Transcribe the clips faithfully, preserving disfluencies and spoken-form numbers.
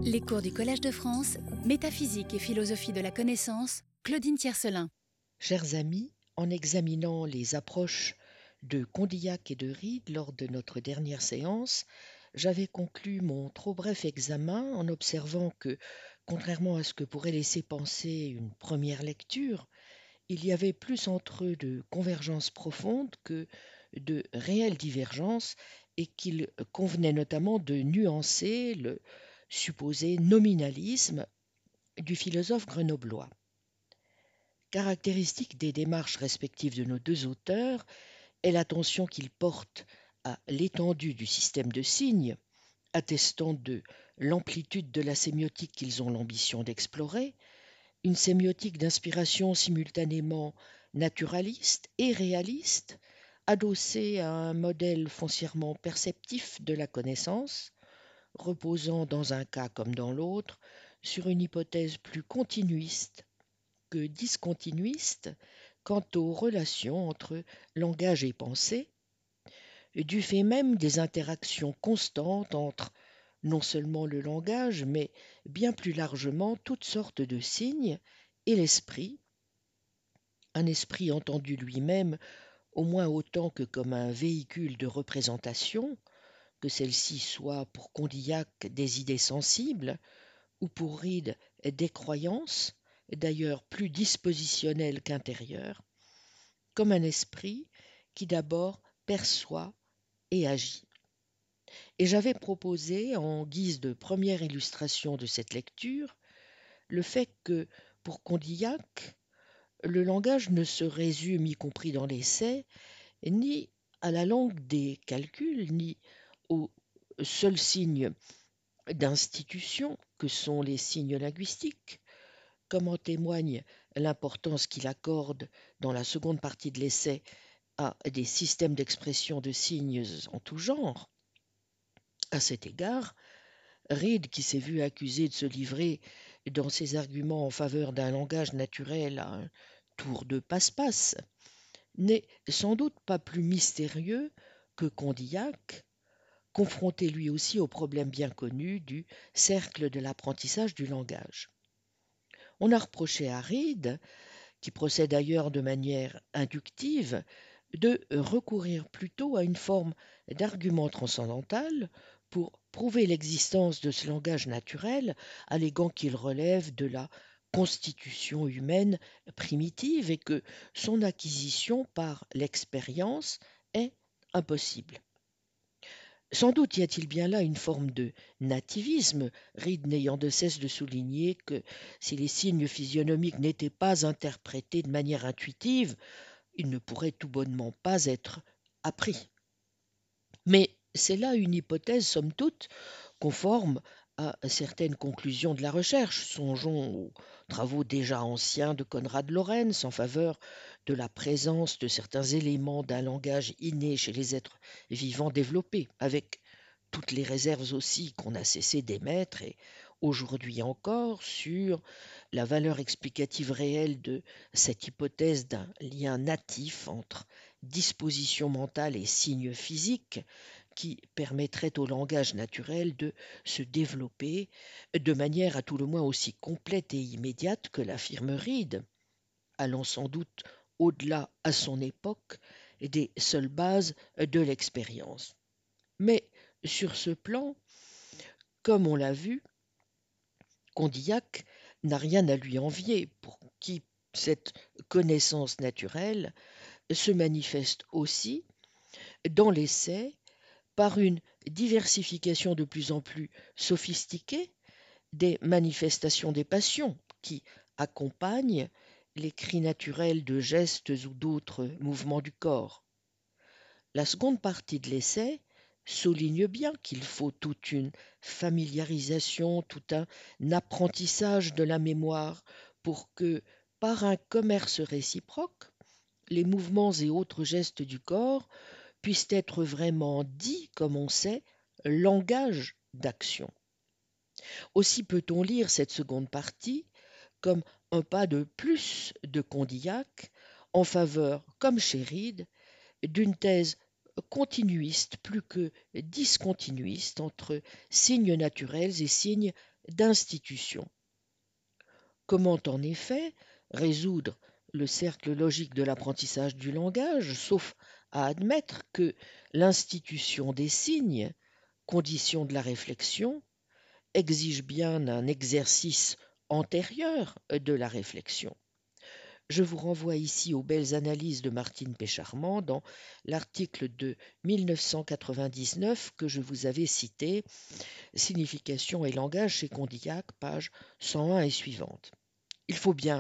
Les cours du Collège de France, Métaphysique et philosophie de la connaissance, Claudine Tiercelin. Chers amis, en examinant les approches de Condillac et de Reid lors de notre dernière séance, j'avais conclu mon trop bref examen en observant que, contrairement à ce que pourrait laisser penser une première lecture, il y avait plus entre eux de convergences profondes que de réelles divergences et qu'il convenait notamment de nuancer le supposé nominalisme du philosophe grenoblois. Caractéristique des démarches respectives de nos deux auteurs est l'attention qu'ils portent à l'étendue du système de signes, attestant de l'amplitude de la sémiotique qu'ils ont l'ambition d'explorer, une sémiotique d'inspiration simultanément naturaliste et réaliste, adossée à un modèle foncièrement perceptif de la connaissance, reposant dans un cas comme dans l'autre sur une hypothèse plus continuiste que discontinuiste quant aux relations entre langage et pensée, du fait même des interactions constantes entre non seulement le langage, mais bien plus largement toutes sortes de signes et l'esprit, un esprit entendu lui-même au moins autant que comme un véhicule de représentation, que celle-ci soit pour Condillac des idées sensibles ou pour Reid des croyances, d'ailleurs plus dispositionnelles qu'intérieures, comme un esprit qui d'abord perçoit et agit. Et j'avais proposé, en guise de première illustration de cette lecture, le fait que, pour Condillac, le langage ne se résume, y compris dans l'essai, ni à la langue des calculs, ni aux seuls signes d'institution que sont les signes linguistiques, comme en témoigne l'importance qu'il accorde dans la seconde partie de l'essai à des systèmes d'expression de signes en tout genre. À cet égard, Reid, qui s'est vu accusé de se livrer dans ses arguments en faveur d'un langage naturel à un tour de passe-passe, n'est sans doute pas plus mystérieux que Condillac, confronté lui aussi au problème bien connu du cercle de l'apprentissage du langage. On a reproché à Reid, qui procède d'ailleurs de manière inductive, de recourir plutôt à une forme d'argument transcendantal pour prouver l'existence de ce langage naturel, alléguant qu'il relève de la constitution humaine primitive et que son acquisition par l'expérience est impossible. Sans doute y a-t-il bien là une forme de nativisme, Reid n'ayant de cesse de souligner que si les signes physionomiques n'étaient pas interprétés de manière intuitive, ils ne pourraient tout bonnement pas être appris. Mais c'est là une hypothèse, somme toute, conforme à certaines conclusions de la recherche. Songeons aux travaux déjà anciens de Konrad Lorenz en faveur de la présence de certains éléments d'un langage inné chez les êtres vivants développés, avec toutes les réserves aussi qu'on a cessé d'émettre et aujourd'hui encore sur la valeur explicative réelle de cette hypothèse d'un lien natif entre disposition mentale et signes physiques qui permettrait au langage naturel de se développer de manière à tout le moins aussi complète et immédiate que l'affirme Reid, allant sans doute au-delà à son époque des seules bases de l'expérience. Mais sur ce plan, comme on l'a vu, Condillac n'a rien à lui envier, pour qui cette connaissance naturelle se manifeste aussi dans l'essai par une diversification de plus en plus sophistiquée des manifestations des passions qui accompagnent les cris naturels de gestes ou d'autres mouvements du corps. La seconde partie de l'essai souligne bien qu'il faut toute une familiarisation, tout un apprentissage de la mémoire pour que, par un commerce réciproque, les mouvements et autres gestes du corps puissent être vraiment dits, comme on sait, langage d'action. Aussi peut-on lire cette seconde partie comme un pas de plus de Condillac en faveur, comme chez Reid, d'une thèse continuiste plus que discontinuiste entre signes naturels et signes d'institution. Comment en effet résoudre le cercle logique de l'apprentissage du langage, sauf à admettre que l'institution des signes, condition de la réflexion, exige bien un exercice antérieur de la réflexion. Je vous renvoie ici aux belles analyses de Martine Pécharmant dans l'article de mille neuf cent quatre-vingt-dix-neuf que je vous avais cité, Signification et langage chez Condillac, page cent un et suivante. Il faut bien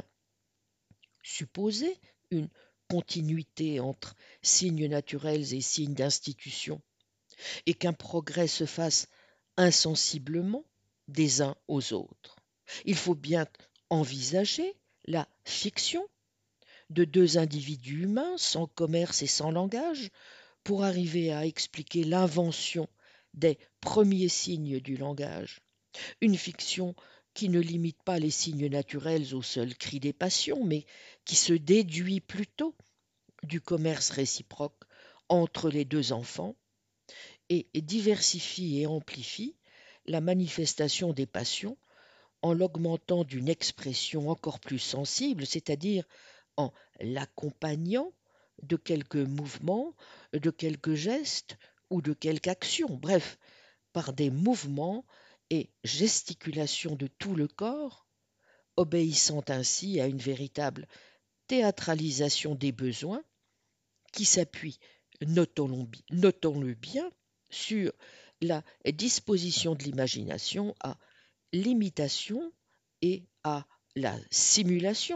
supposer une continuité entre signes naturels et signes d'institution, et qu'un progrès se fasse insensiblement des uns aux autres. Il faut bien envisager la fiction de deux individus humains sans commerce et sans langage pour arriver à expliquer l'invention des premiers signes du langage. Une fiction qui ne limite pas les signes naturels au seul cri des passions, mais qui se déduit plutôt du commerce réciproque entre les deux enfants et diversifie et amplifie la manifestation des passions en l'augmentant d'une expression encore plus sensible, c'est-à-dire en l'accompagnant de quelques mouvements, de quelques gestes ou de quelques actions, bref, par des mouvements et gesticulations de tout le corps, obéissant ainsi à une véritable théâtralisation des besoins qui s'appuie, notons-le bien, sur la disposition de l'imagination à l'imitation et à la simulation,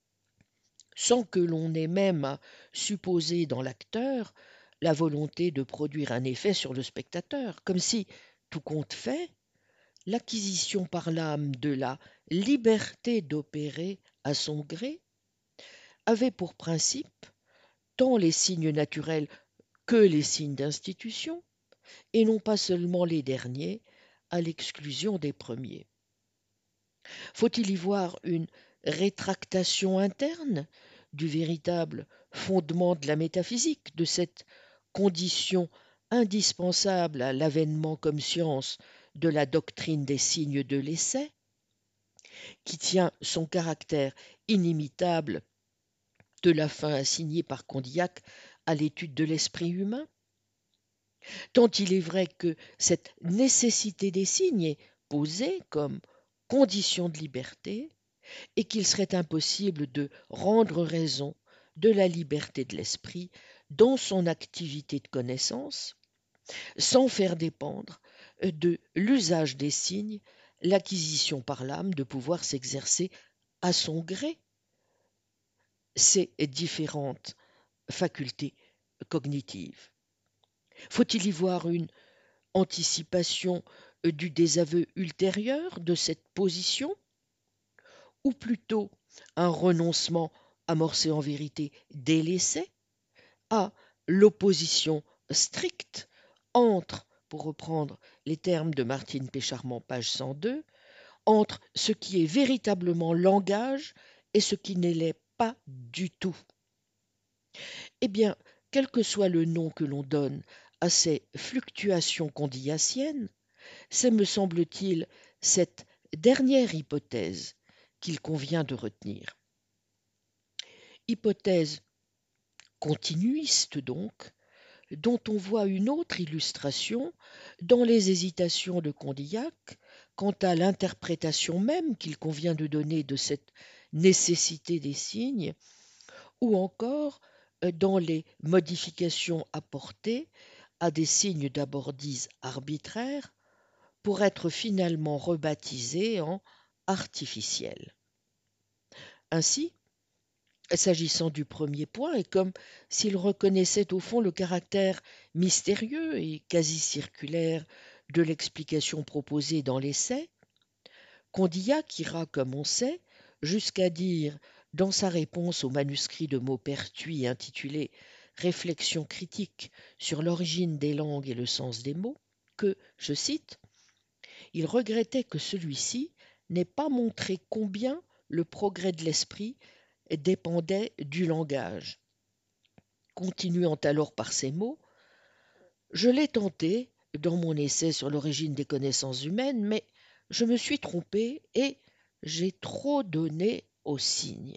sans que l'on ait même à supposer dans l'acteur la volonté de produire un effet sur le spectateur, comme si, tout compte fait, l'acquisition par l'âme de la liberté d'opérer à son gré avait pour principe tant les signes naturels que les signes d'institution, et non pas seulement les derniers, à l'exclusion des premiers. Faut-il y voir une rétractation interne du véritable fondement de la métaphysique, de cette condition indispensable à l'avènement comme science de la doctrine des signes de l'essai, qui tient son caractère inimitable de la fin assignée par Condillac à l'étude de l'esprit humain? Tant il est vrai que cette nécessité des signes est posée comme condition de liberté et qu'il serait impossible de rendre raison de la liberté de l'esprit dans son activité de connaissance sans faire dépendre de l'usage des signes l'acquisition par l'âme de pouvoir s'exercer à son gré ces différentes facultés cognitives. Faut-il y voir une anticipation du désaveu ultérieur de cette position, ou plutôt un renoncement amorcé en vérité dès l'essai à l'opposition stricte entre, pour reprendre les termes de Martine Pécharmant, page cent deux, entre ce qui est véritablement langage et ce qui ne l'est pas du tout. Eh bien, quel que soit le nom que l'on donne à ces fluctuations condillaciennes, c'est, me semble-t-il, cette dernière hypothèse qu'il convient de retenir. Hypothèse continuiste donc, dont on voit une autre illustration dans les hésitations de Condillac quant à l'interprétation même qu'il convient de donner de cette nécessité des signes, ou encore dans les modifications apportées à des signes d'abordise arbitraires pour être finalement rebaptisés en artificiels. Ainsi, s'agissant du premier point, et comme s'il reconnaissait au fond le caractère mystérieux et quasi circulaire de l'explication proposée dans l'essai, Condillac ira, comme on sait, jusqu'à dire dans sa réponse au manuscrit de Maupertuis intitulé Réflexion critique sur l'origine des langues et le sens des mots, que, je cite, il regrettait que celui-ci n'ait pas montré combien le progrès de l'esprit dépendait du langage. Continuant alors par ces mots, je l'ai tenté dans mon essai sur l'origine des connaissances humaines, mais je me suis trompé et j'ai trop donné aux signes.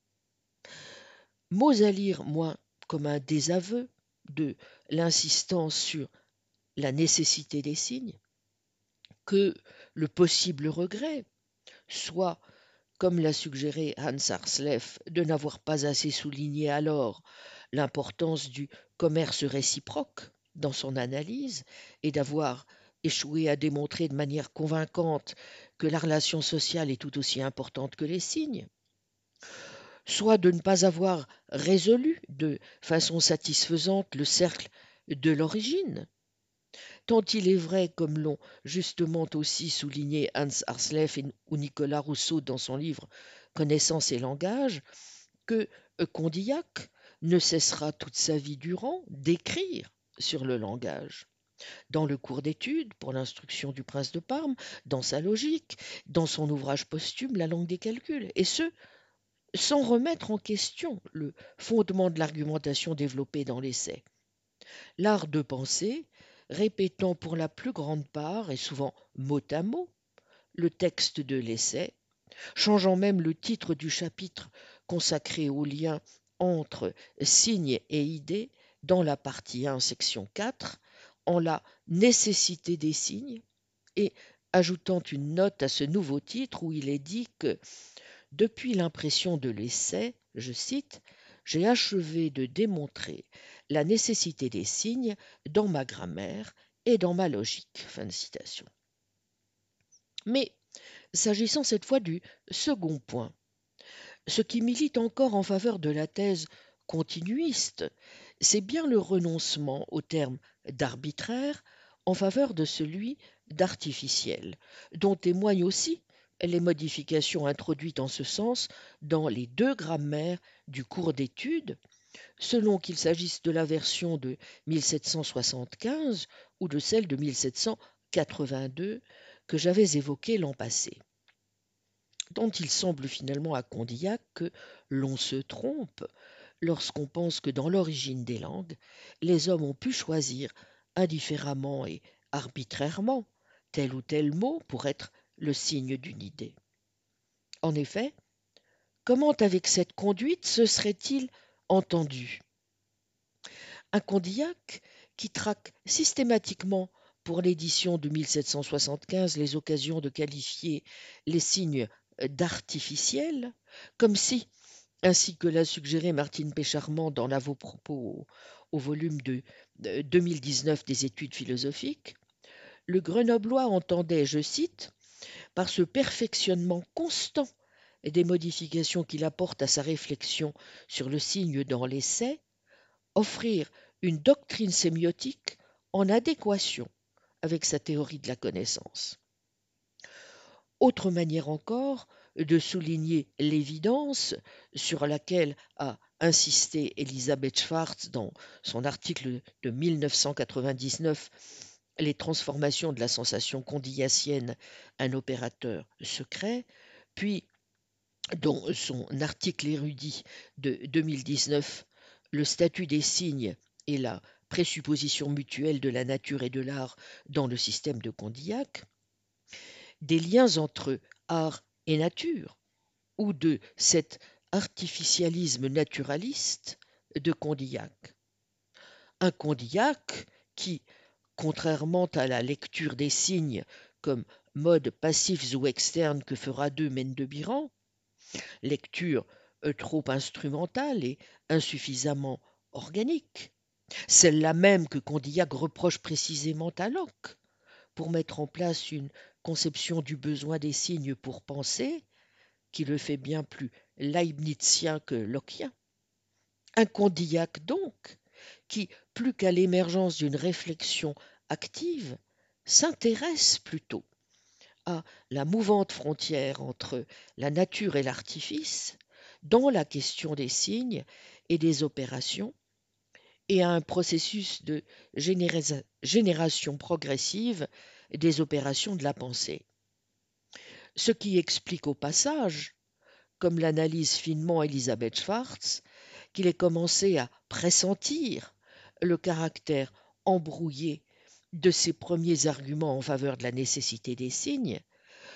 Mots à lire moins comme un désaveu de l'insistance sur la nécessité des signes que le possible regret, soit, comme l'a suggéré Hans Arsleff, de n'avoir pas assez souligné alors l'importance du commerce réciproque dans son analyse et d'avoir échoué à démontrer de manière convaincante que la relation sociale est tout aussi importante que les signes, soit de ne pas avoir résolu de façon satisfaisante le cercle de l'origine, tant il est vrai, comme l'ont justement aussi souligné Hans Arsleff ou Nicolas Rousseau dans son livre Connaissance et langage, que Condillac ne cessera toute sa vie durant d'écrire sur le langage. Dans le cours d'études pour l'instruction du prince de Parme, dans sa logique, dans son ouvrage posthume La langue des calculs, et ce, sans remettre en question le fondement de l'argumentation développée dans l'essai. L'art de penser, répétant pour la plus grande part, et souvent mot à mot, le texte de l'essai, changeant même le titre du chapitre consacré au lien entre signes et idées dans la partie un, section quatre, en la nécessité des signes, et ajoutant une note à ce nouveau titre où il est dit que depuis l'impression de l'essai, je cite, j'ai achevé de démontrer la nécessité des signes dans ma grammaire et dans ma logique. Fin de citation. Mais s'agissant cette fois du second point, ce qui milite encore en faveur de la thèse continuiste, c'est bien le renoncement au terme d'arbitraire en faveur de celui d'artificiel, dont témoignent aussi les modifications introduites en ce sens dans les deux grammaires du cours d'études, selon qu'il s'agisse de la version de mille sept cent soixante-quinze ou de celle de mille sept cent quatre-vingt-deux que j'avais évoquée l'an passé, dont il semble finalement à Condillac que l'on se trompe lorsqu'on pense que dans l'origine des langues, les hommes ont pu choisir indifféremment et arbitrairement tel ou tel mot pour être le signe d'une idée. En effet, comment avec cette conduite se serait-il entendu? Un Condillac qui traque systématiquement pour l'édition de mille sept cent soixante-quinze les occasions de qualifier les signes d'artificiels, comme si, ainsi que l'a suggéré Martine Pécharmant dans l'avant-propos au volume de deux mille dix-neuf des études philosophiques, le Grenoblois entendait, je cite, par ce perfectionnement constant et des modifications qu'il apporte à sa réflexion sur le signe dans l'essai, offrir une doctrine sémiotique en adéquation avec sa théorie de la connaissance. Autre manière encore de souligner l'évidence sur laquelle a insisté Elisabeth Schwartz dans son article de mille neuf cent quatre-vingt-dix-neuf « Les transformations de la sensation condillacienne, un opérateur secret », puis dans son article érudit de deux mille dix-neuf « Le statut des signes et la présupposition mutuelle de la nature et de l'art dans le système de Condillac », des liens entre art et nature, ou de cet artificialisme naturaliste de Condillac. Un Condillac qui, contrairement à la lecture des signes comme modes passifs ou externes que fera d'eux Mendebiran, lecture trop instrumentale et insuffisamment organique, celle-là même que Condillac reproche précisément à Locke, pour mettre en place une conception du besoin des signes pour penser, qui le fait bien plus leibnizien que lockeien. Un Condillac donc, qui, plus qu'à l'émergence d'une réflexion active, s'intéresse plutôt à la mouvante frontière entre la nature et l'artifice dans la question des signes et des opérations, et à un processus de généra- génération progressive des opérations de la pensée. Ce qui explique au passage, comme l'analyse finement Elisabeth Schwartz, qu'il ait commencé à pressentir le caractère embrouillé de ses premiers arguments en faveur de la nécessité des signes,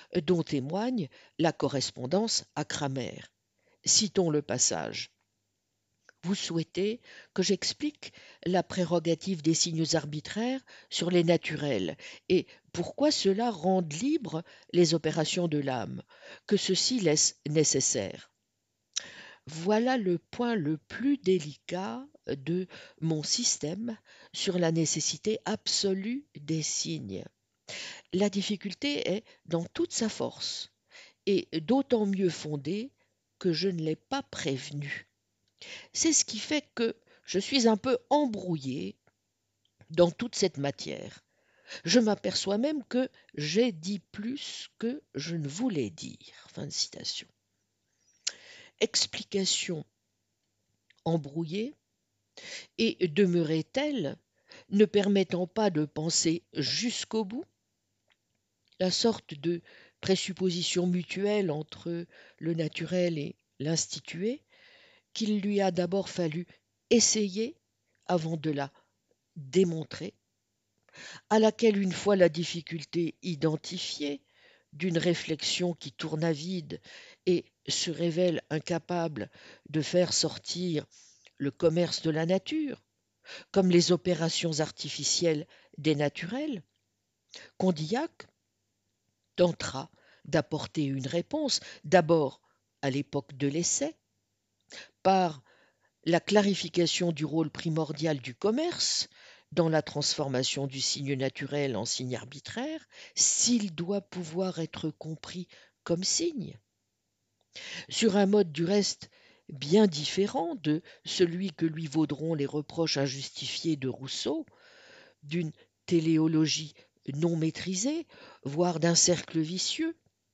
dont témoigne la correspondance à Cramer. Citons le passage. Vous souhaitez que j'explique la prérogative des signes arbitraires sur les naturels et pourquoi cela rend libres les opérations de l'âme, que ceci laisse nécessaire. Voilà le point le plus délicat de mon système sur la nécessité absolue des signes. La difficulté est dans toute sa force et d'autant mieux fondée que je ne l'ai pas prévenu. C'est ce qui fait que je suis un peu embrouillé dans toute cette matière. Je m'aperçois même que j'ai dit plus que je ne voulais dire. Fin de citation. Explication embrouillée et demeurait-elle, ne permettant pas de penser jusqu'au bout, la sorte de présupposition mutuelle entre le naturel et l'institué, qu'il lui a d'abord fallu essayer avant de la démontrer, à laquelle une fois la difficulté identifiée d'une réflexion qui tourne à vide et se révèle incapable de faire sortir le commerce de la nature, comme les opérations artificielles des naturels, Condillac tentera d'apporter une réponse, d'abord à l'époque de l'essai, par la clarification du rôle primordial du commerce dans la transformation du signe naturel en signe arbitraire, s'il doit pouvoir être compris comme signe, sur un mode du reste bien différent de celui que lui vaudront les reproches injustifiés de Rousseau, d'une téléologie non maîtrisée, voire d'un cercle vicieux,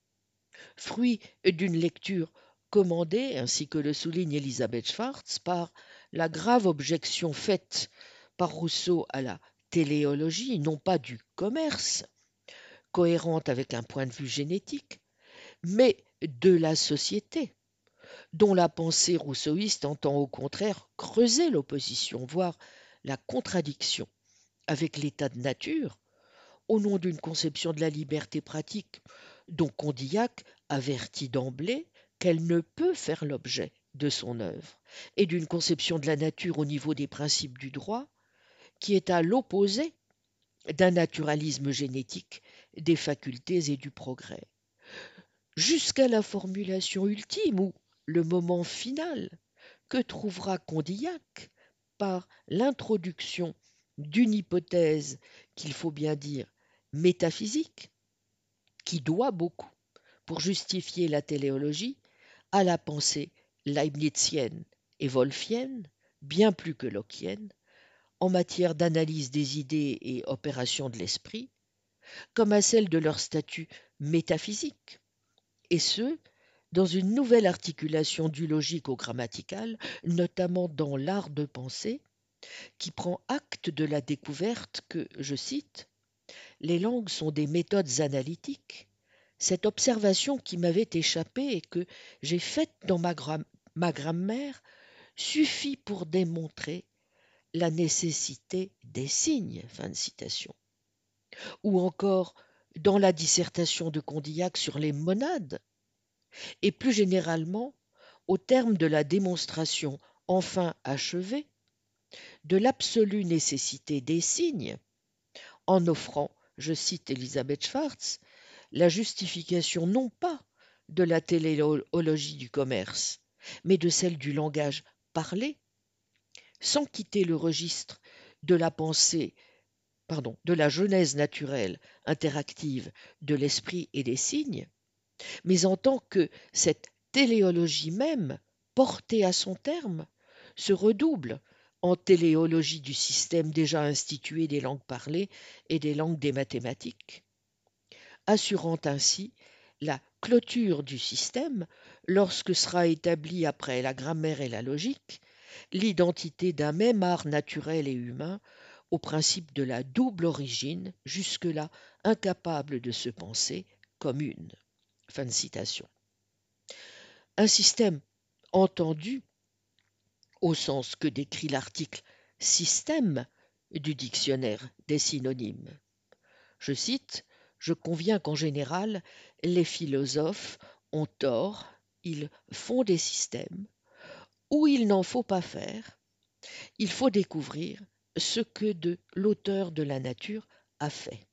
fruit d'une lecture commandée, ainsi que le souligne Elisabeth Schwartz, par la grave objection faite par Rousseau à la téléologie, non pas du commerce, cohérente avec un point de vue génétique, mais de la société, dont la pensée rousseauiste entend au contraire creuser l'opposition, voire la contradiction avec l'état de nature, au nom d'une conception de la liberté pratique dont Condillac avertit d'emblée qu'elle ne peut faire l'objet de son œuvre, et d'une conception de la nature au niveau des principes du droit, qui est à l'opposé d'un naturalisme génétique des facultés et du progrès, jusqu'à la formulation ultime ou le moment final que trouvera Condillac par l'introduction d'une hypothèse qu'il faut bien dire métaphysique, qui doit beaucoup, pour justifier la téléologie, à la pensée leibnizienne et wolffienne, bien plus que lockienne, en matière d'analyse des idées et opérations de l'esprit, comme à celle de leur statut métaphysique, et ce, dans une nouvelle articulation du logique au grammatical, notamment dans l'art de penser, qui prend acte de la découverte que, je cite, « les langues sont des méthodes analytiques », cette observation qui m'avait échappé et que j'ai faite dans ma, gra- ma grammaire suffit pour démontrer la nécessité des signes. Fin de citation. Ou encore dans la dissertation de Condillac sur les monades, et plus généralement, au terme de la démonstration enfin achevée, de l'absolue nécessité des signes, en offrant, je cite Elisabeth Schwartz, la justification non pas de la téléologie du commerce, mais de celle du langage parlé, sans quitter le registre de la pensée, pardon, de la genèse naturelle interactive de l'esprit et des signes, mais en tant que cette téléologie même, portée à son terme, se redouble en téléologie du système déjà institué des langues parlées et des langues des mathématiques, assurant ainsi la clôture du système lorsque sera établie après la grammaire et la logique l'identité d'un même art naturel et humain au principe de la double origine, jusque-là incapable de se penser comme une. Fin de citation. Un système entendu au sens que décrit l'article système du dictionnaire des synonymes. Je cite, je conviens qu'en général, les philosophes ont tort, ils font des systèmes où il n'en faut pas faire, il faut découvrir ce que de l'auteur de la nature a fait.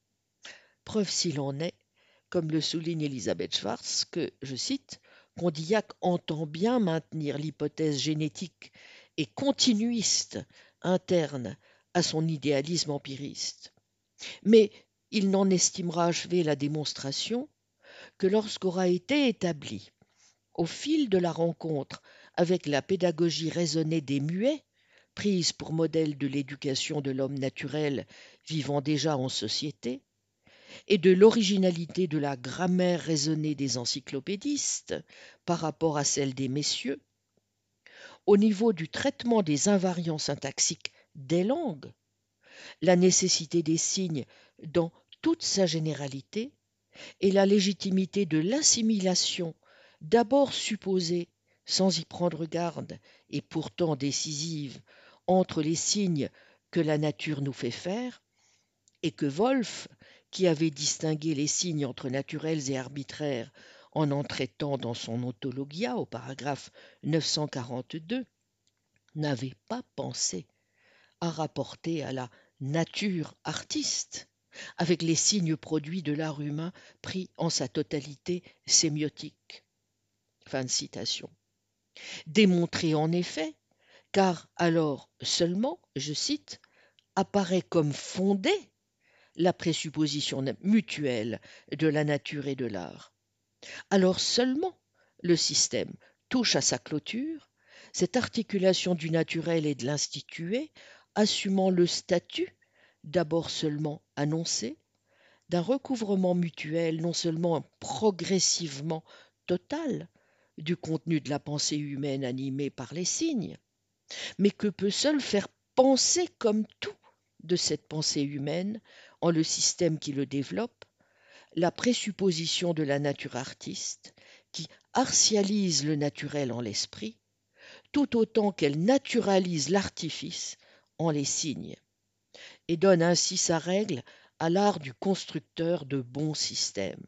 Preuve s'il en est, comme le souligne Elisabeth Schwartz, que, je cite, Condillac entend bien maintenir l'hypothèse génétique et continuiste interne à son idéalisme empiriste. Mais il n'en estimera achevé la démonstration que lorsqu'aura été établi, au fil de la rencontre avec la pédagogie raisonnée des muets, prise pour modèle de l'éducation de l'homme naturel vivant déjà en société, et de l'originalité de la grammaire raisonnée des encyclopédistes par rapport à celle des messieurs, au niveau du traitement des invariants syntaxiques des langues, la nécessité des signes dans toute sa généralité et la légitimité de l'assimilation d'abord supposée sans y prendre garde et pourtant décisive entre les signes que la nature nous fait faire et que Wolff, qui avait distingué les signes entre naturels et arbitraires en en traitant dans son Ontologia au paragraphe neuf cent quarante-deux, n'avait pas pensé à rapporter à la nature artiste avec les signes produits de l'art humain pris en sa totalité sémiotique. Fin de citation. Démontrer en effet, car alors seulement, je cite, apparaît comme fondée la présupposition mutuelle de la nature et de l'art. Alors seulement le système touche à sa clôture, cette articulation du naturel et de l'institué, assumant le statut, d'abord seulement annoncé, d'un recouvrement mutuel non seulement progressivement total du contenu de la pensée humaine animée par les signes, mais que peut seul faire penser comme tout de cette pensée humaine en le système qui le développe, la présupposition de la nature artiste qui artialise le naturel en l'esprit, tout autant qu'elle naturalise l'artifice en les signes, et donne ainsi sa règle à l'art du constructeur de bons systèmes.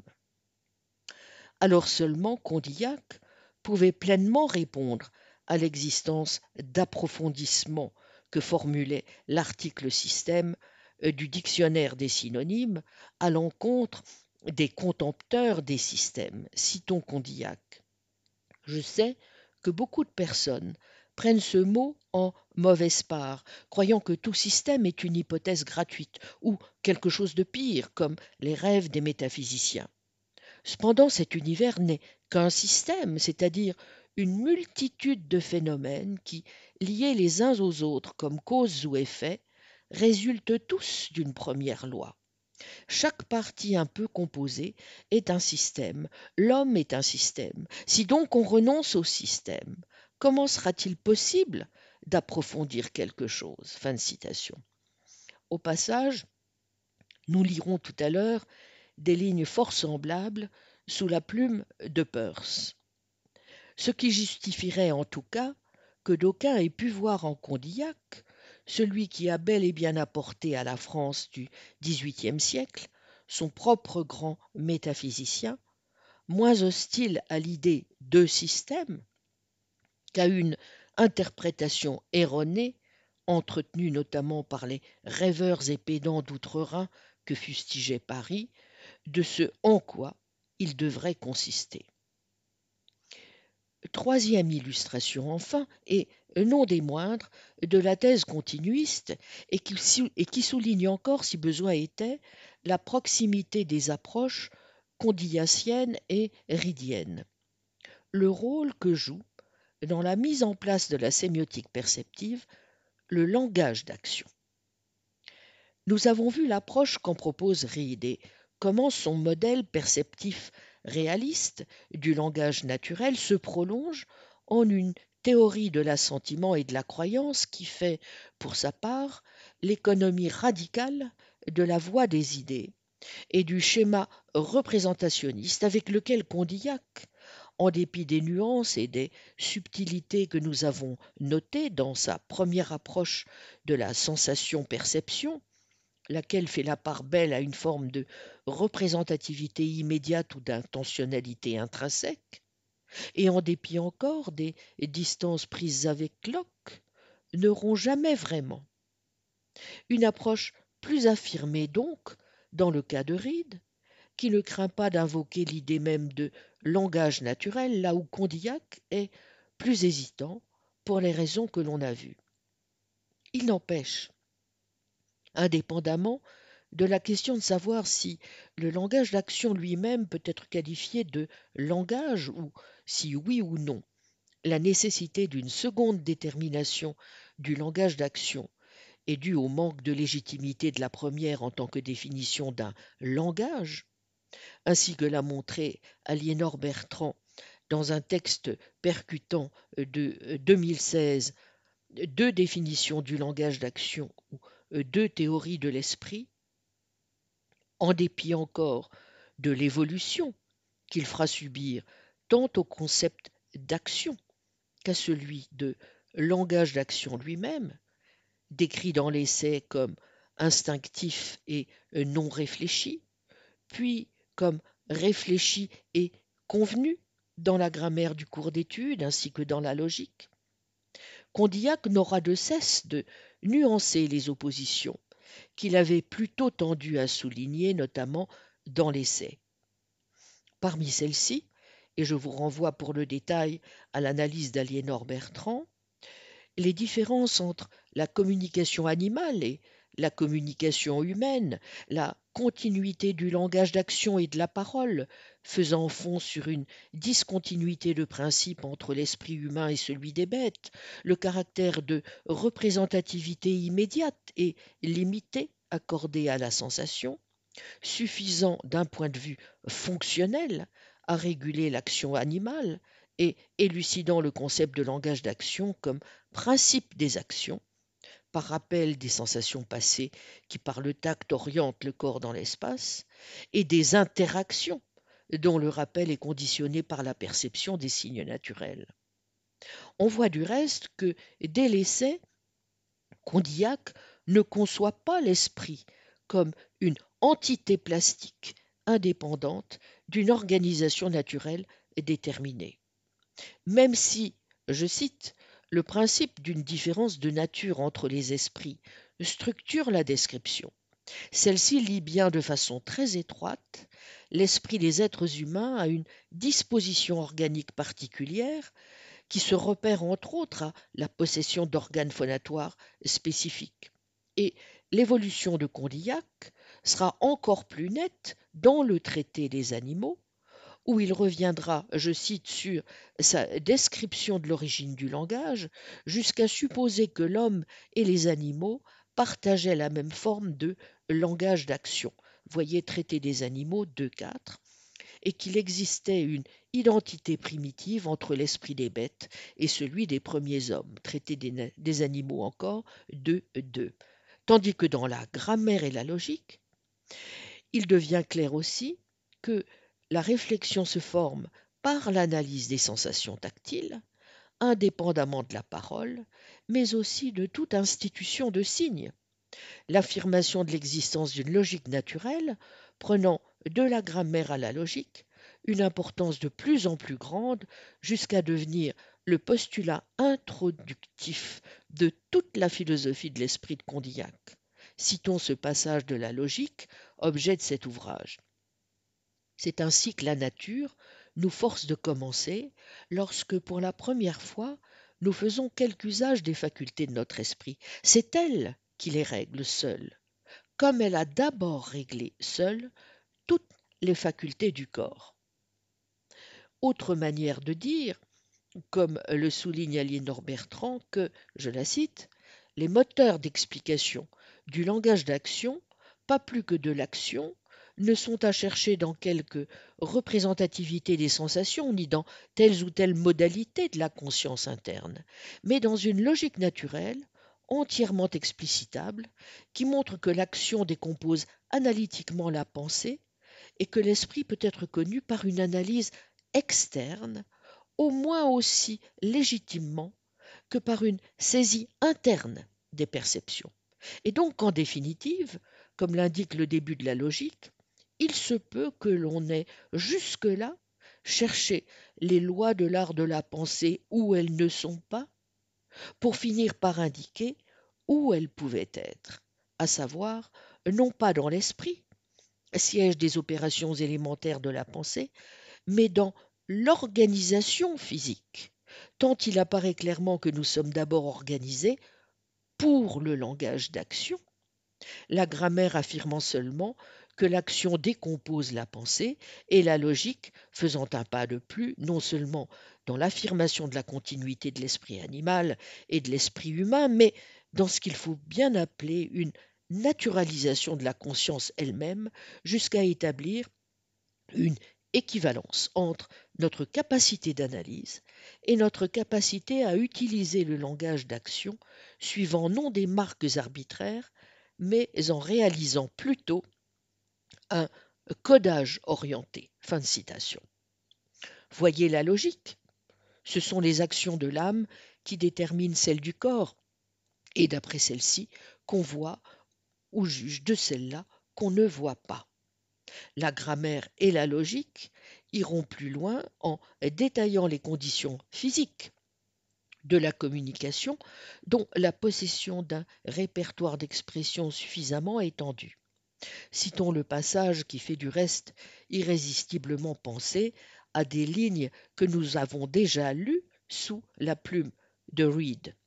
Alors seulement Condillac pouvait pleinement répondre à l'existence d'approfondissement que formulait l'article système du dictionnaire des synonymes à l'encontre des contempteurs des systèmes. Citons Condillac. Je sais que beaucoup de personnes prennent ce mot en mauvaise part, croyant que tout système est une hypothèse gratuite ou quelque chose de pire, comme les rêves des métaphysiciens. Cependant, cet univers n'est qu'un système, c'est-à-dire une multitude de phénomènes qui, liés les uns aux autres comme causes ou effets, résultent tous d'une première loi. Chaque partie un peu composée est un système, l'homme est un système. Si donc on renonce au système, comment sera-t-il possible d'approfondir quelque chose ? Fin de citation. Au passage, nous lirons tout à l'heure des lignes fort semblables sous la plume de Peirce. Ce qui justifierait en tout cas que d'aucuns aient pu voir en Condillac, celui qui a bel et bien apporté à la France du dix-huitième siècle son propre grand métaphysicien, moins hostile à l'idée de système qu'à une interprétation erronée, entretenue notamment par les rêveurs et pédants d'outre-Rhin que fustigeait Paris, de ce en quoi il devrait consister. Troisième illustration enfin, et non des moindres, de la thèse continuiste et qui, et qui souligne encore, si besoin était, la proximité des approches condillaciennes et ridiennes. Le rôle que joue, dans la mise en place de la sémiotique perceptive, le langage d'action. Nous avons vu l'approche qu'en propose Reid et comment son modèle perceptif réaliste du langage naturel se prolonge en une théorie de l'assentiment et de la croyance qui fait, pour sa part, l'économie radicale de la voie des idées et du schéma représentationniste avec lequel Condillac, en dépit des nuances et des subtilités que nous avons notées dans sa première approche de la sensation-perception, laquelle fait la part belle à une forme de représentativité immédiate ou d'intentionnalité intrinsèque, et en dépit encore des distances prises avec Locke, ne rompt jamais vraiment. Une approche plus affirmée donc, dans le cas de Reid, qui ne craint pas d'invoquer l'idée même de langage naturel, là où Condillac est plus hésitant, pour les raisons que l'on a vues. Il n'empêche, indépendamment de la question de savoir si le langage d'action lui-même peut être qualifié de langage ou si oui ou non, la nécessité d'une seconde détermination du langage d'action est due au manque de légitimité de la première en tant que définition d'un langage, ainsi que l'a montré Aliénor Bertrand dans un texte percutant de deux mille seize, deux définitions du langage d'action ou deux théories de l'esprit, en dépit encore de l'évolution qu'il fera subir tant au concept d'action qu'à celui de langage d'action lui-même, décrit dans l'essai comme instinctif et non réfléchi, puis comme réfléchi et convenu dans la grammaire du cours d'études ainsi que dans la logique. Condillac n'aura de cesse de nuancer les oppositions qu'il avait plutôt tendu à souligner, notamment dans l'essai. Parmi celles-ci, et je vous renvoie pour le détail à l'analyse d'Aliénor Bertrand, les différences entre la communication animale et la communication humaine, la continuité du langage d'action et de la parole, faisant fond sur une discontinuité de principe entre l'esprit humain et celui des bêtes, le caractère de représentativité immédiate et limitée accordé à la sensation, suffisant d'un point de vue fonctionnel à réguler l'action animale et élucidant le concept de langage d'action comme principe des actions, par rappel des sensations passées qui par le tact orientent le corps dans l'espace, et des interactions dont le rappel est conditionné par la perception des signes naturels. On voit du reste que, dès l'essai, Condillac ne conçoit pas l'esprit comme une entité plastique indépendante d'une organisation naturelle déterminée. Même si, je cite, le principe d'une différence de nature entre les esprits structure la description, celle-ci lie bien de façon très étroite l'esprit des êtres humains à une disposition organique particulière qui se repère entre autres à la possession d'organes phonatoires spécifiques. Et l'évolution de Condillac sera encore plus nette dans le traité des animaux, où il reviendra, je cite, sur sa description de l'origine du langage, jusqu'à supposer que l'homme et les animaux partageaient la même forme de langage d'action. Voyez Traité des animaux deux quatre, et qu'il existait une identité primitive entre l'esprit des bêtes et celui des premiers hommes. Traité des, des animaux encore deux deux. Tandis que dans la grammaire et la logique, il devient clair aussi que la réflexion se forme par l'analyse des sensations tactiles, indépendamment de la parole, mais aussi de toute institution de signes. L'affirmation de l'existence d'une logique naturelle, prenant de la grammaire à la logique, une importance de plus en plus grande jusqu'à devenir le postulat introductif de toute la philosophie de l'esprit de Condillac. Citons ce passage de la logique, objet de cet ouvrage. C'est ainsi que la nature nous force de commencer lorsque, pour la première fois, nous faisons quelque usage des facultés de notre esprit. C'est elle qui les règle seule, comme elle a d'abord réglé seule toutes les facultés du corps. Autre manière de dire, comme le souligne Aliénor Bertrand, que, je la cite, les moteurs d'explication du langage d'action, pas plus que de l'action, ne sont à chercher dans quelque représentativité des sensations, ni dans telles ou telles modalités de la conscience interne, mais dans une logique naturelle, entièrement explicitable, qui montre que l'action décompose analytiquement la pensée et que l'esprit peut être connu par une analyse externe, au moins aussi légitimement que par une saisie interne des perceptions. Et donc, en définitive, comme l'indique le début de la logique, il se peut que l'on ait jusque-là cherché les lois de l'art de la pensée où elles ne sont pas, pour finir par indiquer où elles pouvaient être, à savoir non pas dans l'esprit, siège des opérations élémentaires de la pensée, mais dans l'organisation physique, tant il apparaît clairement que nous sommes d'abord organisés pour le langage d'action, la grammaire affirmant seulement que l'action décompose la pensée et la logique faisant un pas de plus, non seulement dans l'affirmation de la continuité de l'esprit animal et de l'esprit humain, mais dans ce qu'il faut bien appeler une naturalisation de la conscience elle-même, jusqu'à établir une équivalence entre notre capacité d'analyse et notre capacité à utiliser le langage d'action suivant non des marques arbitraires, mais en réalisant plutôt un codage orienté. Fin de citation. Voyez la logique. Ce sont les actions de l'âme qui déterminent celles du corps, et d'après celle-ci, qu'on voit ou juge de celle-là qu'on ne voit pas. La grammaire et la logique iront plus loin en détaillant les conditions physiques de la communication, dont la possession d'un répertoire d'expression suffisamment étendu. Citons le passage qui fait du reste irrésistiblement penser à des lignes que nous avons déjà lues sous la plume de Reed.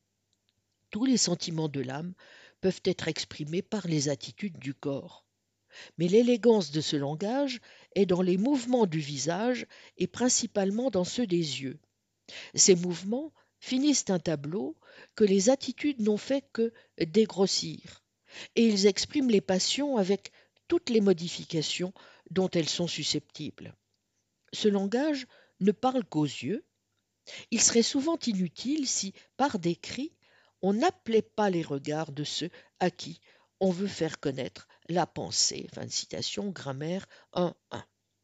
Tous les sentiments de l'âme peuvent être exprimés par les attitudes du corps. Mais l'élégance de ce langage est dans les mouvements du visage et principalement dans ceux des yeux. Ces mouvements finissent un tableau que les attitudes n'ont fait que dégrossir, et ils expriment les passions avec toutes les modifications dont elles sont susceptibles. Ce langage ne parle qu'aux yeux. Il serait souvent inutile si, par des cris, on n'appelait pas les regards de ceux à qui on veut faire connaître la pensée. Fin de citation, grammaire un un.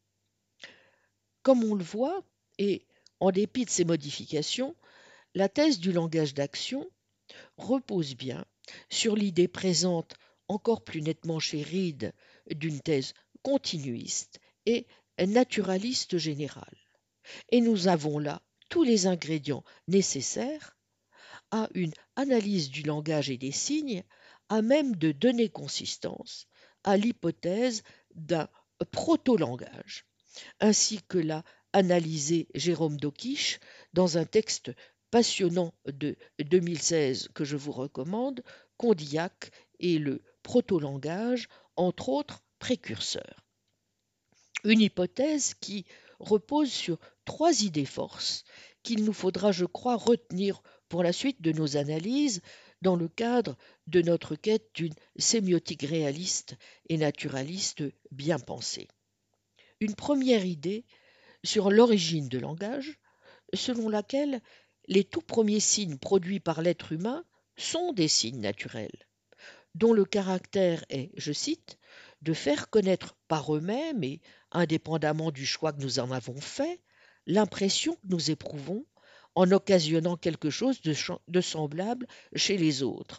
Comme on le voit, et en dépit de ces modifications, la thèse du langage d'action repose bien sur l'idée présente encore plus nettement chez Reed d'une thèse continuiste et naturaliste générale. Et nous avons là tous les ingrédients nécessaires à une analyse du langage et des signes à même de donner consistance à l'hypothèse d'un proto-langage, ainsi que l'a analysé Jérôme Dokish dans un texte passionnant de deux mille seize que je vous recommande, Condillac et le proto-langage, entre autres précurseurs. Une hypothèse qui repose sur trois idées forces qu'il nous faudra, je crois, retenir pour la suite de nos analyses dans le cadre de notre quête d'une sémiotique réaliste et naturaliste bien pensée. Une première idée sur l'origine du langage, selon laquelle les tout premiers signes produits par l'être humain sont des signes naturels, dont le caractère est, je cite, de faire connaître par eux-mêmes et indépendamment du choix que nous en avons fait, l'impression que nous éprouvons en occasionnant quelque chose de, de semblable chez les autres.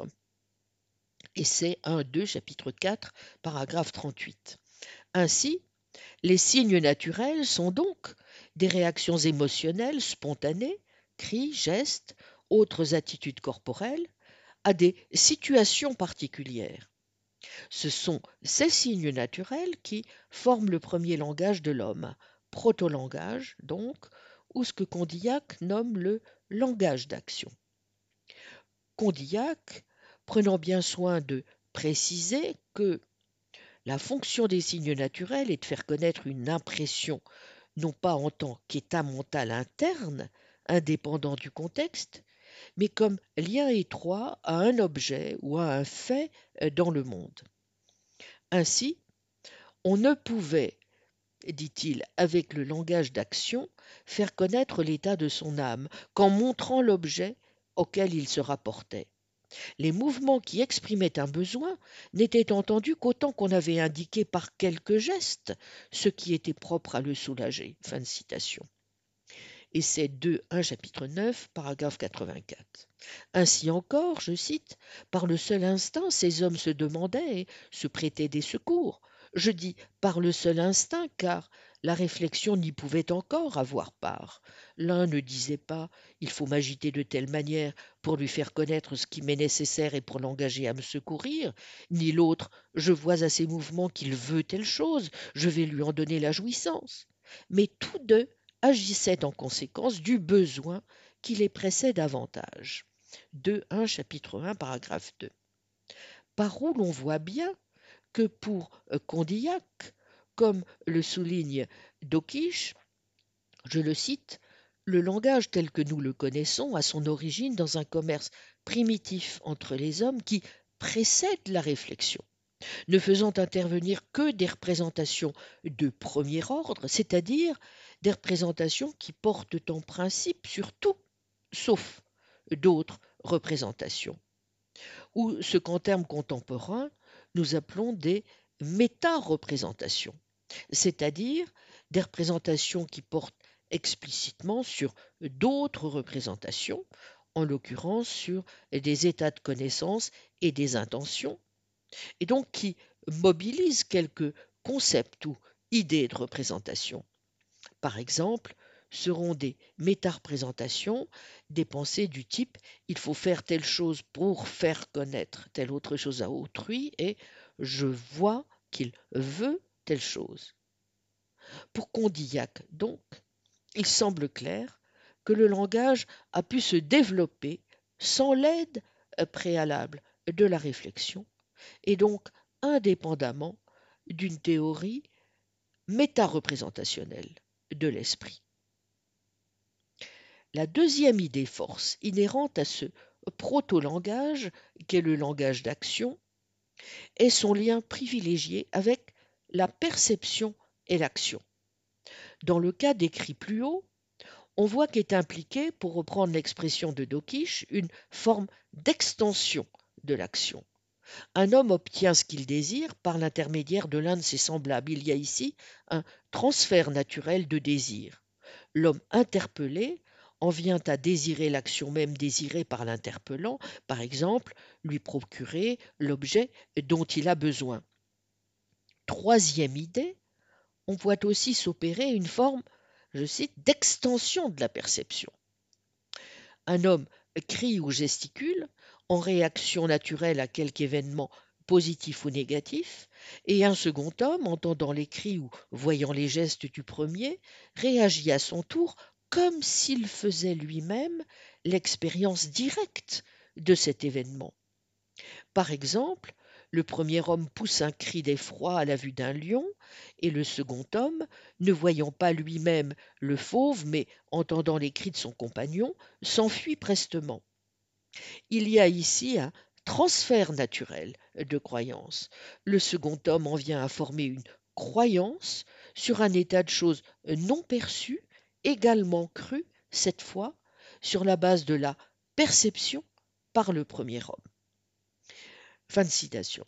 Essai un deux, chapitre quatre, paragraphe trente-huit. Ainsi, les signes naturels sont donc des réactions émotionnelles spontanées, cris, gestes, autres attitudes corporelles, à des situations particulières. Ce sont ces signes naturels qui forment le premier langage de l'homme, proto-langage donc, ou ce que Condillac nomme le langage d'action. Condillac, prenant bien soin de préciser que la fonction des signes naturels est de faire connaître une impression, non pas en tant qu'état mental interne, indépendant du contexte, mais comme lien étroit à un objet ou à un fait dans le monde. Ainsi, on ne pouvait, dit-il, avec le langage d'action, faire connaître l'état de son âme qu'en montrant l'objet auquel il se rapportait. Les mouvements qui exprimaient un besoin n'étaient entendus qu'autant qu'on avait indiqué par quelques gestes ce qui était propre à le soulager. Fin de citation. Essai deux, un, chapitre neuf, paragraphe quatre-vingt-quatre. Ainsi encore, je cite, « Par le seul instinct, ces hommes se demandaient et se prêtaient des secours. » Je dis « par le seul instinct » car la réflexion n'y pouvait encore avoir part. L'un ne disait pas « il faut m'agiter de telle manière pour lui faire connaître ce qui m'est nécessaire et pour l'engager à me secourir », ni l'autre « je vois à ses mouvements qu'il veut telle chose, je vais lui en donner la jouissance ». Mais tous deux agissaient en conséquence du besoin qui les pressait davantage. deux, un, chapitre un, paragraphe deux. Par où l'on voit bien que pour Condillac, comme le souligne D'Okish, je le cite, « Le langage tel que nous le connaissons a son origine dans un commerce primitif entre les hommes qui précède la réflexion, ne faisant intervenir que des représentations de premier ordre, c'est-à-dire des représentations qui portent en principe sur tout, sauf d'autres représentations, ou ce qu'en termes contemporains, nous appelons des méta-représentations, c'est-à-dire des représentations qui portent explicitement sur d'autres représentations, en l'occurrence sur des états de connaissance et des intentions, et donc qui mobilisent quelques concepts ou idées de représentation. Par exemple, seront des méta-représentations des pensées du type « il faut faire telle chose pour faire connaître telle autre chose à autrui » et « je vois qu'il veut telle chose ». Pour Condillac, donc, il semble clair que le langage a pu se développer sans l'aide préalable de la réflexion et donc indépendamment d'une théorie méta-représentationnelle de l'esprit. La deuxième idée force inhérente à ce proto-langage, qu'est le langage d'action, est son lien privilégié avec la perception et l'action. Dans le cas décrit plus haut, on voit qu'est impliquée, pour reprendre l'expression de D'Okish, une forme d'extension de l'action. Un homme obtient ce qu'il désire par l'intermédiaire de l'un de ses semblables. Il y a ici un transfert naturel de désir. L'homme interpellé en vient à désirer l'action même désirée par l'interpellant, par exemple, lui procurer l'objet dont il a besoin. Troisième idée, on voit aussi s'opérer une forme, je cite, d'extension de la perception. Un homme crie ou gesticule en réaction naturelle à quelque événement positif ou négatif, et un second homme, entendant les cris ou voyant les gestes du premier, réagit à son tour comme s'il faisait lui-même l'expérience directe de cet événement. Par exemple, le premier homme pousse un cri d'effroi à la vue d'un lion, et le second homme, ne voyant pas lui-même le fauve, mais entendant les cris de son compagnon, s'enfuit prestement. Il y a ici un transfert naturel de croyance. Le second homme en vient à former une croyance sur un état de choses non perçu, également cru, cette fois, sur la base de la perception par le premier homme. Fin de citation.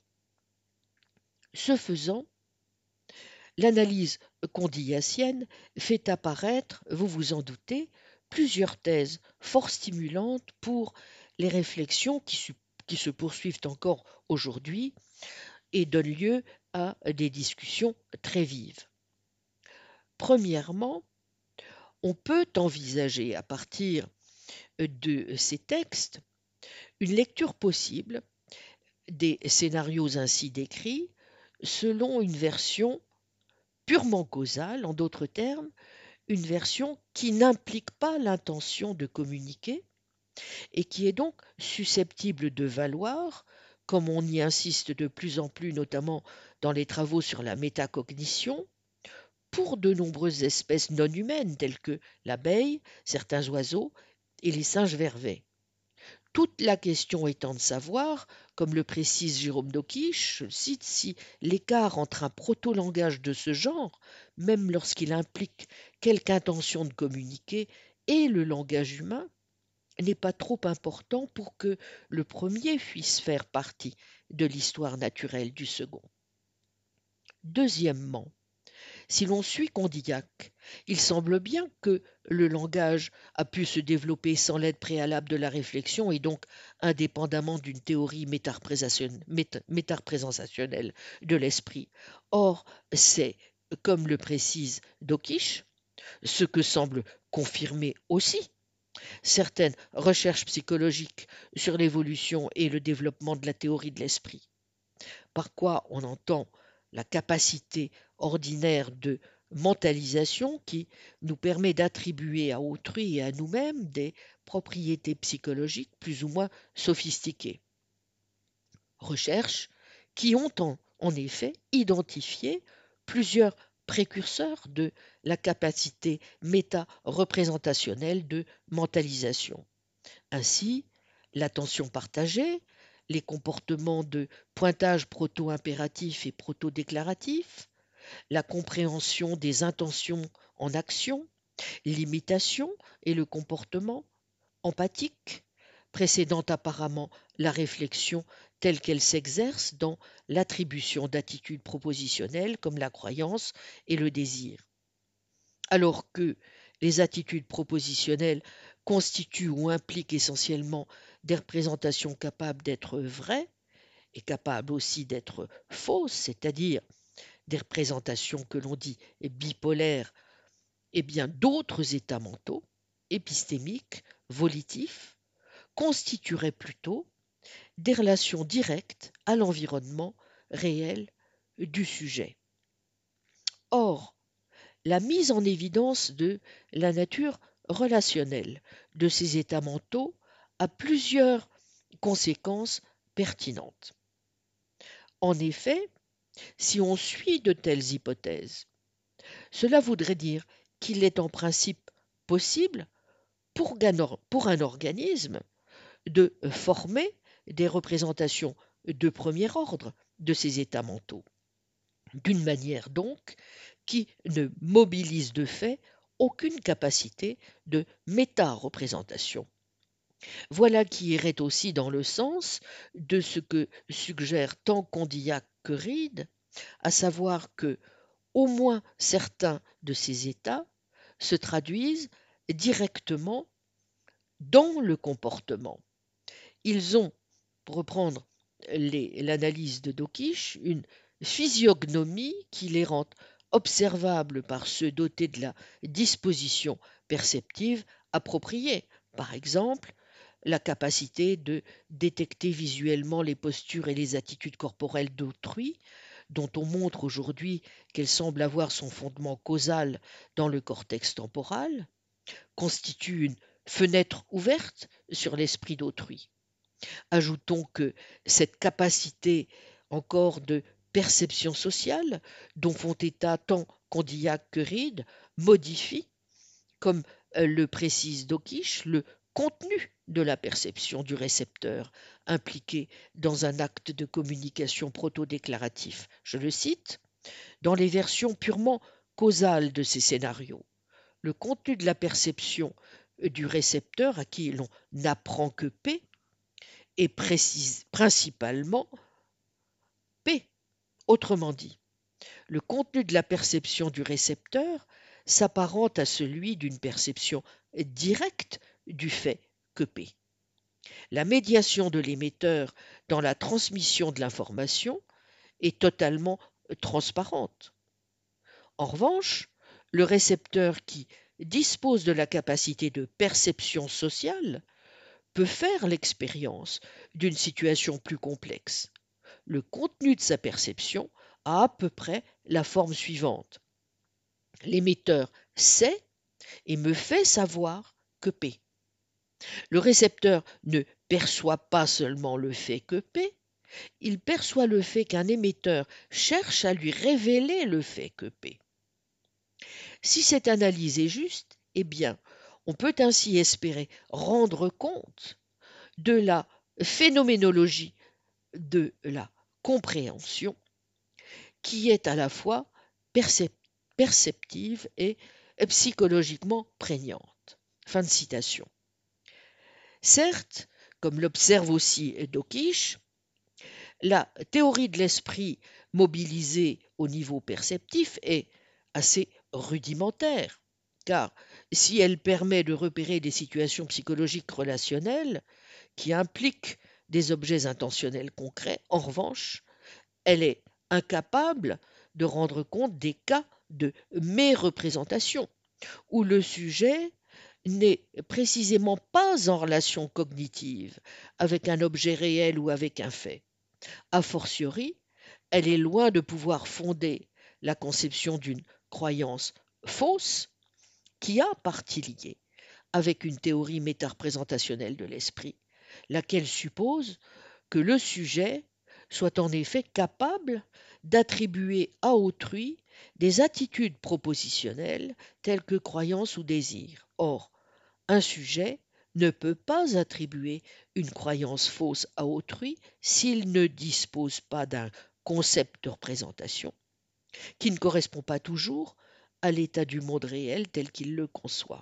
Ce faisant, l'analyse condillacienne fait apparaître, vous vous en doutez, plusieurs thèses fort stimulantes pour les réflexions qui, su- qui se poursuivent encore aujourd'hui et donnent lieu à des discussions très vives. Premièrement, on peut envisager à partir de ces textes une lecture possible des scénarios ainsi décrits selon une version purement causale, en d'autres termes, une version qui n'implique pas l'intention de communiquer et qui est donc susceptible de valoir, comme on y insiste de plus en plus, notamment dans les travaux sur la métacognition, pour de nombreuses espèces non humaines telles que l'abeille, certains oiseaux et les singes vervets. Toute la question étant de savoir, comme le précise Jérôme D'Okish, je cite, si l'écart entre un proto-langage de ce genre, même lorsqu'il implique quelque intention de communiquer, et le langage humain, n'est pas trop important pour que le premier puisse faire partie de l'histoire naturelle du second. Deuxièmement, Si l'on suit Condillac, il semble bien que le langage a pu se développer sans l'aide préalable de la réflexion et donc indépendamment d'une théorie métaréprésentation- méta- métareprésentationnelle de l'esprit. Or, c'est, comme le précise Dokish, ce que semble confirmer aussi certaines recherches psychologiques sur l'évolution et le développement de la théorie de l'esprit. Par quoi on entend la capacité ordinaire de mentalisation qui nous permet d'attribuer à autrui et à nous-mêmes des propriétés psychologiques plus ou moins sophistiquées. Recherches qui ont en, en effet identifié plusieurs précurseurs de la capacité méta-représentationnelle de mentalisation. Ainsi, l'attention partagée, les comportements de pointage proto-impératif et proto-déclaratif, la compréhension des intentions en action, l'imitation et le comportement empathique, précédant apparemment la réflexion telle qu'elle s'exerce dans l'attribution d'attitudes propositionnelles comme la croyance et le désir. Alors que les attitudes propositionnelles constituent ou impliquent essentiellement des représentations capables d'être vraies et capables aussi d'être fausses, c'est-à-dire des représentations que l'on dit bipolaires, et bien d'autres états mentaux, épistémiques, volitifs, constitueraient plutôt des relations directes à l'environnement réel du sujet. Or, la mise en évidence de la nature relationnelle de ces états mentaux a plusieurs conséquences pertinentes. En effet, si on suit de telles hypothèses, cela voudrait dire qu'il est en principe possible pour, pour un organisme de former des représentations de premier ordre de ces états mentaux, d'une manière donc qui ne mobilise de fait aucune capacité de méta-représentation. Voilà qui irait aussi dans le sens de ce que suggère tant Condillac que Reid, à savoir que au moins certains de ces états se traduisent directement dans le comportement. Ils ont, pour reprendre l'analyse de Dokish, une physiognomie qui les rend observables par ceux dotés de la disposition perceptive appropriée. Par exemple, la capacité de détecter visuellement les postures et les attitudes corporelles d'autrui, dont on montre aujourd'hui qu'elles semblent avoir son fondement causal dans le cortex temporal, constitue une fenêtre ouverte sur l'esprit d'autrui. Ajoutons que cette capacité encore de perception sociale, dont font état tant Condillac que Reid, modifie, comme le précise Dokish, le contenu de la perception du récepteur impliqué dans un acte de communication proto-déclaratif. Je le cite, dans les versions purement causales de ces scénarios, le contenu de la perception du récepteur à qui l'on n'apprend que P est précise, principalement P. Autrement dit, le contenu de la perception du récepteur s'apparente à celui d'une perception directe du fait que P. La médiation de l'émetteur dans la transmission de l'information est totalement transparente. En revanche, le récepteur qui dispose de la capacité de perception sociale peut faire l'expérience d'une situation plus complexe. Le contenu de sa perception a à peu près la forme suivante. L'émetteur sait et me fait savoir que P. Le récepteur ne perçoit pas seulement le fait que P, il perçoit le fait qu'un émetteur cherche à lui révéler le fait que P. Si cette analyse est juste, eh bien, on peut ainsi espérer rendre compte de la phénoménologie de la compréhension qui est à la fois percep- perceptive et psychologiquement prégnante. Fin de citation. Certes, comme l'observe aussi Dokish, la théorie de l'esprit mobilisée au niveau perceptif est, assez rudimentaire, car si elle permet de repérer des situations psychologiques relationnelles qui impliquent des objets intentionnels concrets, en revanche, elle est incapable de rendre compte des cas de méreprésentation, où le sujet n'est précisément pas en relation cognitive avec un objet réel ou avec un fait. A fortiori, elle est loin de pouvoir fonder la conception d'une croyance fausse qui a partie liée avec une théorie métareprésentationnelle de l'esprit, laquelle suppose que le sujet soit en effet capable d'attribuer à autrui des attitudes propositionnelles telles que croyance ou désir. Or, un sujet ne peut pas attribuer une croyance fausse à autrui s'il ne dispose pas d'un concept de représentation qui ne correspond pas toujours à l'état du monde réel tel qu'il le conçoit.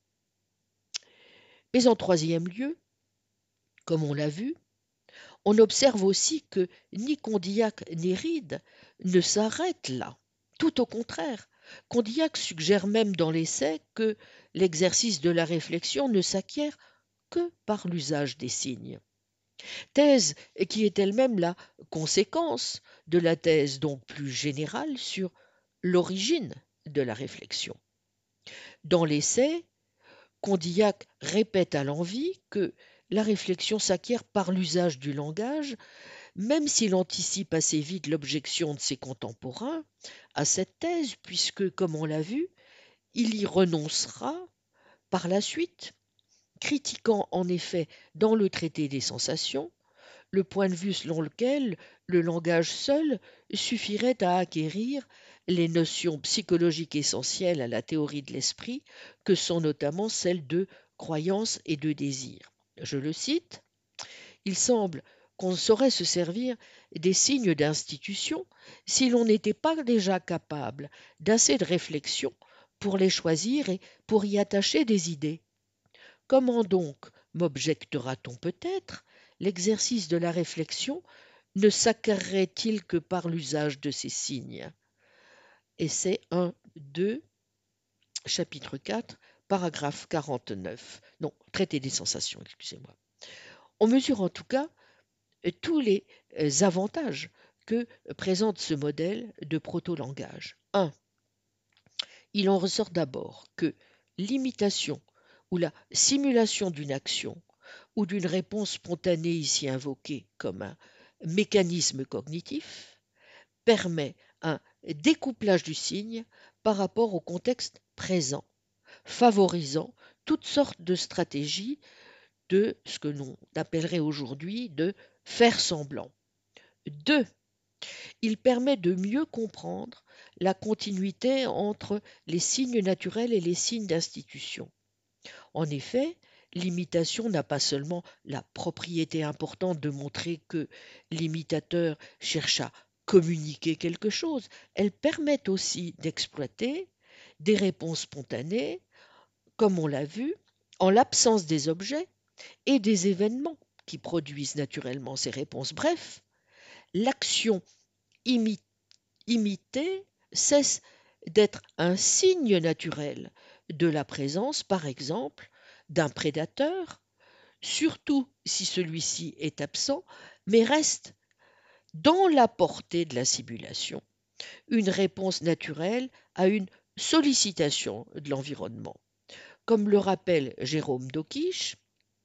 Mais en troisième lieu, comme on l'a vu, on observe aussi que ni Condillac ni Reid ne s'arrêtent là. Tout au contraire, Condillac suggère même dans l'essai que l'exercice de la réflexion ne s'acquiert que par l'usage des signes. Thèse qui est elle-même la conséquence de la thèse donc plus générale sur l'origine de la réflexion. Dans l'essai, Condillac répète à l'envi que la réflexion s'acquiert par l'usage du langage, même s'il anticipe assez vite l'objection de ses contemporains à cette thèse, puisque, comme on l'a vu, il y renoncera par la suite, critiquant en effet dans le traité des sensations le point de vue selon lequel le langage seul suffirait à acquérir les notions psychologiques essentielles à la théorie de l'esprit, que sont notamment celles de croyance et de désir. Je le cite, « Il semble qu'on saurait se servir des signes d'institution si l'on n'était pas déjà capable d'assez de réflexion pour les choisir et pour y attacher des idées. Comment donc, m'objectera-t-on peut-être, l'exercice de la réflexion ne s'acquerrait-il que par l'usage de ces signes ?» Essai un, deux, chapitre quatre, paragraphe quarante-neuf. Non, traité des sensations, excusez-moi. On mesure en tout cas tous les avantages que présente ce modèle de proto-langage. un. Il en ressort d'abord que l'imitation ou la simulation d'une action ou d'une réponse spontanée ici invoquée comme un mécanisme cognitif permet un découplage du signe par rapport au contexte présent, favorisant toutes sortes de stratégies de ce que l'on appellerait aujourd'hui de faire semblant. Deux, il permet de mieux comprendre la continuité entre les signes naturels et les signes d'institution. En effet, l'imitation n'a pas seulement la propriété importante de montrer que l'imitateur cherche à communiquer quelque chose, elle permet aussi d'exploiter des réponses spontanées, comme on l'a vu, en l'absence des objets et des événements qui produisent naturellement ces réponses. Bref, l'action imi- imitée cesse d'être un signe naturel de la présence, par exemple, d'un prédateur, surtout si celui-ci est absent, mais reste dans la portée de la simulation, une réponse naturelle à une sollicitation de l'environnement. Comme le rappelle Jérôme Dokish,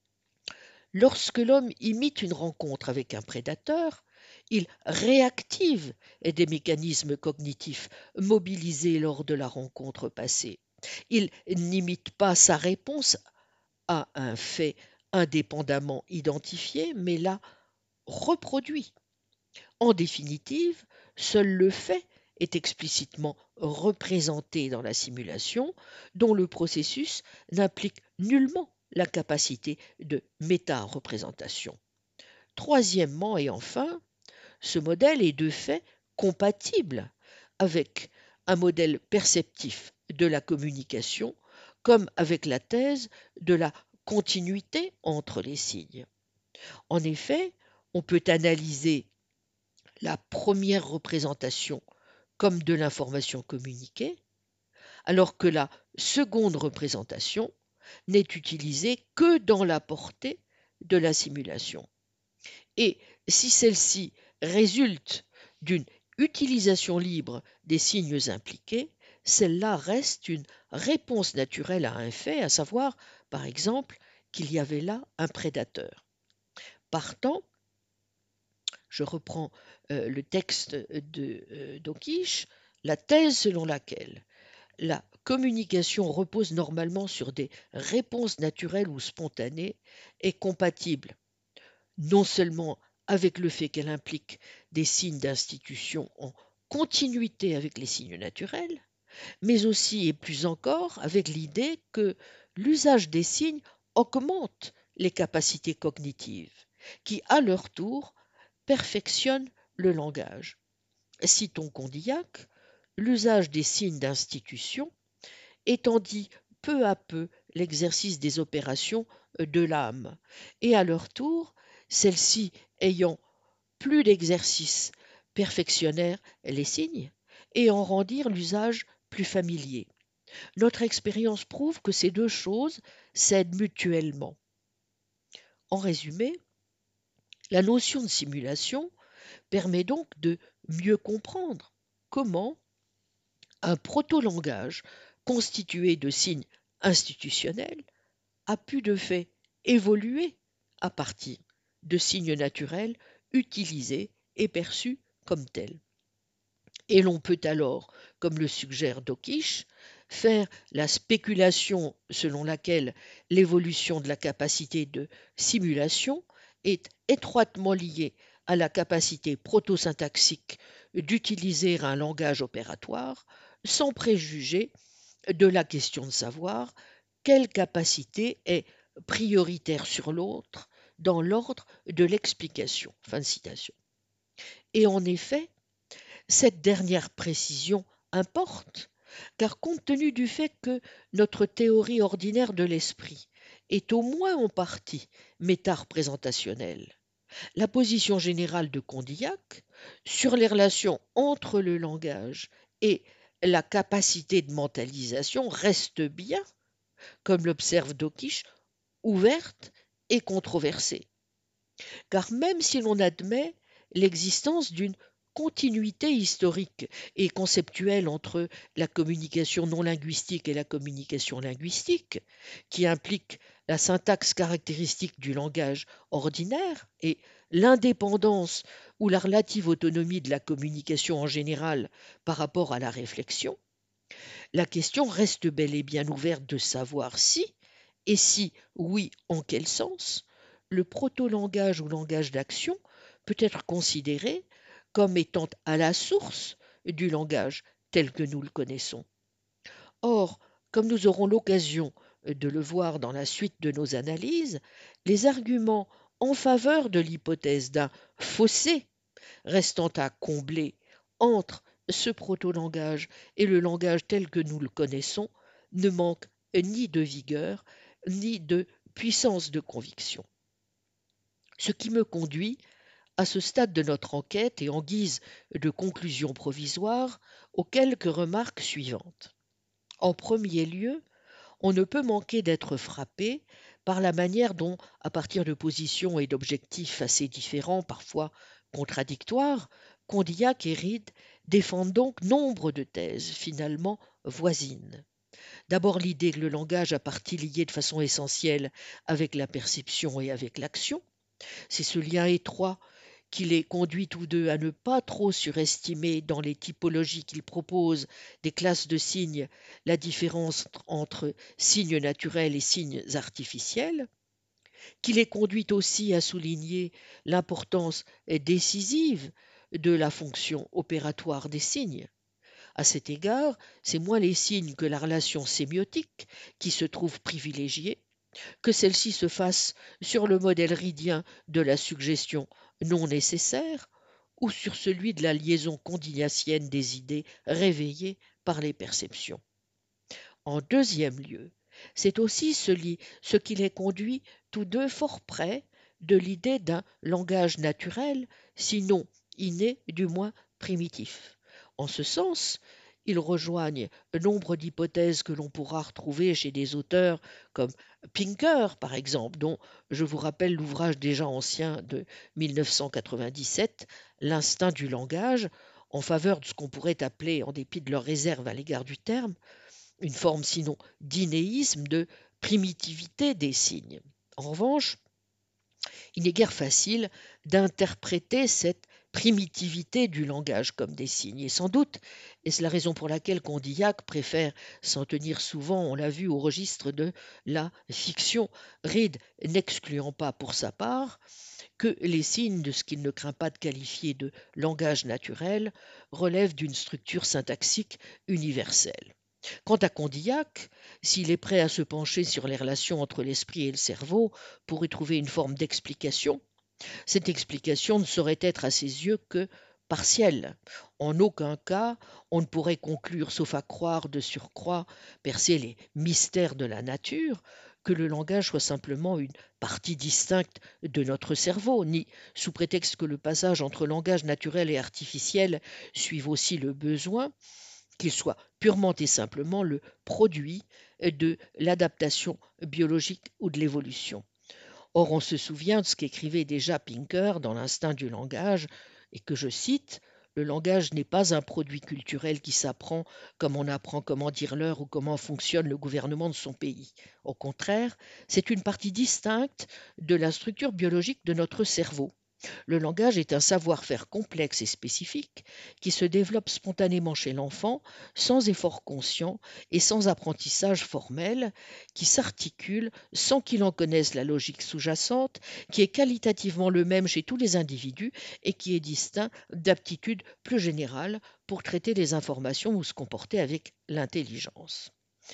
lorsque l'homme imite une rencontre avec un prédateur, il réactive des mécanismes cognitifs mobilisés lors de la rencontre passée. Il n'imite pas sa réponse à un fait indépendamment identifié, mais la reproduit. En définitive, seul le fait est explicitement représenté dans la simulation, dont le processus n'implique nullement la capacité de méta-représentation. Troisièmement et enfin, ce modèle est de fait compatible avec un modèle perceptif de la communication, comme avec la thèse de la continuité entre les signes. En effet, on peut analyser la première représentation comme de l'information communiquée alors que la seconde représentation n'est utilisée que dans la portée de la simulation. Et si celle-ci résulte d'une utilisation libre des signes impliqués, celle-là reste une réponse naturelle à un fait, à savoir, par exemple, qu'il y avait là un prédateur. Partant, je reprends euh, le texte de euh, Dawkins, la thèse selon laquelle la communication repose normalement sur des réponses naturelles ou spontanées est compatible non seulement avec le fait qu'elle implique des signes d'institution en continuité avec les signes naturels, mais aussi et plus encore avec l'idée que l'usage des signes augmente les capacités cognitives, qui à leur tour perfectionnent le langage. Citons Condillac, l'usage des signes d'institution étendit peu à peu l'exercice des opérations de l'âme, et à leur tour, celles-ci ayant plus d'exercice perfectionnèrent les signes et en rendirent l'usage plus familier. Notre expérience prouve que ces deux choses s'aident mutuellement. En résumé, la notion de simulation permet donc de mieux comprendre comment un proto-langage constitué de signes institutionnels a pu de fait évoluer à partir de signes naturels utilisés et perçus comme tels. Et l'on peut alors, comme le suggère Dawkins, faire la spéculation selon laquelle l'évolution de la capacité de simulation est étroitement liée à la capacité protosyntaxique d'utiliser un langage opératoire, sans préjuger de la question de savoir quelle capacité est prioritaire sur l'autre dans l'ordre de l'explication. Fin de citation. Et en effet, cette dernière précision importe, car compte tenu du fait que notre théorie ordinaire de l'esprit est au moins en partie méta-représentationnelle, la position générale de Condillac sur les relations entre le langage et la capacité de mentalisation reste bien, comme l'observe Dawkins, ouverte et controversée. Car même si l'on admet l'existence d'une continuité historique et conceptuelle entre la communication non linguistique et la communication linguistique, qui implique la syntaxe caractéristique du langage ordinaire et l'indépendance ou la relative autonomie de la communication en général par rapport à la réflexion, la question reste bel et bien ouverte de savoir si, et si oui, en quel sens, le proto-langage ou langage d'action peut être considéré comme étant à la source du langage tel que nous le connaissons. Or, comme nous aurons l'occasion de le voir dans la suite de nos analyses, les arguments en faveur de l'hypothèse d'un fossé restant à combler entre ce proto-langage et le langage tel que nous le connaissons ne manquent ni de vigueur, ni de puissance de conviction. Ce qui me conduit, à ce stade de notre enquête et en guise de conclusion provisoire, aux quelques remarques suivantes. En premier lieu, on ne peut manquer d'être frappé par la manière dont, à partir de positions et d'objectifs assez différents, parfois contradictoires, Condillac et Reid défendent donc nombre de thèses finalement voisines. D'abord l'idée que le langage a partie liée de façon essentielle avec la perception et avec l'action. C'est ce lien étroit qui les conduit tous deux à ne pas trop surestimer dans les typologies qu'ils proposent des classes de signes la différence entre signes naturels et signes artificiels, qui les conduit aussi à souligner l'importance décisive de la fonction opératoire des signes. À cet égard, c'est moins les signes que la relation sémiotique qui se trouve privilégiée, que celle-ci se fasse sur le modèle reidien de la suggestion non nécessaire ou sur celui de la liaison condillacienne des idées réveillées par les perceptions. En deuxième lieu, c'est aussi ce, ce qui les conduit tous deux fort près de l'idée d'un langage naturel, sinon inné, du moins primitif. En ce sens, Ils rejoignent nombre d'hypothèses que l'on pourra retrouver chez des auteurs comme Pinker, par exemple, dont je vous rappelle l'ouvrage déjà ancien de mille neuf cent quatre-vingt-dix-sept, L'instinct du langage, en faveur de ce qu'on pourrait appeler, en dépit de leur réserve à l'égard du terme, une forme sinon d'inéisme, de primitivité des signes. En revanche, il n'est guère facile d'interpréter cette primitivité du langage comme des signes. Et sans doute est-ce la raison pour laquelle Condillac préfère s'en tenir souvent, on l'a vu, au registre de la fiction, Reed n'excluant pas pour sa part que les signes de ce qu'il ne craint pas de qualifier de langage naturel relèvent d'une structure syntaxique universelle. Quant à Condillac, s'il est prêt à se pencher sur les relations entre l'esprit et le cerveau pour y trouver une forme d'explication, cette explication ne saurait être à ses yeux que partielle. En aucun cas, on ne pourrait conclure, sauf à croire de surcroît percer les mystères de la nature, que le langage soit simplement une partie distincte de notre cerveau, ni, sous prétexte que le passage entre langage naturel et artificiel suive aussi le besoin, qu'il soit purement et simplement le produit de l'adaptation biologique ou de l'évolution. Or, on se souvient de ce qu'écrivait déjà Pinker dans L'instinct du langage, et que je cite, le langage n'est pas un produit culturel qui s'apprend comme on apprend comment dire l'heure ou comment fonctionne le gouvernement de son pays. Au contraire, c'est une partie distincte de la structure biologique de notre cerveau. Le langage est un savoir-faire complexe et spécifique qui se développe spontanément chez l'enfant, sans effort conscient et sans apprentissage formel, qui s'articule sans qu'il en connaisse la logique sous-jacente, qui est qualitativement le même chez tous les individus et qui est distinct d'aptitudes plus générales pour traiter les informations ou se comporter avec l'intelligence.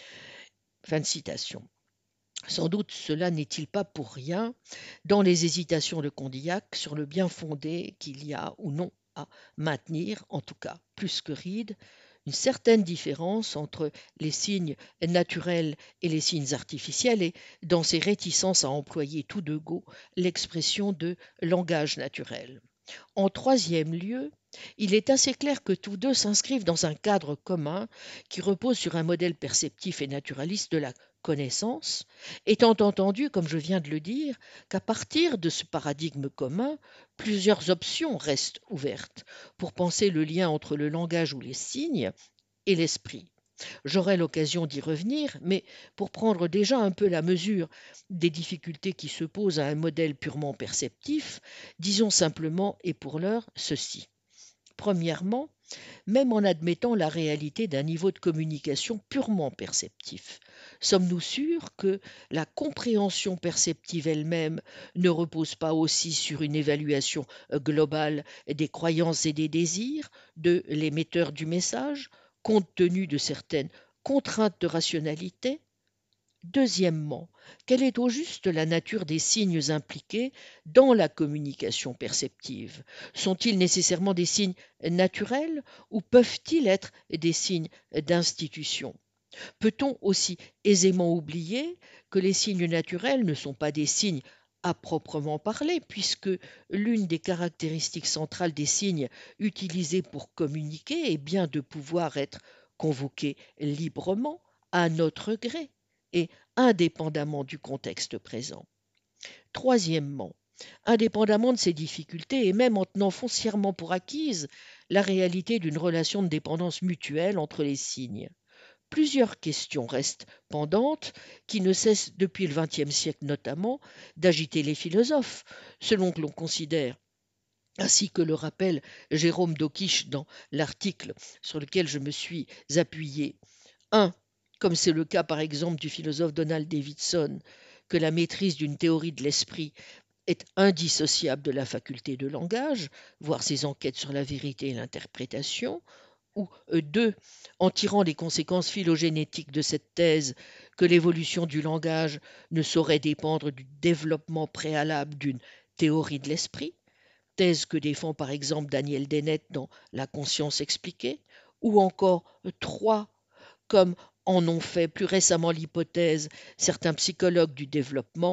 Fin de citation. Sans doute cela n'est-il pas pour rien dans les hésitations de Condillac sur le bien fondé qu'il y a ou non à maintenir, en tout cas plus que Reed, une certaine différence entre les signes naturels et les signes artificiels et dans ses réticences à employer tout de go l'expression de langage naturel. En troisième lieu, il est assez clair que tous deux s'inscrivent dans un cadre commun qui repose sur un modèle perceptif et naturaliste de la connaissance, étant entendu, comme je viens de le dire, qu'à partir de ce paradigme commun, plusieurs options restent ouvertes pour penser le lien entre le langage ou les signes et l'esprit. J'aurai l'occasion d'y revenir, mais pour prendre déjà un peu la mesure des difficultés qui se posent à un modèle purement perceptif, disons simplement et pour l'heure ceci. Premièrement, même en admettant la réalité d'un niveau de communication purement perceptif, sommes-nous sûrs que la compréhension perceptive elle-même ne repose pas aussi sur une évaluation globale des croyances et des désirs de l'émetteur du message, compte tenu de certaines contraintes de rationalité? Deuxièmement, quelle est au juste la nature des signes impliqués dans la communication perceptive? Sont-ils nécessairement des signes naturels ou peuvent-ils être des signes d'institution? Peut-on aussi aisément oublier que les signes naturels ne sont pas des signes à proprement parler, puisque l'une des caractéristiques centrales des signes utilisés pour communiquer est bien de pouvoir être convoqués librement, à notre gré, et indépendamment du contexte présent. Troisièmement, indépendamment de ces difficultés et même en tenant foncièrement pour acquise la réalité d'une relation de dépendance mutuelle entre les signes, plusieurs questions restent pendantes qui ne cessent depuis le vingtième siècle notamment d'agiter les philosophes, selon que l'on considère, ainsi que le rappelle Jérôme d'Auquiche dans l'article sur lequel je me suis appuyé. un. Comme c'est le cas par exemple du philosophe Donald Davidson, que la maîtrise d'une théorie de l'esprit est indissociable de la faculté de langage, voire ses enquêtes sur la vérité et l'interprétation, ou euh, deux, en tirant les conséquences phylogénétiques de cette thèse, que l'évolution du langage ne saurait dépendre du développement préalable d'une théorie de l'esprit, thèse que défend par exemple Daniel Dennett dans La conscience expliquée, ou encore euh, trois, comme en ont fait plus récemment l'hypothèse certains psychologues du développement,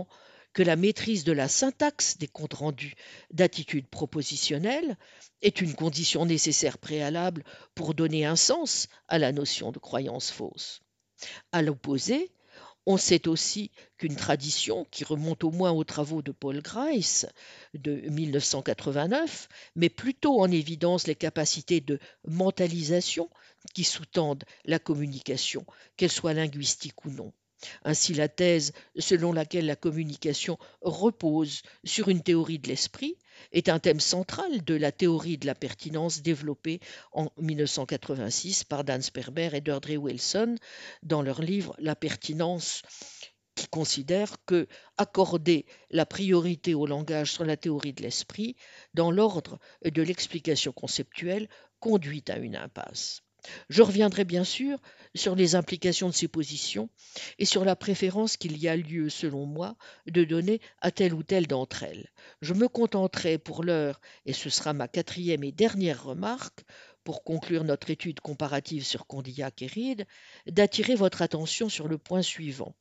que la maîtrise de la syntaxe des comptes rendus d'attitudes propositionnelles est une condition nécessaire préalable pour donner un sens à la notion de croyance fausse. À l'opposé, on sait aussi qu'une tradition qui remonte au moins aux travaux de Paul Grice de mille neuf cent quatre-vingt-neuf met plutôt en évidence les capacités de mentalisation qui sous-tendent la communication, qu'elle soit linguistique ou non. Ainsi, la thèse selon laquelle la communication repose sur une théorie de l'esprit est un thème central de la théorie de la pertinence développée en mille neuf cent quatre-vingt-six par Dan Sperber et Deirdre Wilson dans leur livre La pertinence, qui considère que accorder la priorité au langage sur la théorie de l'esprit dans l'ordre de l'explication conceptuelle conduit à une impasse. Je reviendrai bien sûr sur les implications de ces positions et sur la préférence qu'il y a lieu, selon moi, de donner à telle ou telle d'entre elles. Je me contenterai pour l'heure, et ce sera ma quatrième et dernière remarque, pour conclure notre étude comparative sur Condillac et Reed, d'attirer votre attention sur le point suivant.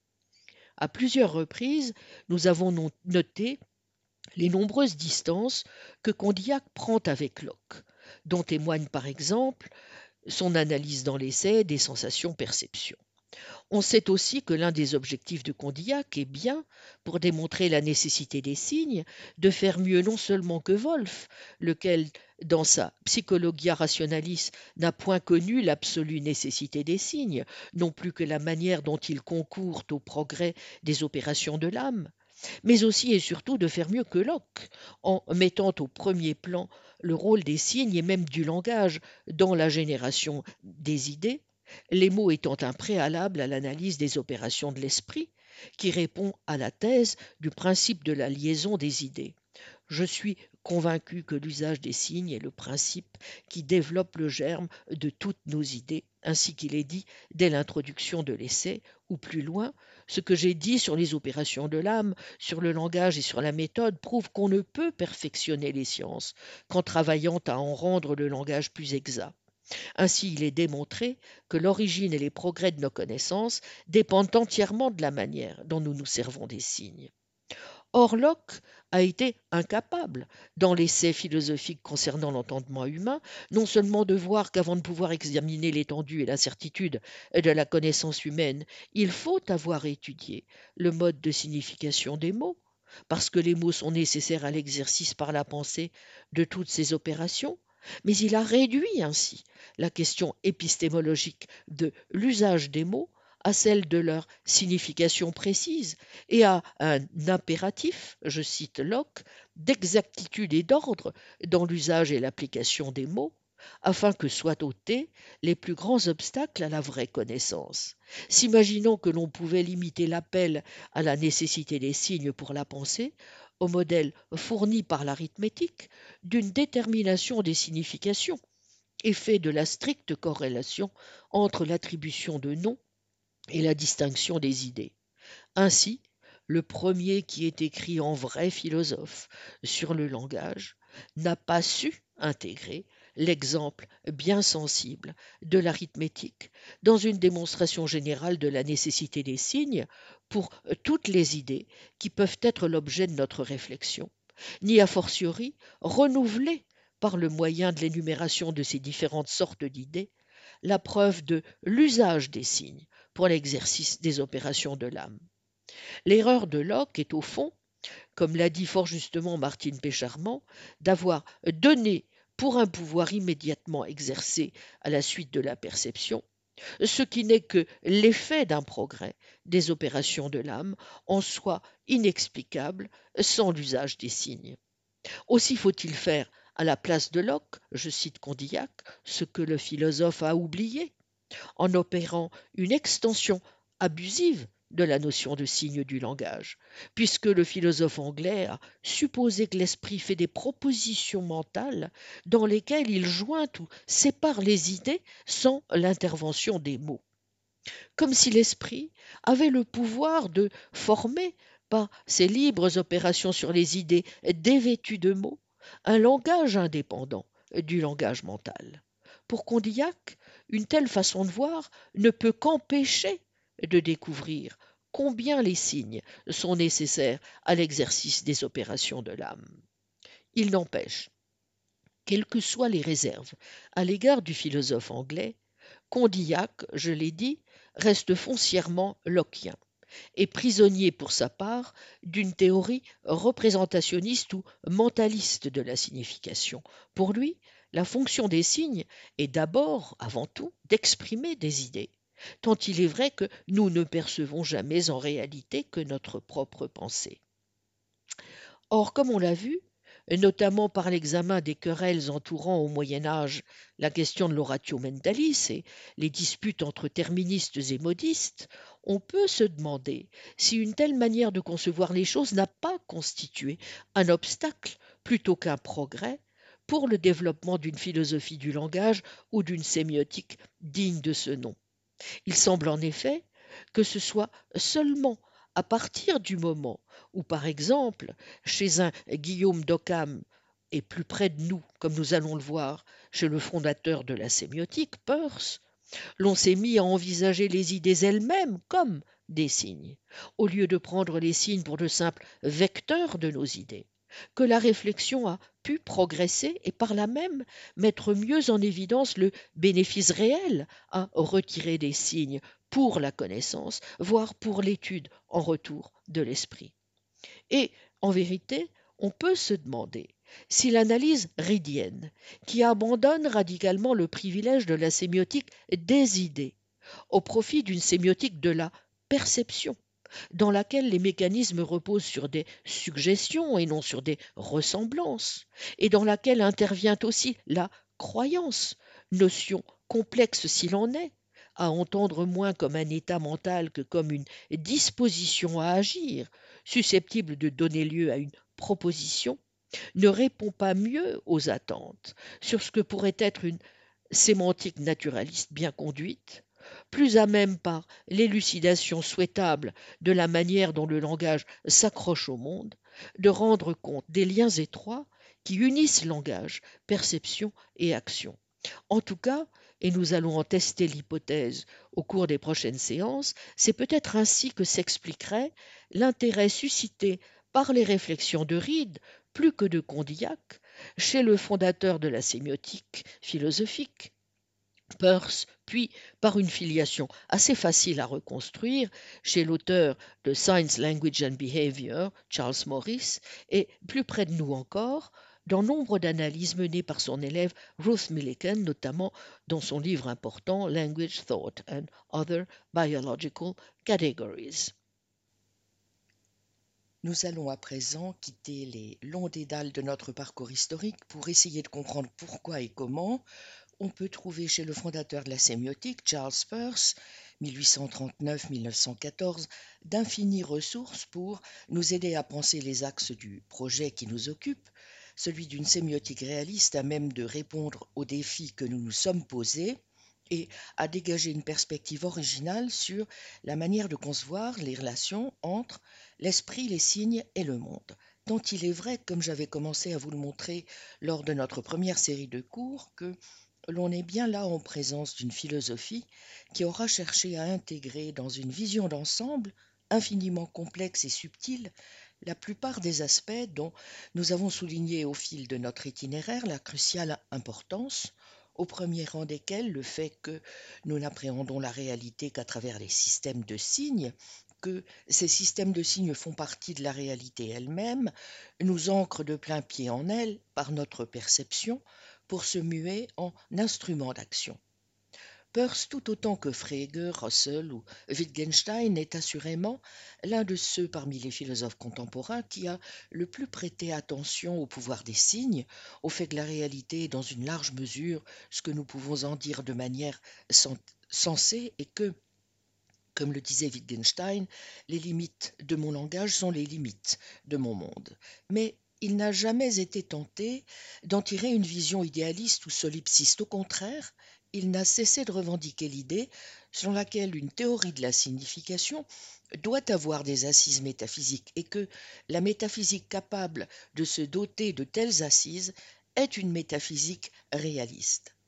À plusieurs reprises, nous avons noté les nombreuses distances que Condillac prend avec Locke, dont témoigne par exemple son analyse dans l'essai des sensations-perceptions. On sait aussi que l'un des objectifs de Condillac est bien, pour démontrer la nécessité des signes, de faire mieux non seulement que Wolff, lequel, dans sa Psychologia Rationalis, n'a point connu l'absolue nécessité des signes, non plus que la manière dont ils concourent au progrès des opérations de l'âme, mais aussi et surtout de faire mieux que Locke, en mettant au premier plan le rôle des signes et même du langage dans la génération des idées, les mots étant un préalable à l'analyse des opérations de l'esprit, qui répond à la thèse du principe de la liaison des idées. Je suis convaincu que l'usage des signes est le principe qui développe le germe de toutes nos idées, ainsi qu'il est dit dès l'introduction de l'essai, ou plus loin, ce que j'ai dit sur les opérations de l'âme, sur le langage et sur la méthode prouve qu'on ne peut perfectionner les sciences qu'en travaillant à en rendre le langage plus exact. Ainsi, il est démontré que l'origine et les progrès de nos connaissances dépendent entièrement de la manière dont nous nous servons des signes. Or, Locke a été incapable, dans l'essai philosophique concernant l'entendement humain, non seulement de voir qu'avant de pouvoir examiner l'étendue et l'incertitude de la connaissance humaine, il faut avoir étudié le mode de signification des mots, parce que les mots sont nécessaires à l'exercice par la pensée de toutes ces opérations, mais il a réduit ainsi la question épistémologique de l'usage des mots à celle de leur signification précise et à un impératif, je cite Locke, d'exactitude et d'ordre dans l'usage et l'application des mots, afin que soient ôtés les plus grands obstacles à la vraie connaissance. S'imaginons que l'on pouvait limiter l'appel à la nécessité des signes pour la pensée au modèle fourni par l'arithmétique d'une détermination des significations, effet de la stricte corrélation entre l'attribution de noms et la distinction des idées. Ainsi, le premier qui est écrit en vrai philosophe sur le langage n'a pas su intégrer l'exemple bien sensible de l'arithmétique dans une démonstration générale de la nécessité des signes pour toutes les idées qui peuvent être l'objet de notre réflexion, ni a fortiori renouveler par le moyen de l'énumération de ces différentes sortes d'idées la preuve de l'usage des signes pour l'exercice des opérations de l'âme. L'erreur de Locke est au fond, comme l'a dit fort justement Martine Pécharmant, d'avoir donné pour un pouvoir immédiatement exercé à la suite de la perception, ce qui n'est que l'effet d'un progrès des opérations de l'âme, en soi inexplicable sans l'usage des signes. Aussi faut-il faire à la place de Locke, je cite Condillac, ce que le philosophe a oublié, en opérant une extension abusive de la notion de signe du langage, puisque le philosophe anglais a supposé que l'esprit fait des propositions mentales dans lesquelles il joint ou sépare les idées sans l'intervention des mots, comme si l'esprit avait le pouvoir de former, par ses libres opérations sur les idées dévêtues de mots, un langage indépendant du langage mental. Pour Condillac, une telle façon de voir ne peut qu'empêcher de découvrir combien les signes sont nécessaires à l'exercice des opérations de l'âme. Il n'empêche, quelles que soient les réserves à l'égard du philosophe anglais, Condillac, je l'ai dit, reste foncièrement locquien et prisonnier pour sa part d'une théorie représentationniste ou mentaliste de la signification. Pour lui, la fonction des signes est d'abord, avant tout, d'exprimer des idées, tant il est vrai que nous ne percevons jamais en réalité que notre propre pensée. Or, comme on l'a vu, notamment par l'examen des querelles entourant au Moyen Âge la question de l'oratio mentalis et les disputes entre terministes et modistes, on peut se demander si une telle manière de concevoir les choses n'a pas constitué un obstacle plutôt qu'un progrès pour le développement d'une philosophie du langage ou d'une sémiotique digne de ce nom. Il semble en effet que ce soit seulement à partir du moment où, par exemple, chez un Guillaume d'Occam, et plus près de nous, comme nous allons le voir, chez le fondateur de la sémiotique, Peirce, l'on s'est mis à envisager les idées elles-mêmes comme des signes, au lieu de prendre les signes pour de simples vecteurs de nos idées, que la réflexion a pu progresser et par là même mettre mieux en évidence le bénéfice réel à retirer des signes pour la connaissance, voire pour l'étude en retour de l'esprit. Et, en vérité, on peut se demander si l'analyse ridienne, qui abandonne radicalement le privilège de la sémiotique des idées, au profit d'une sémiotique de la perception, dans laquelle les mécanismes reposent sur des suggestions et non sur des ressemblances, et dans laquelle intervient aussi la croyance, notion complexe s'il en est, à entendre moins comme un état mental que comme une disposition à agir, susceptible de donner lieu à une proposition, ne répond pas mieux aux attentes sur ce que pourrait être une sémantique naturaliste bien conduite, plus à même par l'élucidation souhaitable de la manière dont le langage s'accroche au monde, de rendre compte des liens étroits qui unissent langage, perception et action. En tout cas, et nous allons en tester l'hypothèse au cours des prochaines séances, c'est peut-être ainsi que s'expliquerait l'intérêt suscité par les réflexions de Reid, plus que de Condillac, chez le fondateur de la sémiotique philosophique, Peirce, puis par une filiation assez facile à reconstruire chez l'auteur de Science, Language and Behavior, Charles Morris, et plus près de nous encore, dans nombre d'analyses menées par son élève Ruth Millikan, notamment dans son livre important Language, Thought and Other Biological Categories. Nous allons à présent quitter les longs dédales de notre parcours historique pour essayer de comprendre pourquoi et comment on peut trouver chez le fondateur de la sémiotique, Charles Peirce, mille huit cent trente-neuf à mille neuf cent quatorze, d'infinies ressources pour nous aider à penser les axes du projet qui nous occupe, celui d'une sémiotique réaliste à même de répondre aux défis que nous nous sommes posés et à dégager une perspective originale sur la manière de concevoir les relations entre l'esprit, les signes et le monde. Tant il est vrai, comme j'avais commencé à vous le montrer lors de notre première série de cours, que l'on est bien là en présence d'une philosophie qui aura cherché à intégrer dans une vision d'ensemble infiniment complexe et subtile la plupart des aspects dont nous avons souligné au fil de notre itinéraire la cruciale importance, au premier rang desquels le fait que nous n'appréhendons la réalité qu'à travers les systèmes de signes, que ces systèmes de signes font partie de la réalité elle-même, nous ancrent de plein pied en elle par notre perception pour se muer en instrument d'action. Peirce, tout autant que Frege, Russell ou Wittgenstein, est assurément l'un de ceux parmi les philosophes contemporains qui a le plus prêté attention au pouvoir des signes, au fait que la réalité est dans une large mesure ce que nous pouvons en dire de manière sensée et que, comme le disait Wittgenstein, les limites de mon langage sont les limites de mon monde. Mais il n'a jamais été tenté d'en tirer une vision idéaliste ou solipsiste. Au contraire, il n'a cessé de revendiquer l'idée selon laquelle une théorie de la signification doit avoir des assises métaphysiques et que la métaphysique capable de se doter de telles assises est une métaphysique réaliste.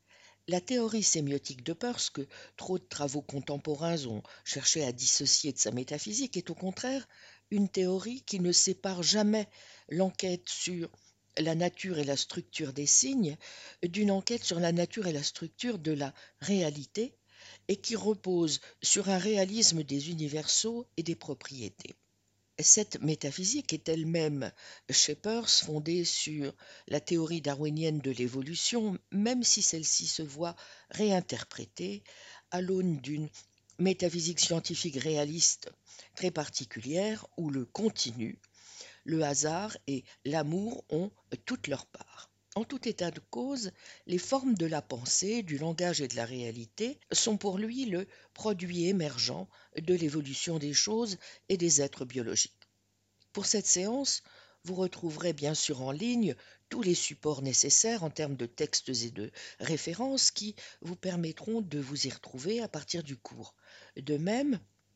La théorie sémiotique de Peirce, que trop de travaux contemporains ont cherché à dissocier de sa métaphysique, est au contraire une théorie qui ne sépare jamais l'enquête sur la nature et la structure des signes d'une enquête sur la nature et la structure de la réalité, et qui repose sur un réalisme des universaux et des propriétés. Cette métaphysique est elle-même, chez Peirce, fondée sur la théorie darwinienne de l'évolution, même si celle-ci se voit réinterprétée à l'aune d'une métaphysique scientifique réaliste très particulière, où le continu, le hasard et l'amour ont toute leur part. En tout état de cause, les formes de la pensée, du langage et de la réalité sont pour lui le produit émergent de l'évolution des choses et des êtres biologiques. Pour cette séance, vous retrouverez bien sûr en ligne tous les supports nécessaires en termes de textes et de références qui vous permettront de vous y retrouver à partir du cours. De même,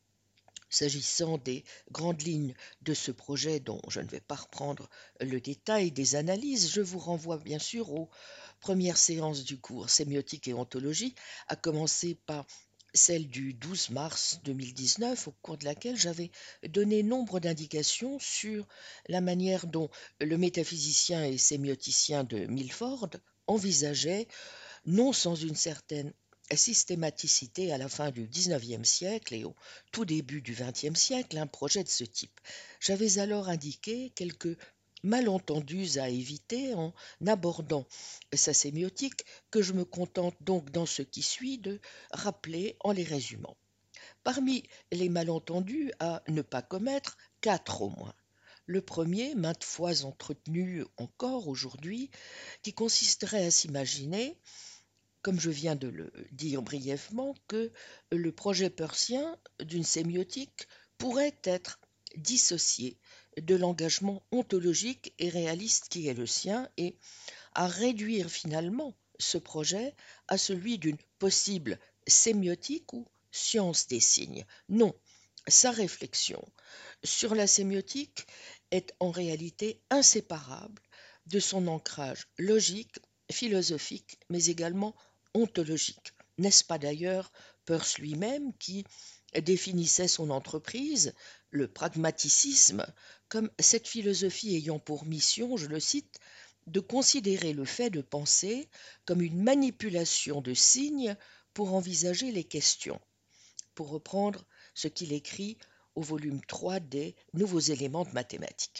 s'agissant des grandes lignes de ce projet dont je ne vais pas reprendre le détail des analyses, je vous renvoie bien sûr aux premières séances du cours Sémiotique et ontologie, à commencer par celle du douze mars deux mille dix-neuf, au cours de laquelle j'avais donné nombre d'indications sur la manière dont le métaphysicien et sémioticien de Milford envisageait, non sans une certaine systématicité à la fin du dix-neuvième siècle et au tout début du vingtième siècle, un projet de ce type. J'avais alors indiqué quelques malentendus à éviter en abordant sa sémiotique, que je me contente donc dans ce qui suit de rappeler en les résumant. Parmi les malentendus à ne pas commettre, quatre au moins. Le premier, maintes fois entretenu encore aujourd'hui, qui consisterait à s'imaginer, comme je viens de le dire brièvement, que le projet peircien d'une sémiotique pourrait être dissocié de l'engagement ontologique et réaliste qui est le sien, et à réduire finalement ce projet à celui d'une possible sémiotique ou science des signes. Non, sa réflexion sur la sémiotique est en réalité inséparable de son ancrage logique, philosophique, mais également ontologique. N'est-ce pas d'ailleurs Peirce lui-même qui définissait son entreprise, le pragmaticisme, comme cette philosophie ayant pour mission, je le cite, de considérer le fait de penser comme une manipulation de signes pour envisager les questions, pour reprendre ce qu'il écrit au volume trois des Nouveaux éléments de mathématiques.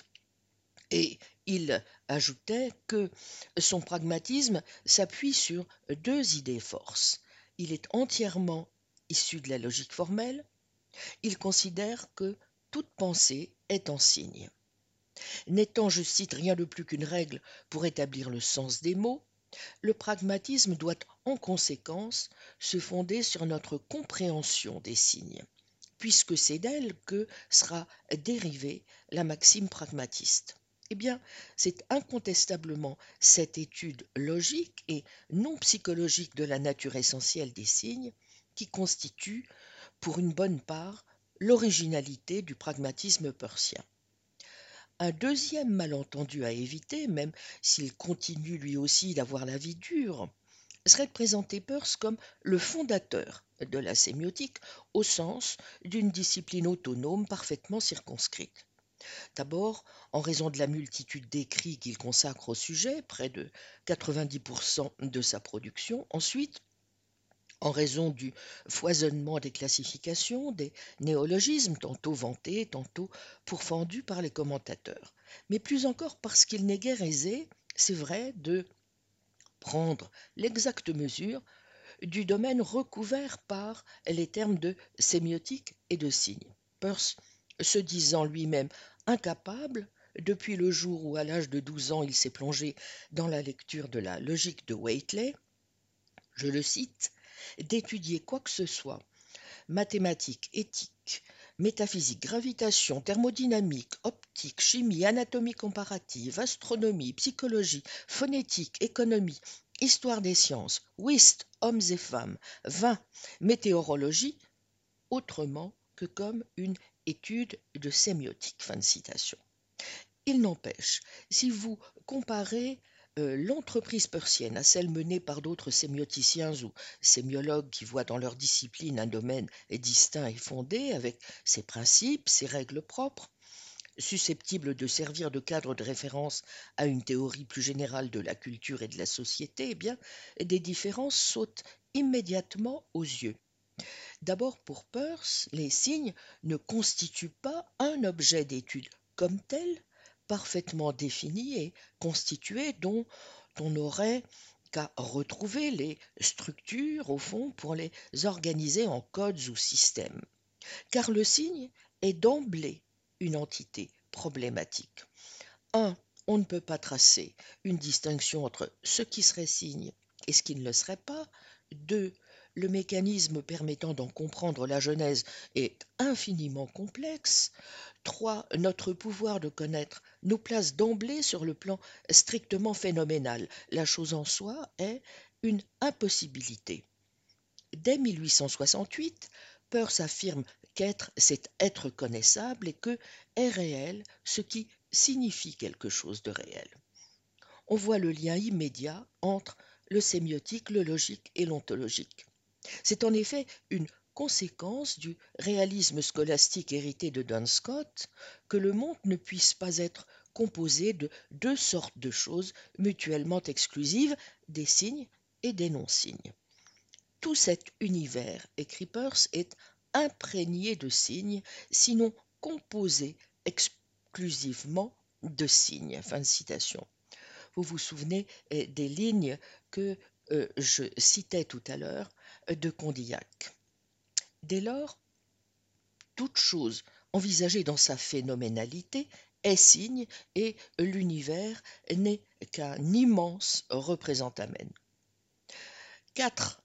Et il ajoutait que son pragmatisme s'appuie sur deux idées forces. Il est entièrement issu de la logique formelle. Il considère que toute pensée est en signe. N'étant, je cite, rien de plus qu'une règle pour établir le sens des mots, le pragmatisme doit en conséquence se fonder sur notre compréhension des signes, puisque c'est d'elle que sera dérivée la maxime pragmatiste. Eh bien, c'est incontestablement cette étude logique et non psychologique de la nature essentielle des signes qui constitue, pour une bonne part, l'originalité du pragmatisme peircien. Un deuxième malentendu à éviter, même s'il continue lui aussi d'avoir la vie dure, serait de présenter Peirce comme le fondateur de la sémiotique au sens d'une discipline autonome parfaitement circonscrite. D'abord, en raison de la multitude d'écrits qu'il consacre au sujet, près de quatre-vingt-dix pour cent de sa production. Ensuite, en raison du foisonnement des classifications, des néologismes, tantôt vantés, tantôt pourfendus par les commentateurs. Mais plus encore parce qu'il n'est guère aisé, c'est vrai, de prendre l'exacte mesure du domaine recouvert par les termes de sémiotique et de signe. Peirce, se disant lui-même incapable, depuis le jour où à l'âge de douze ans il s'est plongé dans la lecture de la logique de Whateley, je le cite, d'étudier quoi que ce soit, mathématiques, éthique, métaphysique, gravitation, thermodynamique, optique, chimie, anatomie comparative, astronomie, psychologie, phonétique, économie, histoire des sciences, whist, hommes et femmes, vin, météorologie, autrement que comme une étude de sémiotique. Fin de citation. Il n'empêche, si vous comparez Euh, l'entreprise peirsienne, à celle menée par d'autres sémioticiens ou sémiologues qui voient dans leur discipline un domaine distinct et fondé, avec ses principes, ses règles propres, susceptibles de servir de cadre de référence à une théorie plus générale de la culture et de la société, eh bien, des différences sautent immédiatement aux yeux. D'abord, pour Peirce, les signes ne constituent pas un objet d'étude comme tel, parfaitement défini et constitué, dont on n'aurait qu'à retrouver les structures, au fond, pour les organiser en codes ou systèmes. Car le signe est d'emblée une entité problématique. un. On ne peut pas tracer une distinction entre ce qui serait signe et ce qui ne le serait pas. deux. Le mécanisme permettant d'en comprendre la genèse est infiniment complexe. trois. Notre pouvoir de connaître nous place d'emblée sur le plan strictement phénoménal. La chose en soi est une impossibilité. Dès mille huit cent soixante-huit, Peirce affirme qu'être, c'est être connaissable et que est réel ce qui signifie quelque chose de réel. On voit le lien immédiat entre le sémiotique, le logique et l'ontologique. C'est en effet une conséquence du réalisme scolastique hérité de Duns Scott que le monde ne puisse pas être composé de deux sortes de choses mutuellement exclusives, des signes et des non-signes. Tout cet univers, écrit Peirce, est imprégné de signes, sinon composé exclusivement de signes. Fin de citation. Vous vous souvenez des lignes que euh, je citais tout à l'heure de Condillac. Dès lors, toute chose envisagée dans sa phénoménalité est signe et l'univers n'est qu'un immense représentamen. quatre.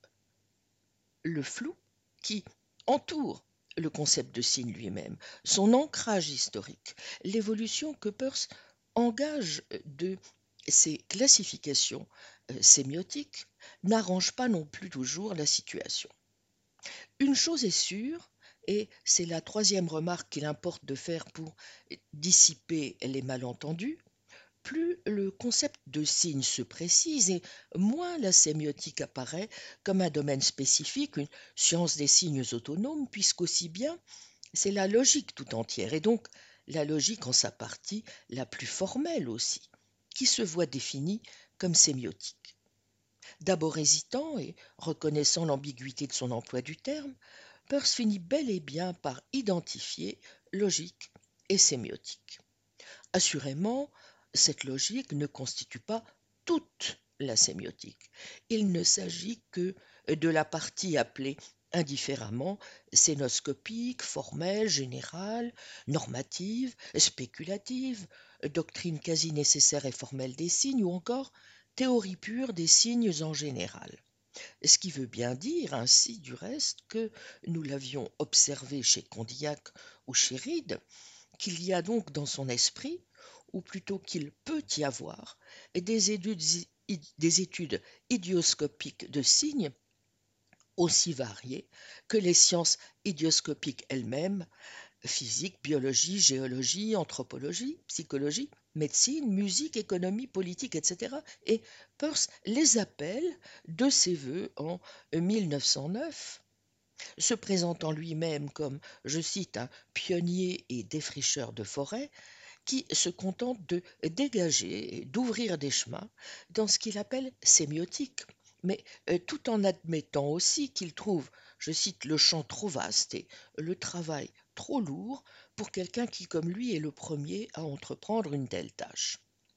Le flou qui entoure le concept de signe lui-même, son ancrage historique, l'évolution que Peirce engage de ces classifications euh, sémiotiques n'arrange pas non plus toujours la situation. Une chose est sûre, et c'est la troisième remarque qu'il importe de faire pour dissiper les malentendus, plus le concept de signe se précise et moins la sémiotique apparaît comme un domaine spécifique, une science des signes autonome, puisqu'aussi bien c'est la logique tout entière, et donc la logique en sa partie la plus formelle aussi, qui se voit définie comme sémiotique. D'abord hésitant et reconnaissant l'ambiguïté de son emploi du terme, Peirce finit bel et bien par identifier logique et sémiotique. Assurément, cette logique ne constitue pas toute la sémiotique. Il ne s'agit que de la partie appelée indifféremment scénoscopique, formelle, générale, normative, spéculative, doctrine quasi nécessaire et formelle des signes ou encore théorie pure des signes en général. Ce qui veut bien dire ainsi du reste que nous l'avions observé chez Condillac ou chez Reid, qu'il y a donc dans son esprit, ou plutôt qu'il peut y avoir, des études, des études idioscopiques de signes aussi variées que les sciences idioscopiques elles-mêmes, physique, biologie, géologie, anthropologie, psychologie, médecine, musique, économie, politique, et cetera. Et Peirce les appelle de ses voeux en mille neuf cent neuf, se présentant lui-même comme, je cite, un pionnier et défricheur de forêt, qui se contente de dégager et d'ouvrir des chemins dans ce qu'il appelle sémiotique, mais euh, tout en admettant aussi qu'il trouve, je cite, le champ trop vaste et le travail trop lourd pour quelqu'un qui, comme lui, est le premier à entreprendre une telle tâche.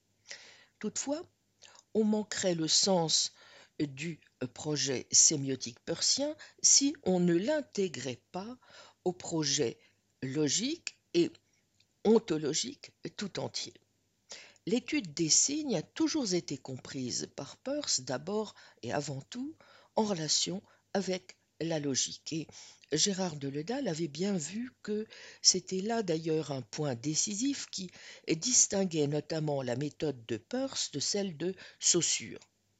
Toutefois, on manquerait le sens du projet sémiotique peircien si on ne l'intégrait pas au projet logique et ontologique tout entier. L'étude des signes a toujours été comprise par Peirce d'abord et avant tout en relation avec la logique. Et Gérard de Ledal avait bien vu que c'était là d'ailleurs un point décisif qui distinguait notamment la méthode de Peirce de celle de Saussure.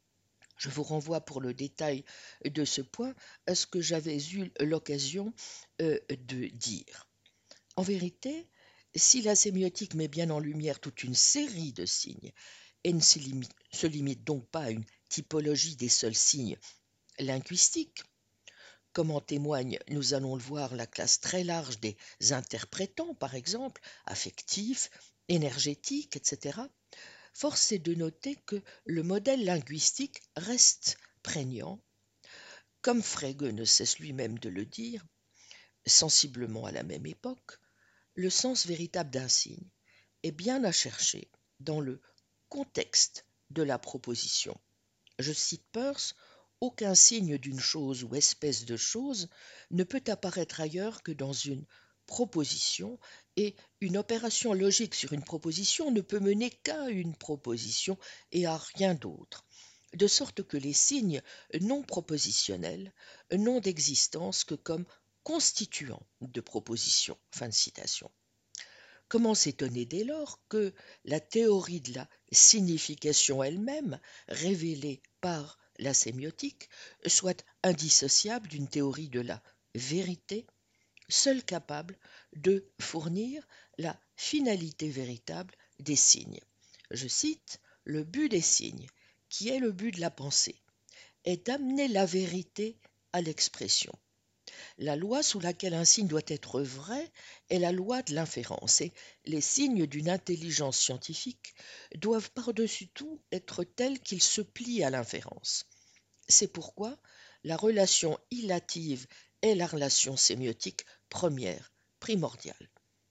Je vous renvoie pour le détail de ce point à ce que j'avais eu l'occasion euh, de dire. En vérité, si la sémiotique met bien en lumière toute une série de signes et ne se limite, se limite donc pas à une typologie des seuls signes linguistiques. Comme en témoigne, nous allons le voir, la classe très large des interprétants, par exemple, affectifs, énergétiques, et cetera, force est de noter que le modèle linguistique reste prégnant, comme Frege ne cesse lui-même de le dire, sensiblement à la même époque. Le sens véritable d'un signe est bien à chercher dans le contexte de la proposition. Je cite Peirce, « Aucun signe d'une chose ou espèce de chose ne peut apparaître ailleurs que dans une proposition, et une opération logique sur une proposition ne peut mener qu'à une proposition et à rien d'autre, de sorte que les signes non propositionnels n'ont d'existence que comme constituants de propositions. » Fin de citation. Comment s'étonner dès lors que la théorie de la signification elle-même, révélée par la sémiotique, soit indissociable d'une théorie de la vérité, seule capable de fournir la finalité véritable des signes. Je cite, « Le but des signes, qui est le but de la pensée, est d'amener la vérité à l'expression. La loi sous laquelle un signe doit être vrai est la loi de l'inférence, et les signes d'une intelligence scientifique doivent par-dessus tout être tels qu'ils se plient à l'inférence. C'est pourquoi la relation illative est la relation sémiotique première, primordiale.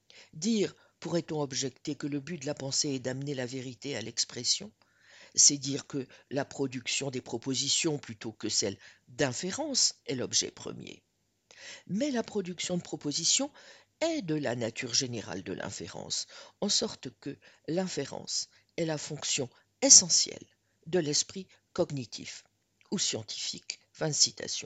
Dire, pourrait-on objecter, que le but de la pensée est d'amener la vérité à l'expression, c'est dire que la production des propositions plutôt que celle d'inférence est l'objet premier. Mais la production de propositions est de la nature générale de l'inférence, en sorte que l'inférence est la fonction essentielle de l'esprit cognitif ou scientifique. Fin de citation.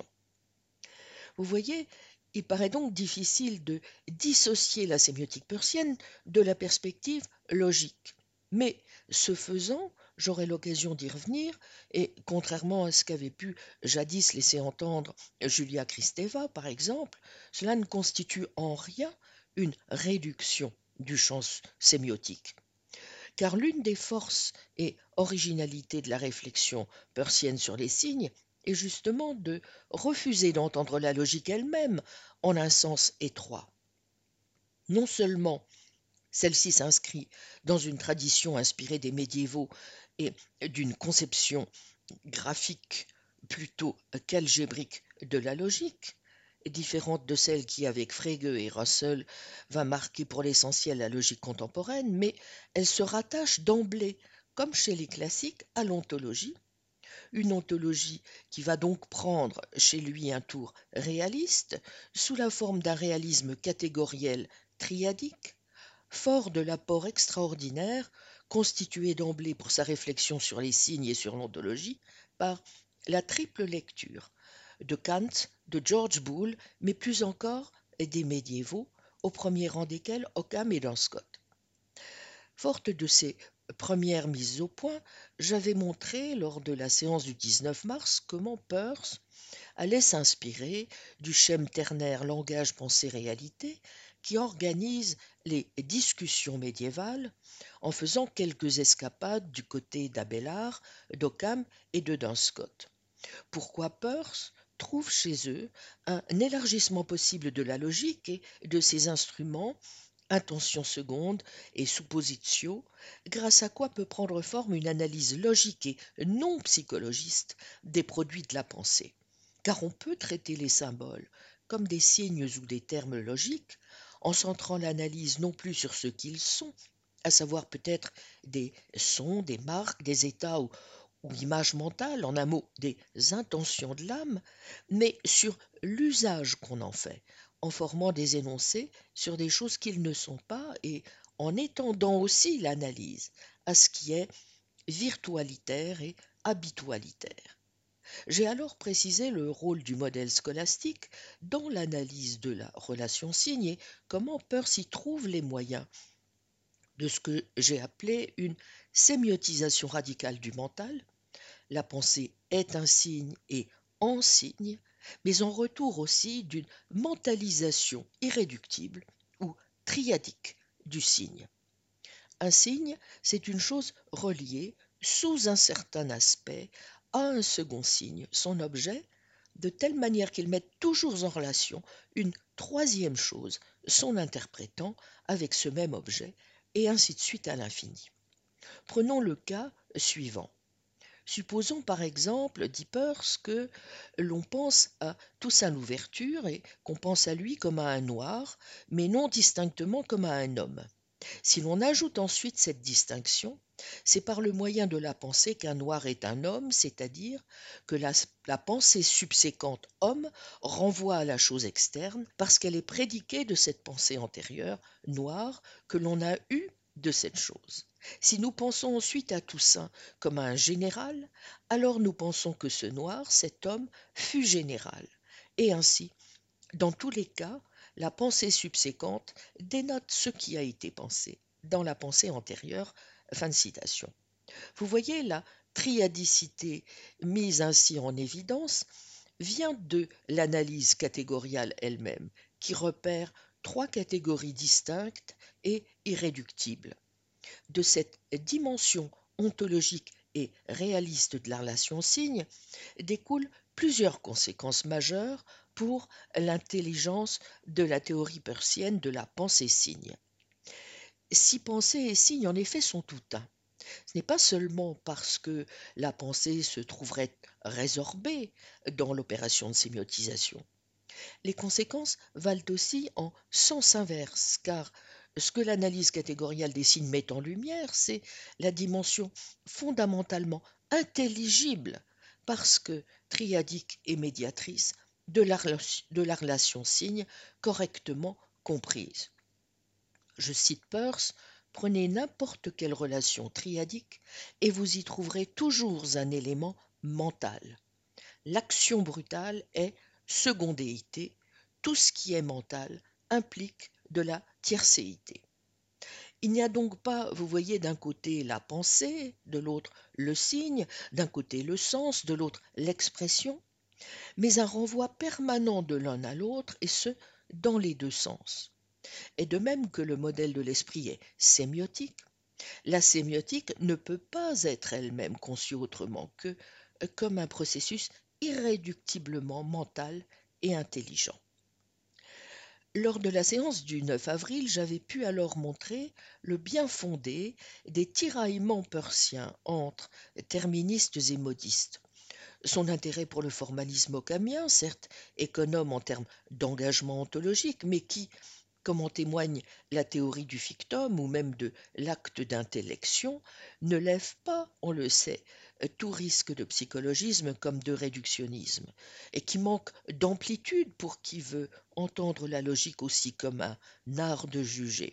Vous voyez, il paraît donc difficile de dissocier la sémiotique peircienne de la perspective logique. Mais ce faisant, j'aurai l'occasion d'y revenir, et contrairement à ce qu'avait pu jadis laisser entendre Julia Kristeva, par exemple, cela ne constitue en rien une réduction du champ sémiotique. Car l'une des forces et originalités de la réflexion peircienne sur les signes est justement de refuser d'entendre la logique elle-même en un sens étroit. Non seulement celle-ci s'inscrit dans une tradition inspirée des médiévaux et d'une conception graphique plutôt qu'algébrique de la logique, différente de celle qui, avec Frege et Russell, va marquer pour l'essentiel la logique contemporaine, mais elle se rattache d'emblée, comme chez les classiques, à l'ontologie, une ontologie qui va donc prendre chez lui un tour réaliste, sous la forme d'un réalisme catégoriel triadique, fort de l'apport extraordinaire constitué d'emblée pour sa réflexion sur les signes et sur l'ontologie par la triple lecture de Kant, de George Boole, mais plus encore des médiévaux, au premier rang desquels Occam et Dunscott. Forte de ces premières mises au point, j'avais montré lors de la séance du dix-neuf mars comment Peirce allait s'inspirer du schème ternaire langage-pensée-réalité qui organise les discussions médiévales en faisant quelques escapades du côté d'Abélard, d'Occam et de Dunscott. Pourquoi Peirce trouve chez eux un élargissement possible de la logique et de ses instruments, intention seconde et suppositio, grâce à quoi peut prendre forme une analyse logique et non psychologiste des produits de la pensée. Car on peut traiter les symboles comme des signes ou des termes logiques en centrant l'analyse non plus sur ce qu'ils sont, à savoir peut-être des sons, des marques, des états ou, ou images mentales, en un mot, des intentions de l'âme, mais sur l'usage qu'on en fait, en formant des énoncés sur des choses qu'ils ne sont pas et en étendant aussi l'analyse à ce qui est virtualitaire et habitualitaire. J'ai alors précisé le rôle du modèle scolastique dans l'analyse de la relation signe et comment Peirce y trouve les moyens de ce que j'ai appelé une sémiotisation radicale du mental. La pensée est un signe et en signe, mais en retour aussi d'une mentalisation irréductible ou triadique du signe. Un signe, c'est une chose reliée sous un certain aspect, a un second signe, son objet, de telle manière qu'il met toujours en relation une troisième chose, son interprétant, avec ce même objet, et ainsi de suite à l'infini. Prenons le cas suivant. Supposons par exemple, dit Peirce, que l'on pense à Toussaint Louverture et qu'on pense à lui comme à un noir, mais non distinctement comme à un homme. Si l'on ajoute ensuite cette distinction, c'est par le moyen de la pensée qu'un noir est un homme, c'est-à-dire que la, la pensée subséquente homme renvoie à la chose externe parce qu'elle est prédiquée de cette pensée antérieure, noire, que l'on a eue de cette chose. Si nous pensons ensuite à Toussaint comme à un général, alors nous pensons que ce noir, cet homme, fut général. Et ainsi, dans tous les cas, la pensée subséquente dénote ce qui a été pensé dans la pensée antérieure. Fin de citation. Vous voyez, la triadicité mise ainsi en évidence vient de l'analyse catégoriale elle-même, qui repère trois catégories distinctes et irréductibles. De cette dimension ontologique et réaliste de la relation signe découlent plusieurs conséquences majeures pour l'intelligence de la théorie peircienne de la pensée signe. Si pensée et signe en effet sont tout un, ce n'est pas seulement parce que la pensée se trouverait résorbée dans l'opération de sémiotisation. Les conséquences valent aussi en sens inverse, car ce que l'analyse catégoriale des signes met en lumière, c'est la dimension fondamentalement intelligible, parce que triadique et médiatrice, de la, de la relation signe correctement comprise. Je cite Peirce, prenez n'importe quelle relation triadique et vous y trouverez toujours un élément mental. L'action brutale est secondéité, tout ce qui est mental implique de la tiercéité. Il n'y a donc pas, vous voyez, d'un côté la pensée, de l'autre le signe, d'un côté le sens, de l'autre l'expression, mais un renvoi permanent de l'un à l'autre, et ce, dans les deux sens. Et de même que le modèle de l'esprit est sémiotique, la sémiotique ne peut pas être elle-même conçue autrement que comme un processus irréductiblement mental et intelligent. Lors de la séance du neuf avril, j'avais pu alors montrer le bien fondé des tiraillements peirciens entre terministes et modistes. Son intérêt pour le formalisme occamien, certes économe en termes d'engagement ontologique, mais qui, comme en témoigne la théorie du fictum ou même de l'acte d'intellection, ne lève pas, on le sait, tout risque de psychologisme comme de réductionnisme, et qui manque d'amplitude pour qui veut entendre la logique aussi comme un art de juger.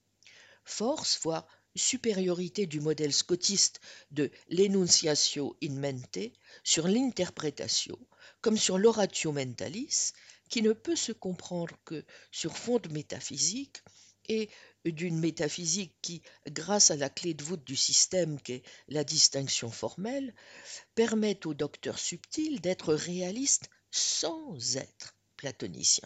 Force, voire supériorité du modèle scotiste de l'enunciatio in mente sur l'interpretatio, comme sur l'oratio mentalis, qui ne peut se comprendre que sur fond de métaphysique, et d'une métaphysique qui, grâce à la clé de voûte du système qu'est la distinction formelle, permet au docteur subtil d'être réaliste sans être platonicien.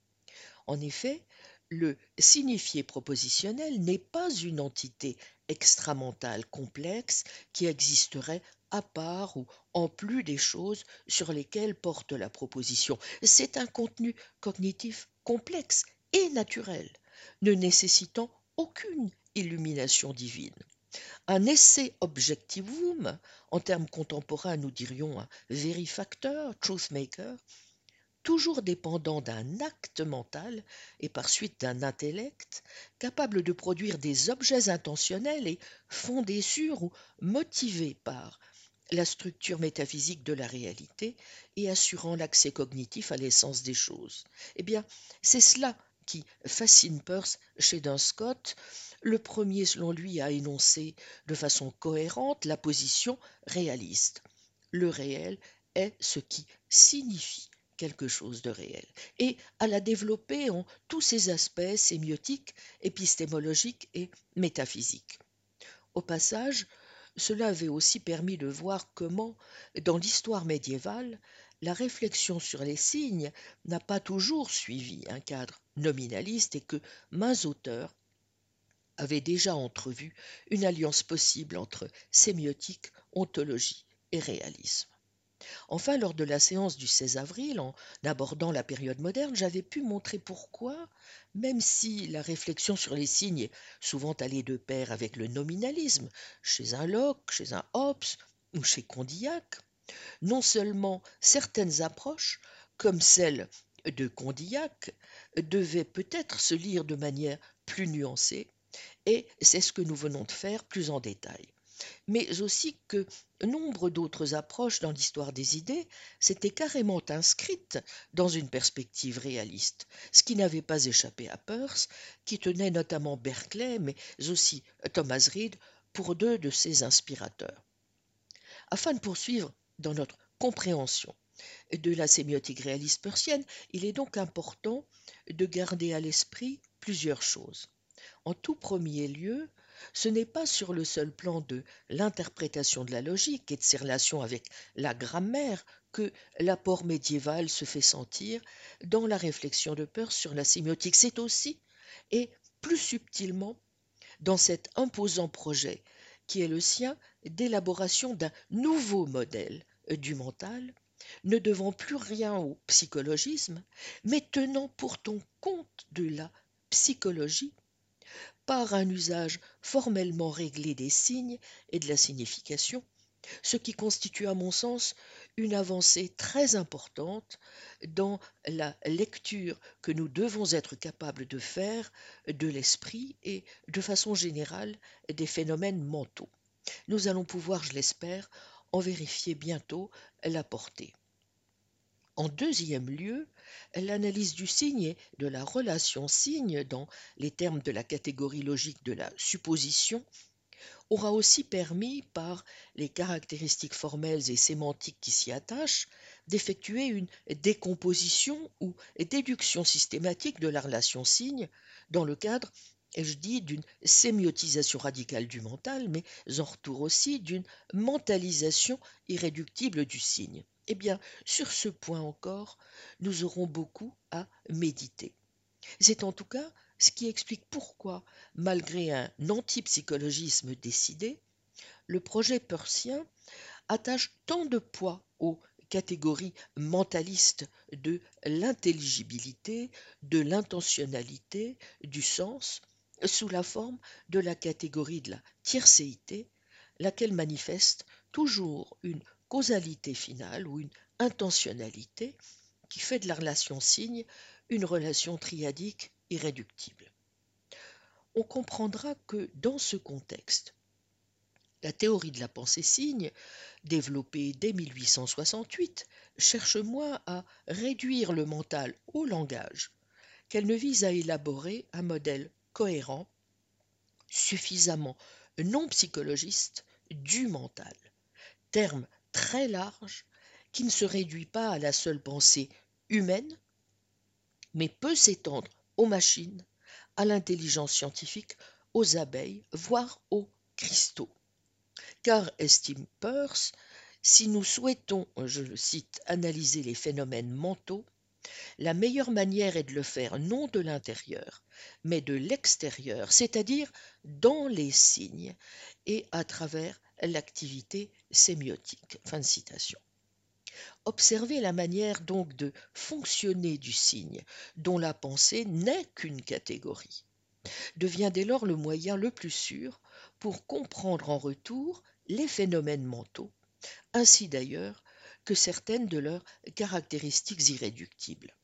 En effet, le signifié propositionnel n'est pas une entité extramentale complexe qui existerait à part ou en plus des choses sur lesquelles porte la proposition. C'est un contenu cognitif complexe et naturel, ne nécessitant aucune illumination divine. Un esse objectivum, en termes contemporains nous dirions un vérifacteur, truth maker, toujours dépendant d'un acte mental et par suite d'un intellect, capable de produire des objets intentionnels et fondés sur ou motivés par la structure métaphysique de la réalité et assurant l'accès cognitif à l'essence des choses. Eh bien, c'est cela qui fascine Peirce chez Duns Scott, le premier selon lui à énoncer de façon cohérente la position réaliste. Le réel est ce qui signifie quelque chose de réel, et à la développer en tous ses aspects sémiotiques, épistémologiques et métaphysiques. Au passage, cela avait aussi permis de voir comment, dans l'histoire médiévale, la réflexion sur les signes n'a pas toujours suivi un cadre nominaliste et que maint auteur avait déjà entrevu une alliance possible entre sémiotique, ontologie et réalisme. Enfin, lors de la séance du seize avril, en abordant la période moderne, j'avais pu montrer pourquoi, même si la réflexion sur les signes est souvent allée de pair avec le nominalisme, chez un Locke, chez un Hobbes ou chez Condillac, non seulement certaines approches, comme celle de Condillac, devaient peut-être se lire de manière plus nuancée, et c'est ce que nous venons de faire plus en détail, mais aussi que nombre d'autres approches dans l'histoire des idées s'étaient carrément inscrites dans une perspective réaliste, ce qui n'avait pas échappé à Peirce, qui tenait notamment Berkeley, mais aussi Thomas Reid pour deux de ses inspirateurs. Afin de poursuivre dans notre compréhension de la sémiotique réaliste peircienne, il est donc important de garder à l'esprit plusieurs choses. En tout premier lieu, ce n'est pas sur le seul plan de l'interprétation de la logique et de ses relations avec la grammaire que l'apport médiéval se fait sentir dans la réflexion de Peirce sur la sémiotique. C'est aussi, et plus subtilement, dans cet imposant projet qui est le sien d'élaboration d'un nouveau modèle du mental, ne devant plus rien au psychologisme, mais tenant pourtant compte de la psychologie par un usage formellement réglé des signes et de la signification, ce qui constitue à mon sens une avancée très importante dans la lecture que nous devons être capables de faire de l'esprit et, de façon générale, des phénomènes mentaux. Nous allons pouvoir, je l'espère, en vérifier bientôt la portée. En deuxième lieu, l'analyse du signe et de la relation signe dans les termes de la catégorie logique de la supposition aura aussi permis, par les caractéristiques formelles et sémantiques qui s'y attachent, d'effectuer une décomposition ou déduction systématique de la relation signe dans le cadre, je dis, d'une sémiotisation radicale du mental, mais en retour aussi d'une mentalisation irréductible du signe. Eh bien, sur ce point encore, nous aurons beaucoup à méditer. C'est en tout cas ce qui explique pourquoi, malgré un antipsychologisme décidé, le projet peircien attache tant de poids aux catégories mentalistes de l'intelligibilité, de l'intentionnalité, du sens, sous la forme de la catégorie de la tiercéité, laquelle manifeste toujours une causalité finale ou une intentionnalité qui fait de la relation signe une relation triadique irréductible. On comprendra que dans ce contexte, la théorie de la pensée signe, développée dès mille huit cent soixante-huit, cherche moins à réduire le mental au langage qu'elle ne vise à élaborer un modèle cohérent, suffisamment non psychologiste du mental, terme très large qui ne se réduit pas à la seule pensée humaine, mais peut s'étendre aux machines, à l'intelligence scientifique, aux abeilles, voire aux cristaux. Car, estime Peirce, si nous souhaitons, je le cite, analyser les phénomènes mentaux, la meilleure manière est de le faire non de l'intérieur, mais de l'extérieur, c'est-à-dire dans les signes et à travers l'activité sémiotique. Fin de citation. Observer la manière donc de fonctionner du signe, dont la pensée n'est qu'une catégorie, devient dès lors le moyen le plus sûr pour comprendre en retour les phénomènes mentaux, ainsi d'ailleurs que certaines de leurs caractéristiques irréductibles.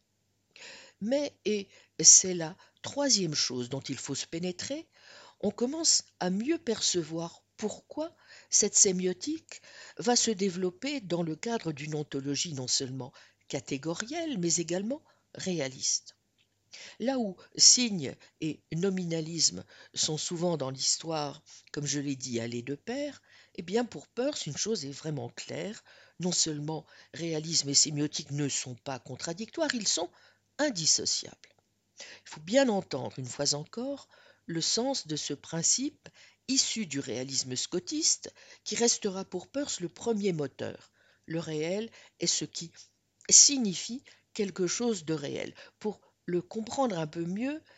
Mais, et c'est la troisième chose dont il faut se pénétrer, on commence à mieux percevoir pourquoi cette sémiotique va se développer dans le cadre d'une ontologie non seulement catégorielle, mais également réaliste. Là où signe et nominalisme sont souvent dans l'histoire, comme je l'ai dit, allés de pair, eh bien pour Peirce, une chose est vraiment claire, non seulement réalisme et sémiotique ne sont pas contradictoires, ils sont indissociables. Il faut bien entendre, une fois encore, le sens de ce principe issu du réalisme scotiste qui restera pour Peirce le premier moteur. Le réel est ce qui signifie quelque chose de réel. Pour le comprendre un peu mieux,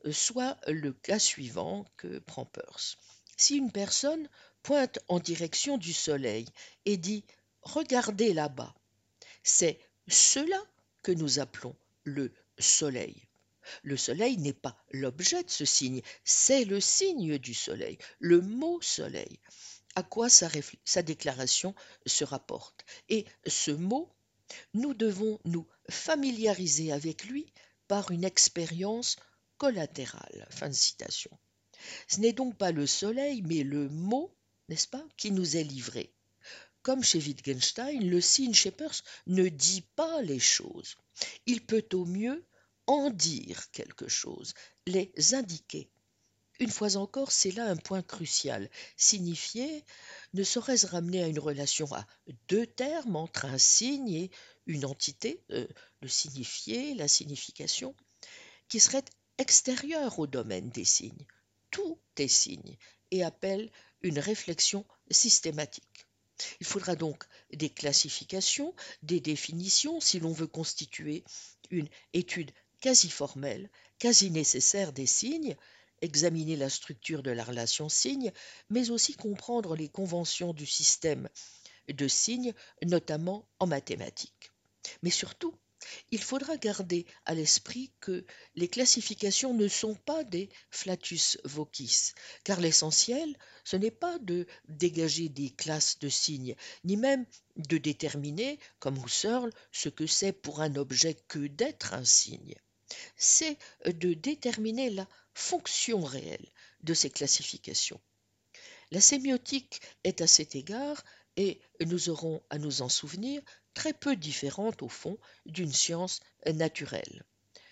soit le cas suivant que prend Peirce. Si une personne pointe en direction du soleil et dit « Regardez là-bas », c'est cela que nous appelons le soleil. Le soleil n'est pas l'objet de ce signe, c'est le signe du soleil, le mot soleil, à quoi sa, sa déclaration se rapporte. Et ce mot, nous devons nous familiariser avec lui par une expérience collatérale. Fin de citation. Ce n'est donc pas le soleil, mais le mot, n'est-ce pas, qui nous est livré. Comme chez Wittgenstein, le signe chez Peirce ne dit pas les choses. Il peut au mieux en dire quelque chose, les indiquer. Une fois encore, c'est là un point crucial. Signifier ne saurait-ce ramener à une relation à deux termes entre un signe et une entité, euh, le signifié, la signification, qui serait extérieure au domaine des signes. Tout est signe et appelle une réflexion systématique. Il faudra donc des classifications, des définitions si l'on veut constituer une étude quasi formelle, quasi nécessaire des signes, examiner la structure de la relation signe, mais aussi comprendre les conventions du système de signes, notamment en mathématiques. Mais surtout, il faudra garder à l'esprit que les classifications ne sont pas des flatus vocis, car l'essentiel, ce n'est pas de dégager des classes de signes, ni même de déterminer, comme Husserl, ce que c'est pour un objet que d'être un signe. C'est de déterminer la fonction réelle de ces classifications. La sémiotique est à cet égard, et nous aurons à nous en souvenir, très peu différente au fond d'une science naturelle.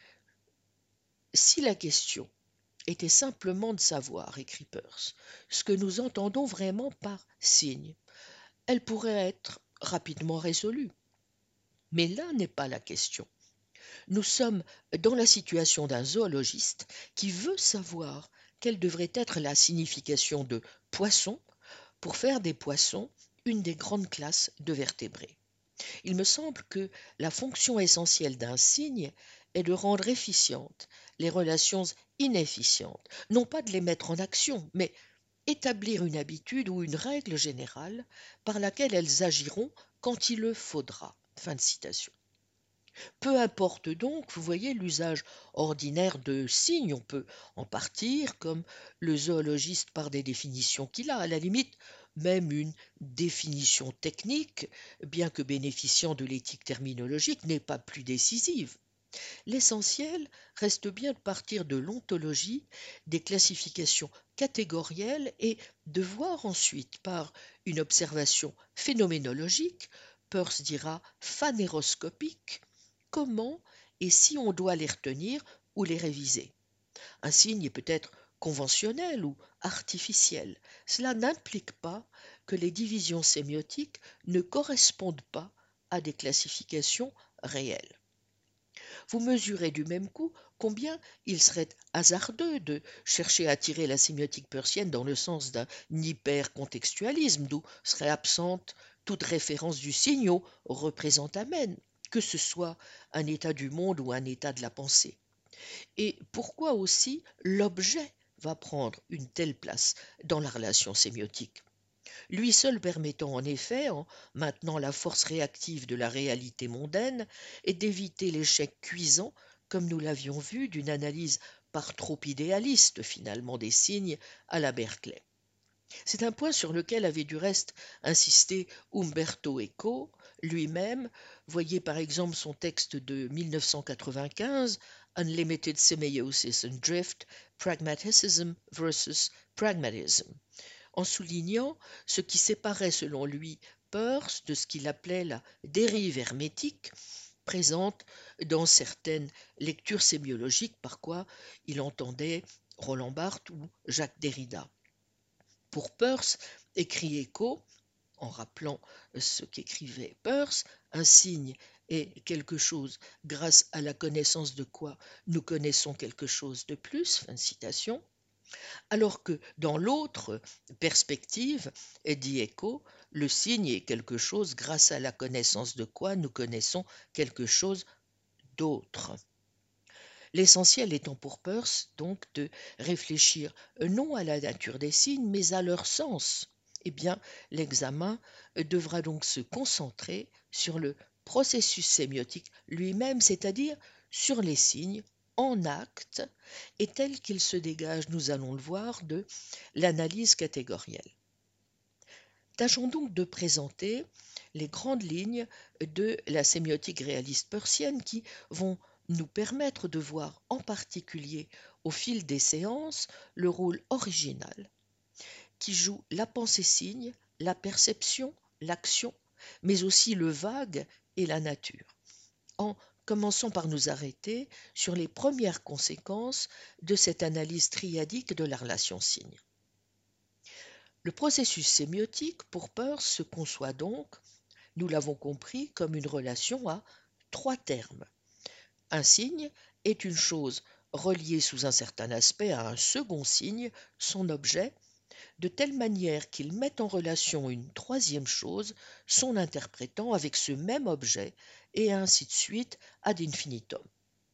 Si la question était simplement de savoir, écrit Peirce, ce que nous entendons vraiment par signe, elle pourrait être rapidement résolue. Mais là n'est pas la question. Nous sommes dans la situation d'un zoologiste qui veut savoir quelle devrait être la signification de poisson pour faire des poissons une des grandes classes de vertébrés. Il me semble que la fonction essentielle d'un signe est de rendre efficientes les relations inefficientes, non pas de les mettre en action, mais établir une habitude ou une règle générale par laquelle elles agiront quand il le faudra. Fin de citation. Peu importe donc, vous voyez, l'usage ordinaire de signes, on peut en partir, comme le zoologiste par des définitions qu'il a, à la limite, même une définition technique, bien que bénéficiant de l'éthique terminologique, n'est pas plus décisive. L'essentiel reste bien de partir de l'ontologie, des classifications catégorielles et de voir ensuite, par une observation phénoménologique, Peirce dira phanéroscopique, comment et si on doit les retenir ou les réviser. Un signe est peut-être conventionnel ou artificiel. Cela n'implique pas que les divisions sémiotiques ne correspondent pas à des classifications réelles. Vous mesurez du même coup combien il serait hasardeux de chercher à tirer la sémiotique peircienne dans le sens d'un hypercontextualisme, d'où serait absente toute référence du signe au représentamen, que ce soit un état du monde ou un état de la pensée. Et pourquoi aussi l'objet va prendre une telle place dans la relation sémiotique? Lui seul permettant en effet, en maintenant la force réactive de la réalité mondaine, et d'éviter l'échec cuisant, comme nous l'avions vu, d'une analyse par trop idéaliste finalement des signes à la Berkeley. C'est un point sur lequel avait du reste insisté Umberto Eco lui-même. Voyez par exemple son texte de mille neuf cent quatre-vingt-quinze, Unlimited Semiosis and Drift, Pragmatism versus Pragmatism, en soulignant ce qui séparait selon lui Peirce de ce qu'il appelait la dérive hermétique, présente dans certaines lectures sémiologiques, par quoi il entendait Roland Barthes ou Jacques Derrida. Pour Peirce, écrit Eco, en rappelant ce qu'écrivait Peirce, un signe est quelque chose grâce à la connaissance de quoi nous connaissons quelque chose de plus, fin de citation, alors que dans l'autre perspective, dit Eco, le signe est quelque chose grâce à la connaissance de quoi nous connaissons quelque chose d'autre. L'essentiel étant pour Peirce donc de réfléchir non à la nature des signes, mais à leur sens. Eh bien, l'examen devra donc se concentrer sur le processus sémiotique lui-même, c'est-à-dire sur les signes en acte et tels qu'ils se dégagent, nous allons le voir, de l'analyse catégorielle. Tâchons donc de présenter les grandes lignes de la sémiotique réaliste peircienne qui vont nous permettre de voir en particulier au fil des séances le rôle original qui joue la pensée-signe, la perception, l'action, mais aussi le vague et la nature, en commençant par nous arrêter sur les premières conséquences de cette analyse triadique de la relation signe. Le processus sémiotique, pour Peirce, se conçoit donc, nous l'avons compris, comme une relation à trois termes. Un signe est une chose reliée sous un certain aspect à un second signe, son objet, de telle manière qu'il met en relation une troisième chose, son interprétant, avec ce même objet, et ainsi de suite ad infinitum.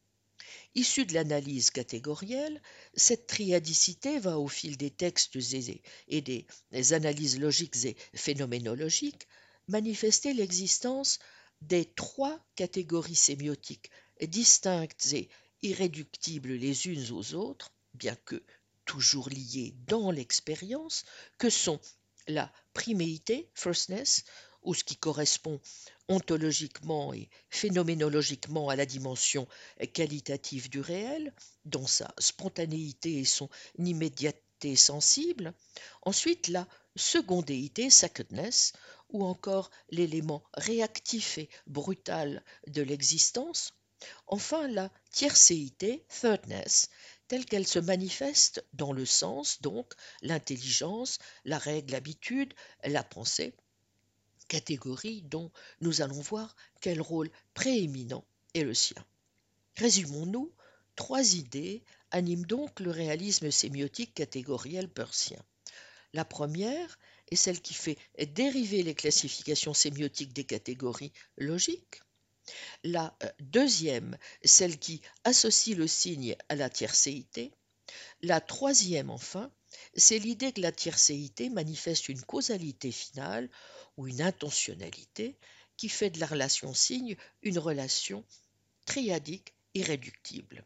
Issue de l'analyse catégorielle, cette triadicité va au fil des textes et des analyses logiques et phénoménologiques manifester l'existence des trois catégories sémiotiques distinctes et irréductibles les unes aux autres, bien que toujours liées dans l'expérience, que sont la priméité, firstness, ou ce qui correspond ontologiquement et phénoménologiquement à la dimension qualitative du réel, dans sa spontanéité et son immédiateté sensible. Ensuite, la secondéité, secondness, ou encore l'élément réactif et brutal de l'existence. Enfin, la tiercéité, thirdness, telle qu'elle se manifeste dans le sens, donc l'intelligence, la règle, l'habitude, la pensée, catégorie dont nous allons voir quel rôle prééminent est le sien. Résumons-nous, trois idées animent donc le réalisme sémiotique catégoriel peircien. La première est celle qui fait dériver les classifications sémiotiques des catégories logiques. La deuxième, celle qui associe le signe à la tiercéité. La troisième, enfin, c'est l'idée que la tiercéité manifeste une causalité finale ou une intentionnalité qui fait de la relation signe une relation triadique irréductible.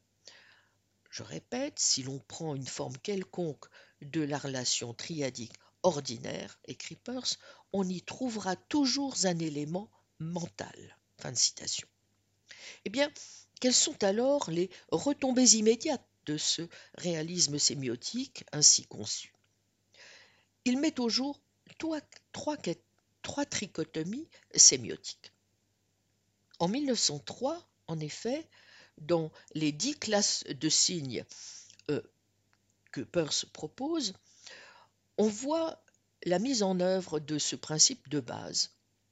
Je répète, si l'on prend une forme quelconque de la relation triadique ordinaire, écrit Peirce, on y trouvera toujours un élément mental. Fin de citation. Eh bien, quelles sont alors les retombées immédiates de ce réalisme sémiotique ainsi conçu? Il met au jour trois, trois, trois trichotomies sémiotiques. En mille neuf cent trois, en effet, dans les dix classes de signes euh, que Peirce propose, on voit la mise en œuvre de ce principe de base.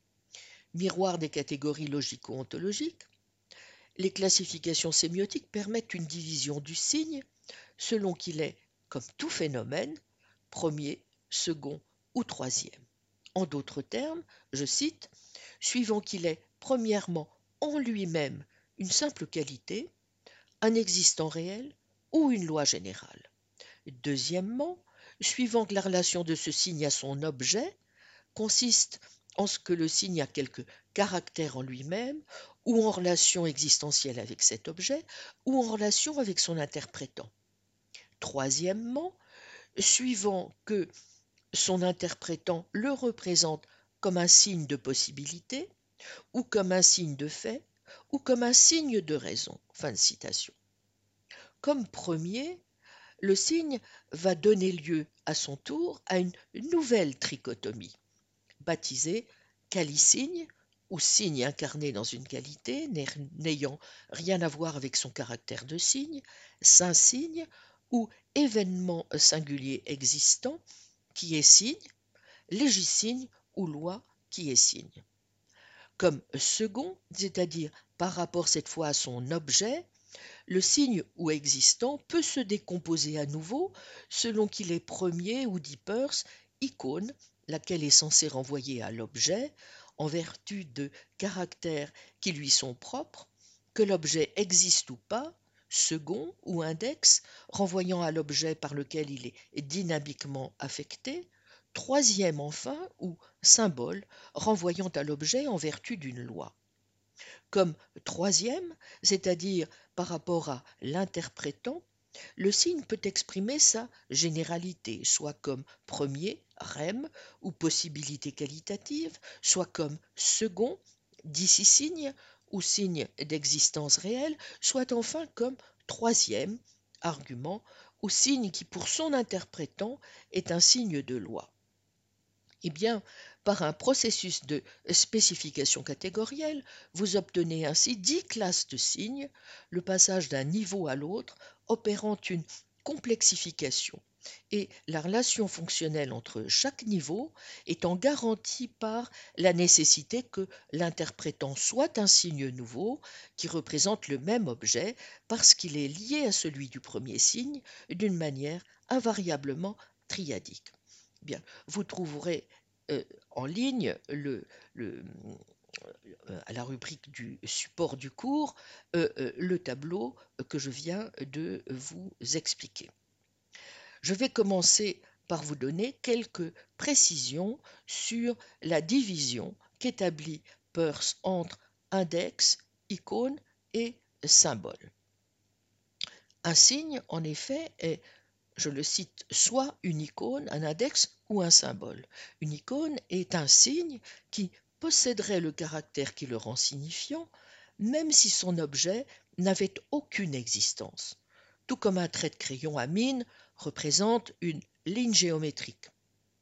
Miroir des catégories logico-ontologiques, les classifications sémiotiques permettent une division du signe selon qu'il est, comme tout phénomène, premier, second ou troisième. En d'autres termes, je cite, suivant qu'il est premièrement en lui-même une simple qualité, un existant réel ou une loi générale. Deuxièmement, suivant que la relation de ce signe à son objet consiste en ce que le signe a quelque caractère en lui-même, ou en relation existentielle avec cet objet, ou en relation avec son interprétant. Troisièmement, suivant que son interprétant le représente comme un signe de possibilité, ou comme un signe de fait, ou comme un signe de raison. Fin de citation. Comme premier, le signe va donner lieu à son tour à une nouvelle trichotomie, baptisée qualisigne, ou signe incarné dans une qualité, n'ayant rien à voir avec son caractère de signe, synsigne, ou événement singulier existant, qui est signe, légisigne ou loi qui est signe. Comme second, c'est-à-dire par rapport cette fois à son objet, le signe ou existant peut se décomposer à nouveau selon qu'il est premier ou, dit Peirce, icône, laquelle est censée renvoyer à l'objet en vertu de caractères qui lui sont propres, que l'objet existe ou pas, second ou index, renvoyant à l'objet par lequel il est dynamiquement affecté, troisième enfin, ou symbole, renvoyant à l'objet en vertu d'une loi. Comme troisième, c'est-à-dire par rapport à l'interprétant, le signe peut exprimer sa généralité, soit comme premier, rem, ou possibilité qualitative, soit comme second, d'ici signe, ou signe d'existence réelle, soit enfin comme troisième, argument, ou signe qui pour son interprétant est un signe de loi. Eh bien, par un processus de spécification catégorielle, vous obtenez ainsi dix classes de signes, le passage d'un niveau à l'autre opérant une complexification, et la relation fonctionnelle entre chaque niveau étant garantie par la nécessité que l'interprétant soit un signe nouveau qui représente le même objet parce qu'il est lié à celui du premier signe d'une manière invariablement triadique. Bien, vous trouverez euh, en ligne le, le, euh, à la rubrique du support du cours euh, euh, le tableau que je viens de vous expliquer. Je vais commencer par vous donner quelques précisions sur la division qu'établit Peirce entre index, icône et symbole. Un signe, en effet, est, je le cite, soit une icône, un index ou un symbole. Une icône est un signe qui posséderait le caractère qui le rend signifiant, même si son objet n'avait aucune existence, tout comme un trait de crayon à mine représente une ligne géométrique.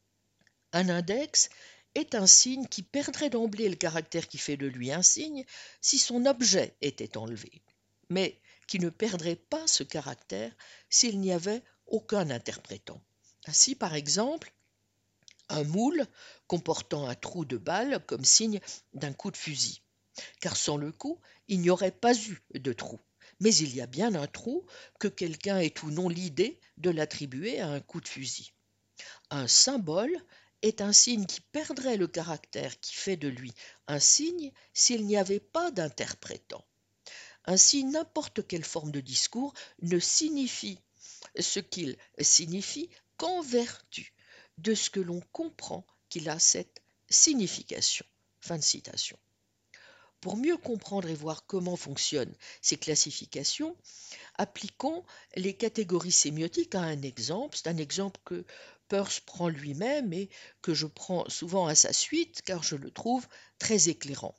Un index est un signe qui perdrait d'emblée le caractère qui fait de lui un signe si son objet était enlevé, mais qui ne perdrait pas ce caractère s'il n'y avait aucun interprétant. Ainsi, par exemple, un moule comportant un trou de balle comme signe d'un coup de fusil, car sans le coup, il n'y aurait pas eu de trou. Mais il y a bien un trou que quelqu'un ait ou non l'idée de l'attribuer à un coup de fusil. Un symbole est un signe qui perdrait le caractère qui fait de lui un signe s'il n'y avait pas d'interprétant. Ainsi, n'importe quelle forme de discours ne signifie ce qu'il signifie qu'en vertu de ce que l'on comprend qu'il a cette signification. Fin de citation. Pour mieux comprendre et voir comment fonctionnent ces classifications, appliquons les catégories sémiotiques à un exemple. C'est un exemple que Peirce prend lui-même et que je prends souvent à sa suite car je le trouve très éclairant.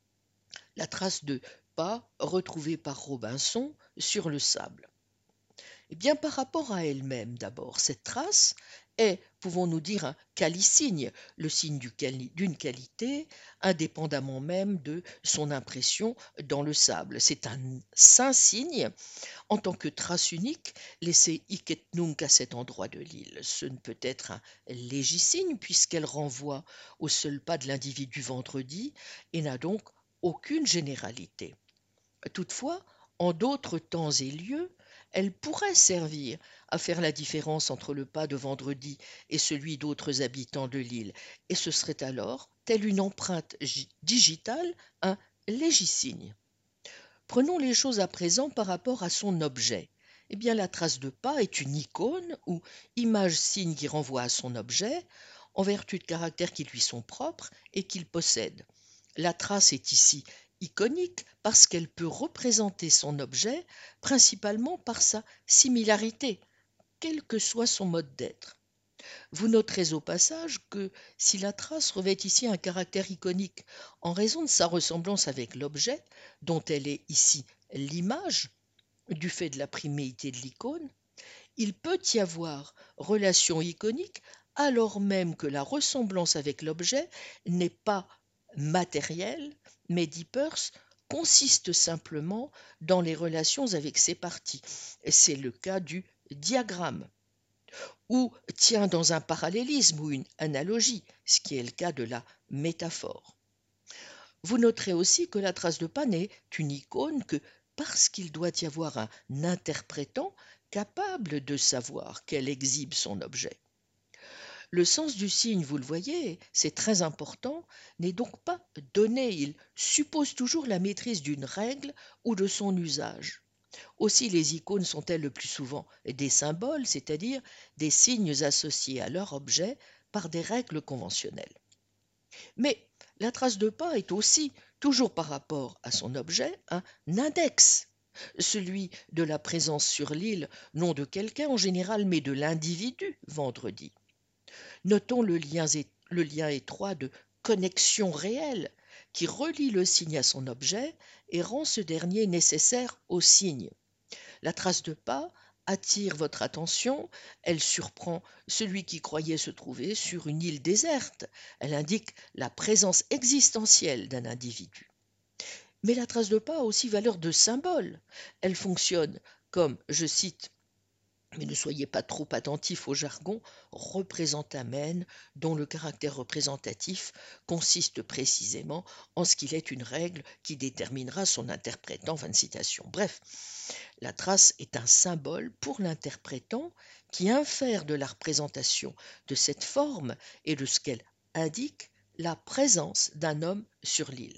La trace de pas retrouvée par Robinson sur le sable. Eh bien, par rapport à elle-même d'abord, cette trace est, pouvons-nous dire, un qualisigne, le signe du quali- d'une qualité, indépendamment même de son impression dans le sable. C'est un saint signe en tant que trace unique laissée hic et nunc à cet endroit de l'île. Ce ne peut être un légisigne puisqu'elle renvoie au seul pas de l'individu vendredi et n'a donc aucune généralité. Toutefois, en d'autres temps et lieux, elle pourrait servir à faire la différence entre le pas de vendredi et celui d'autres habitants de l'île, et ce serait alors, telle une empreinte digitale, un légisigne. Prenons les choses à présent par rapport à son objet. Eh bien, la trace de pas est une icône ou image-signe qui renvoie à son objet, en vertu de caractères qui lui sont propres et qu'il possède. La trace est ici iconique parce qu'elle peut représenter son objet principalement par sa similarité, quel que soit son mode d'être. Vous noterez au passage que si la trace revêt ici un caractère iconique en raison de sa ressemblance avec l'objet, dont elle est ici l'image, du fait de la priméité de l'icône, il peut y avoir relation iconique alors même que la ressemblance avec l'objet n'est pas matérielle, mais dit Peirce, consiste simplement dans les relations avec ses parties. C'est le cas du diagramme, ou tient dans un parallélisme ou une analogie, ce qui est le cas de la métaphore. Vous noterez aussi que la trace de pas n'est une icône que parce qu'il doit y avoir un interprétant capable de savoir qu'elle exhibe son objet. Le sens du signe, vous le voyez, c'est très important, n'est donc pas donné. Il suppose toujours la maîtrise d'une règle ou de son usage. Aussi les icônes sont-elles le plus souvent des symboles, c'est-à-dire des signes associés à leur objet par des règles conventionnelles. Mais la trace de pas est aussi, toujours par rapport à son objet, un index, celui de la présence sur l'île, non de quelqu'un en général, mais de l'individu vendredi. Notons le lien, le lien étroit de connexion réelle qui relie le signe à son objet et rend ce dernier nécessaire au signe. La trace de pas attire votre attention, elle surprend celui qui croyait se trouver sur une île déserte, elle indique la présence existentielle d'un individu. Mais la trace de pas a aussi valeur de symbole, elle fonctionne comme, je cite, mais ne soyez pas trop attentifs au jargon, représentamen, dont le caractère représentatif consiste précisément en ce qu'il est une règle qui déterminera son interprétant. Fin de citation. Bref, la trace est un symbole pour l'interprétant qui infère de la représentation de cette forme et de ce qu'elle indique la présence d'un homme sur l'île.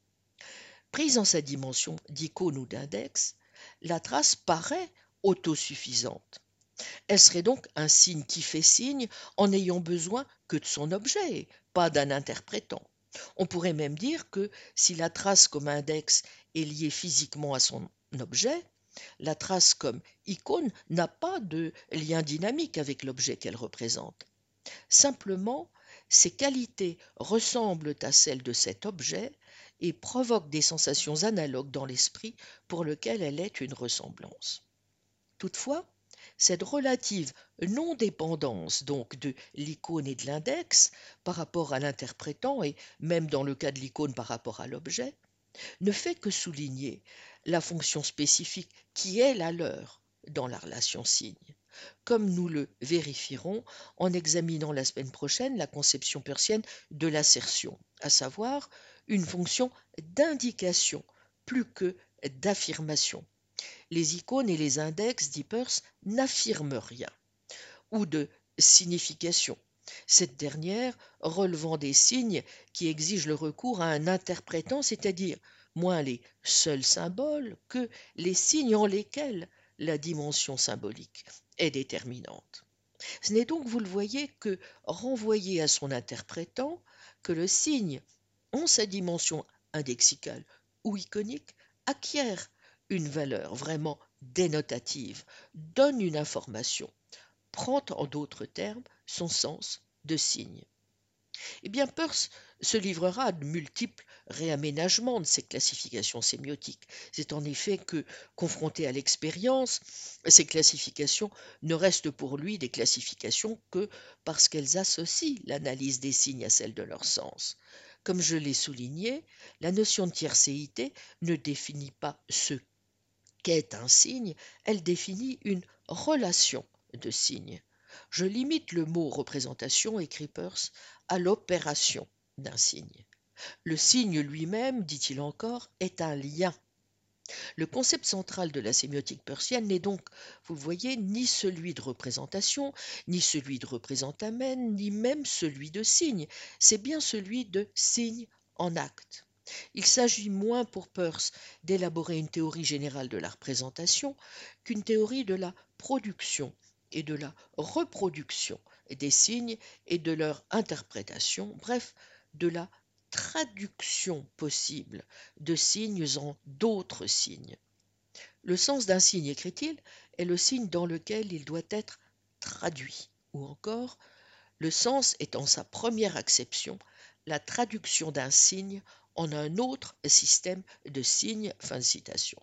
Prise en sa dimension d'icône ou d'index, la trace paraît autosuffisante. Elle serait donc un signe qui fait signe en n'ayant besoin que de son objet, pas d'un interprétant. On pourrait même dire que si la trace comme index est liée physiquement à son objet, la trace comme icône n'a pas de lien dynamique avec l'objet qu'elle représente. Simplement, ses qualités ressemblent à celles de cet objet et provoquent des sensations analogues dans l'esprit pour lequel elle est une ressemblance. Toutefois, cette relative non-dépendance donc de l'icône et de l'index par rapport à l'interprétant et même dans le cas de l'icône par rapport à l'objet, ne fait que souligner la fonction spécifique qui est la leur dans la relation signe, comme nous le vérifierons en examinant la semaine prochaine la conception peirsienne de l'assertion, à savoir une fonction d'indication plus que d'affirmation. Les icônes et les index, dit Peirce, n'affirment rien, ou de signification, cette dernière relevant des signes qui exigent le recours à un interprétant, c'est-à-dire moins les seuls symboles que les signes en lesquels la dimension symbolique est déterminante. Ce n'est donc, vous le voyez, que renvoyer à son interprétant que le signe, en sa dimension indexicale ou iconique, acquiert une valeur vraiment dénotative, donne une information, prend en d'autres termes son sens de signe. Eh bien, Peirce se livrera à de multiples réaménagements de ces classifications sémiotiques. C'est en effet que, confronté à l'expérience, ces classifications ne restent pour lui des classifications que parce qu'elles associent l'analyse des signes à celle de leur sens. Comme je l'ai souligné, la notion de tiercéité ne définit pas ce qu'est un signe, elle définit une relation de signes. Je limite le mot représentation, écrit Peirce, à l'opération d'un signe. Le signe lui-même, dit-il encore, est un lien. Le concept central de la sémiotique peirsienne n'est donc, vous le voyez, ni celui de représentation, ni celui de représentamen, ni même celui de signe. C'est bien celui de signe en acte. Il s'agit moins pour Peirce d'élaborer une théorie générale de la représentation qu'une théorie de la production et de la reproduction des signes et de leur interprétation, bref, de la traduction possible de signes en d'autres signes. Le sens d'un signe, écrit-il, est le signe dans lequel il doit être traduit, ou encore, le sens est en sa première acception la traduction d'un signe en un autre système de signes. Fin de citation.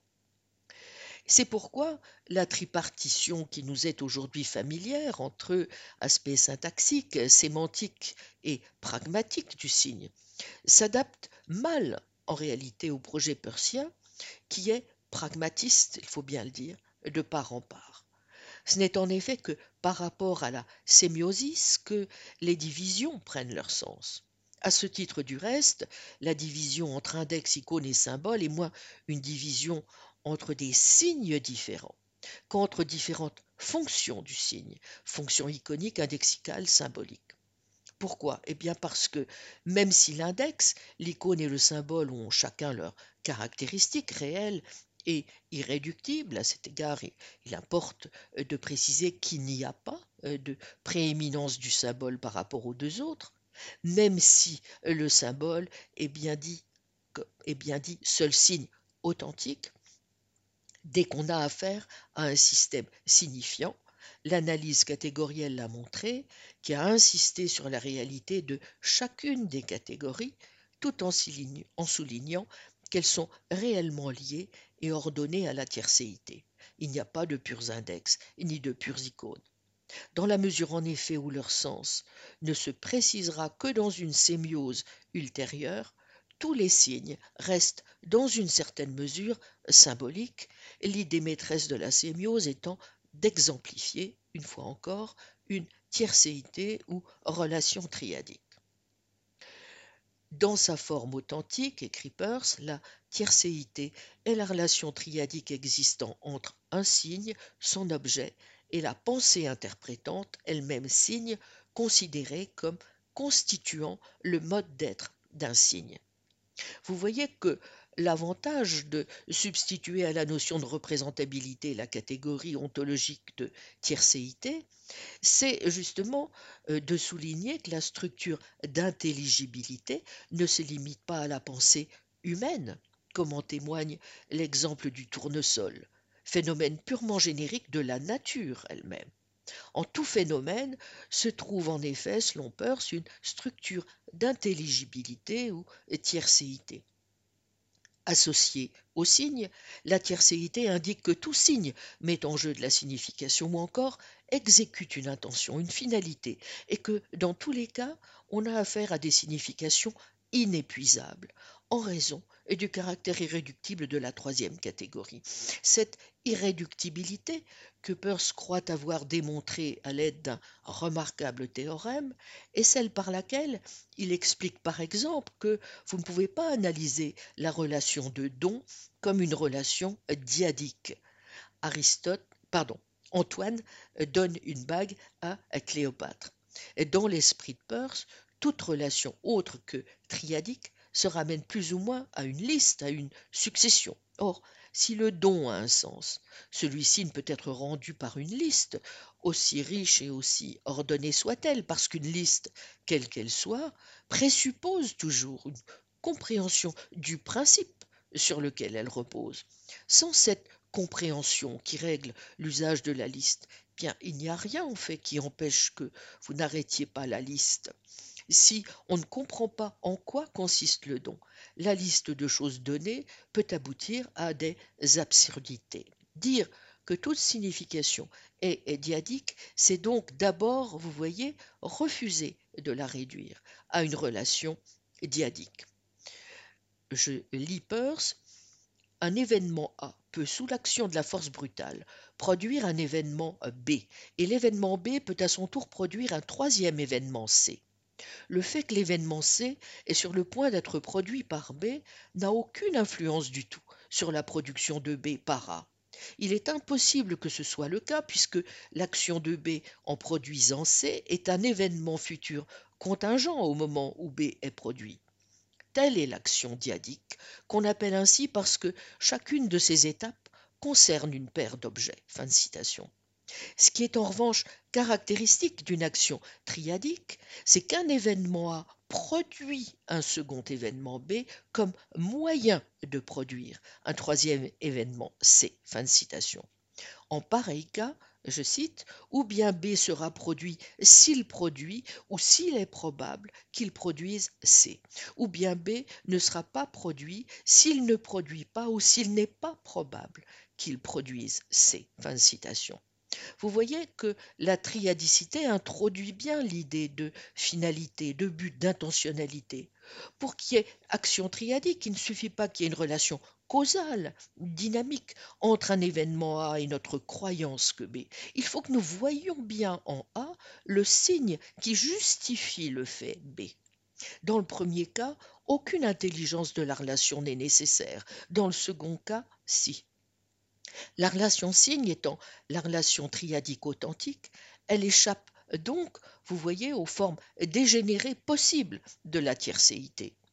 C'est pourquoi la tripartition qui nous est aujourd'hui familière entre aspect syntaxique, sémantique et pragmatique du signe s'adapte mal en réalité au projet peircien qui est pragmatiste, il faut bien le dire, de part en part. Ce n'est en effet que par rapport à la sémiosis que les divisions prennent leur sens. À ce titre du reste, la division entre index, icône et symbole est moins une division entre des signes différents qu'entre différentes fonctions du signe, fonction iconique, indexicale, symbolique. Pourquoi? Eh bien parce que même si l'index, l'icône et le symbole ont chacun leurs caractéristiques réelles est irréductible. À cet égard, il importe de préciser qu'il n'y a pas de prééminence du symbole par rapport aux deux autres, même si le symbole est bien dit, est bien dit seul signe authentique. Dès qu'on a affaire à un système signifiant, l'analyse catégorielle l'a montré, qui a insisté sur la réalité de chacune des catégories, tout en soulignant qu'elles sont réellement liées et ordonnées à la tiercéité. Il n'y a pas de purs index, ni de pures icônes. Dans la mesure en effet où leur sens ne se précisera que dans une sémiose ultérieure, tous les signes restent dans une certaine mesure symboliques, l'idée maîtresse de la sémiose étant d'exemplifier, une fois encore, une tiercéité ou relation triadique. Dans sa forme authentique, écrit Peirce, la tiercéité est la relation triadique existant entre un signe, son objet, et la pensée interprétante, elle-même signe, considérée comme constituant le mode d'être d'un signe. Vous voyez que l'avantage de substituer à la notion de représentabilité la catégorie ontologique de tiercéité, c'est justement de souligner que la structure d'intelligibilité ne se limite pas à la pensée humaine, comme en témoigne l'exemple du tournesol, phénomène purement générique de la nature elle-même. En tout phénomène se trouve en effet, selon Peirce, une structure d'intelligibilité ou tiercéité. Associée au signe, la tiercéité indique que tout signe met en jeu de la signification ou encore exécute une intention, une finalité, et que dans tous les cas, on a affaire à des significations inépuisables, en raison du caractère irréductible de la troisième catégorie. Cette irréductibilité, que Peirce croit avoir démontrée à l'aide d'un remarquable théorème, est celle par laquelle il explique par exemple que vous ne pouvez pas analyser la relation de don comme une relation dyadique. Aristote, pardon, Antoine donne une bague à Cléopâtre. Dans l'esprit de Peirce, toute relation autre que triadique se ramène plus ou moins à une liste, à une succession. Or, si le don a un sens, celui-ci ne peut être rendu par une liste, aussi riche et aussi ordonnée soit-elle, parce qu'une liste, quelle qu'elle soit, présuppose toujours une compréhension du principe sur lequel elle repose. Sans cette compréhension qui règle l'usage de la liste, bien, il n'y a rien en fait qui empêche que vous n'arrêtiez pas la liste. Si on ne comprend pas en quoi consiste le don, la liste de choses données peut aboutir à des absurdités. Dire que toute signification est dyadique, c'est donc d'abord, vous voyez, refuser de la réduire à une relation dyadique. Je lis Peirce. Un événement A peut, sous l'action de la force brutale, produire un événement B, et l'événement B peut à son tour produire un troisième événement C. Le fait que l'événement C est sur le point d'être produit par B n'a aucune influence du tout sur la production de B par A. Il est impossible que ce soit le cas puisque l'action de B en produisant C est un événement futur contingent au moment où B est produit. Telle est l'action dyadique, qu'on appelle ainsi parce que chacune de ces étapes concerne une paire d'objets. Fin de citation. Ce qui est en revanche caractéristique d'une action triadique, c'est qu'un événement A produit un second événement B comme moyen de produire un troisième événement C. Fin de citation. En pareil cas, je cite, ou bien B sera produit s'il produit ou s'il est probable qu'il produise C, ou bien B ne sera pas produit s'il ne produit pas ou s'il n'est pas probable qu'il produise C. Fin de citation. Vous voyez que la triadicité introduit bien l'idée de finalité, de but, d'intentionnalité. Pour qu'il y ait action triadique, il ne suffit pas qu'il y ait une relation causale, dynamique, entre un événement A et notre croyance que B. Il faut que nous voyions bien en A le signe qui justifie le fait B. Dans le premier cas, aucune intelligence de la relation n'est nécessaire. Dans le second cas, si. La relation signe étant la relation triadique authentique, elle échappe donc, vous voyez, aux formes dégénérées possibles de la tiercéité.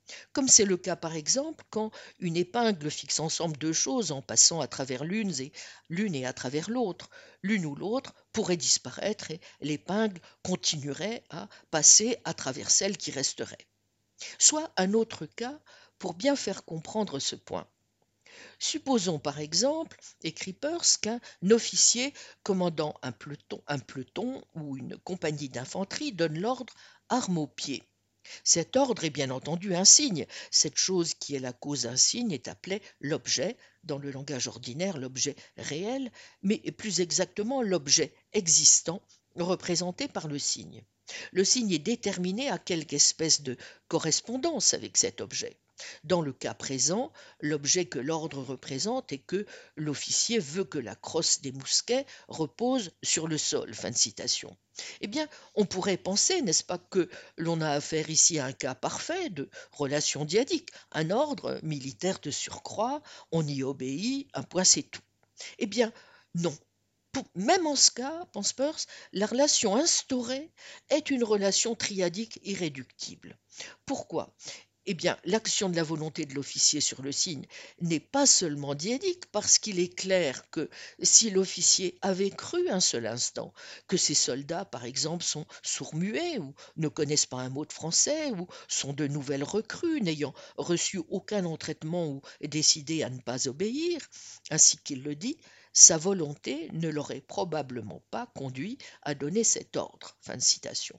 Comme c'est le cas par exemple quand une épingle fixe ensemble deux choses en passant à travers l'une et, l'une et à travers l'autre. L'une ou l'autre pourrait disparaître et l'épingle continuerait à passer à travers celle qui resterait. Soit un autre cas pour bien faire comprendre ce point. Supposons par exemple, écrit Peirce, qu'un officier commandant un peloton, un peloton ou une compagnie d'infanterie donne l'ordre armes aux pieds. Cet ordre est bien entendu un signe. Cette chose qui est la cause d'un signe est appelée l'objet, dans le langage ordinaire l'objet réel, mais plus exactement l'objet existant représenté par le signe. Le signe est déterminé à quelque espèce de correspondance avec cet objet. Dans le cas présent, l'objet que l'ordre représente est que l'officier veut que la crosse des mousquets repose sur le sol. Fin de citation. Eh bien, on pourrait penser, n'est-ce pas, que l'on a affaire ici à un cas parfait de relation dyadique, un ordre militaire de surcroît, on y obéit, un point c'est tout. Eh bien, non. Pour, même en ce cas, pense Peirce, la relation instaurée est une relation triadique irréductible. Pourquoi ? Eh bien, l'action de la volonté de l'officier sur le signe n'est pas seulement dyadique, parce qu'il est clair que si l'officier avait cru un seul instant que ses soldats, par exemple, sont sourds-muets ou ne connaissent pas un mot de français ou sont de nouvelles recrues n'ayant reçu aucun entraînement ou décidé à ne pas obéir, ainsi qu'il le dit, sa volonté ne l'aurait probablement pas conduit à donner cet ordre. Fin de citation.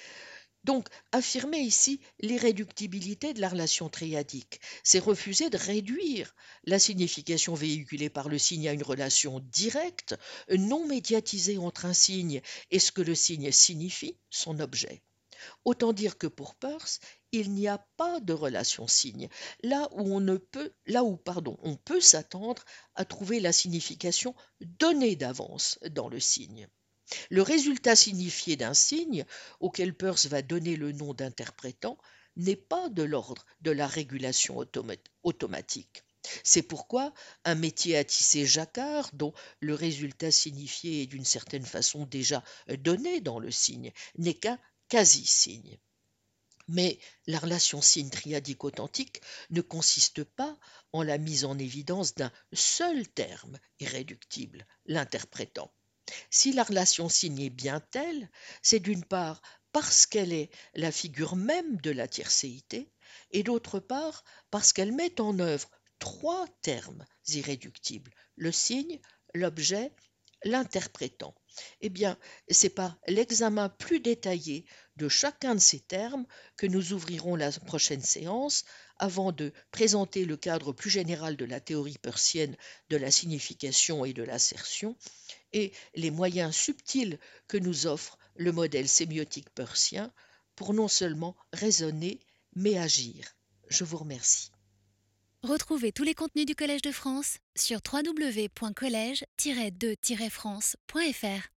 Donc, affirmer ici l'irréductibilité de la relation triadique, c'est refuser de réduire la signification véhiculée par le signe à une relation directe, non médiatisée entre un signe et ce que le signe signifie, son objet. Autant dire que pour Peirce, il n'y a pas de relation signe, là où on ne peut, là où, pardon, on peut s'attendre à trouver la signification donnée d'avance dans le signe. Le résultat signifié d'un signe, auquel Peirce va donner le nom d'interprétant, n'est pas de l'ordre de la régulation automatique. C'est pourquoi un métier à tisser jacquard, dont le résultat signifié est d'une certaine façon déjà donné dans le signe, n'est qu'un quasi-signe. Mais la relation signe triadique authentique ne consiste pas en la mise en évidence d'un seul terme irréductible, l'interprétant. Si la relation signe est bien telle, c'est d'une part parce qu'elle est la figure même de la tiercéité, et d'autre part parce qu'elle met en œuvre trois termes irréductibles, le signe, l'objet, l'interprétant. Eh bien, c'est par l'examen plus détaillé de chacun de ces termes que nous ouvrirons la prochaine séance avant de présenter le cadre plus général de la théorie peircienne de la signification et de l'assertion et les moyens subtils que nous offre le modèle sémiotique peircien pour non seulement raisonner, mais agir. Je vous remercie. Retrouvez tous les contenus du Collège de France sur w w w point collège tiret de tiret france point f r.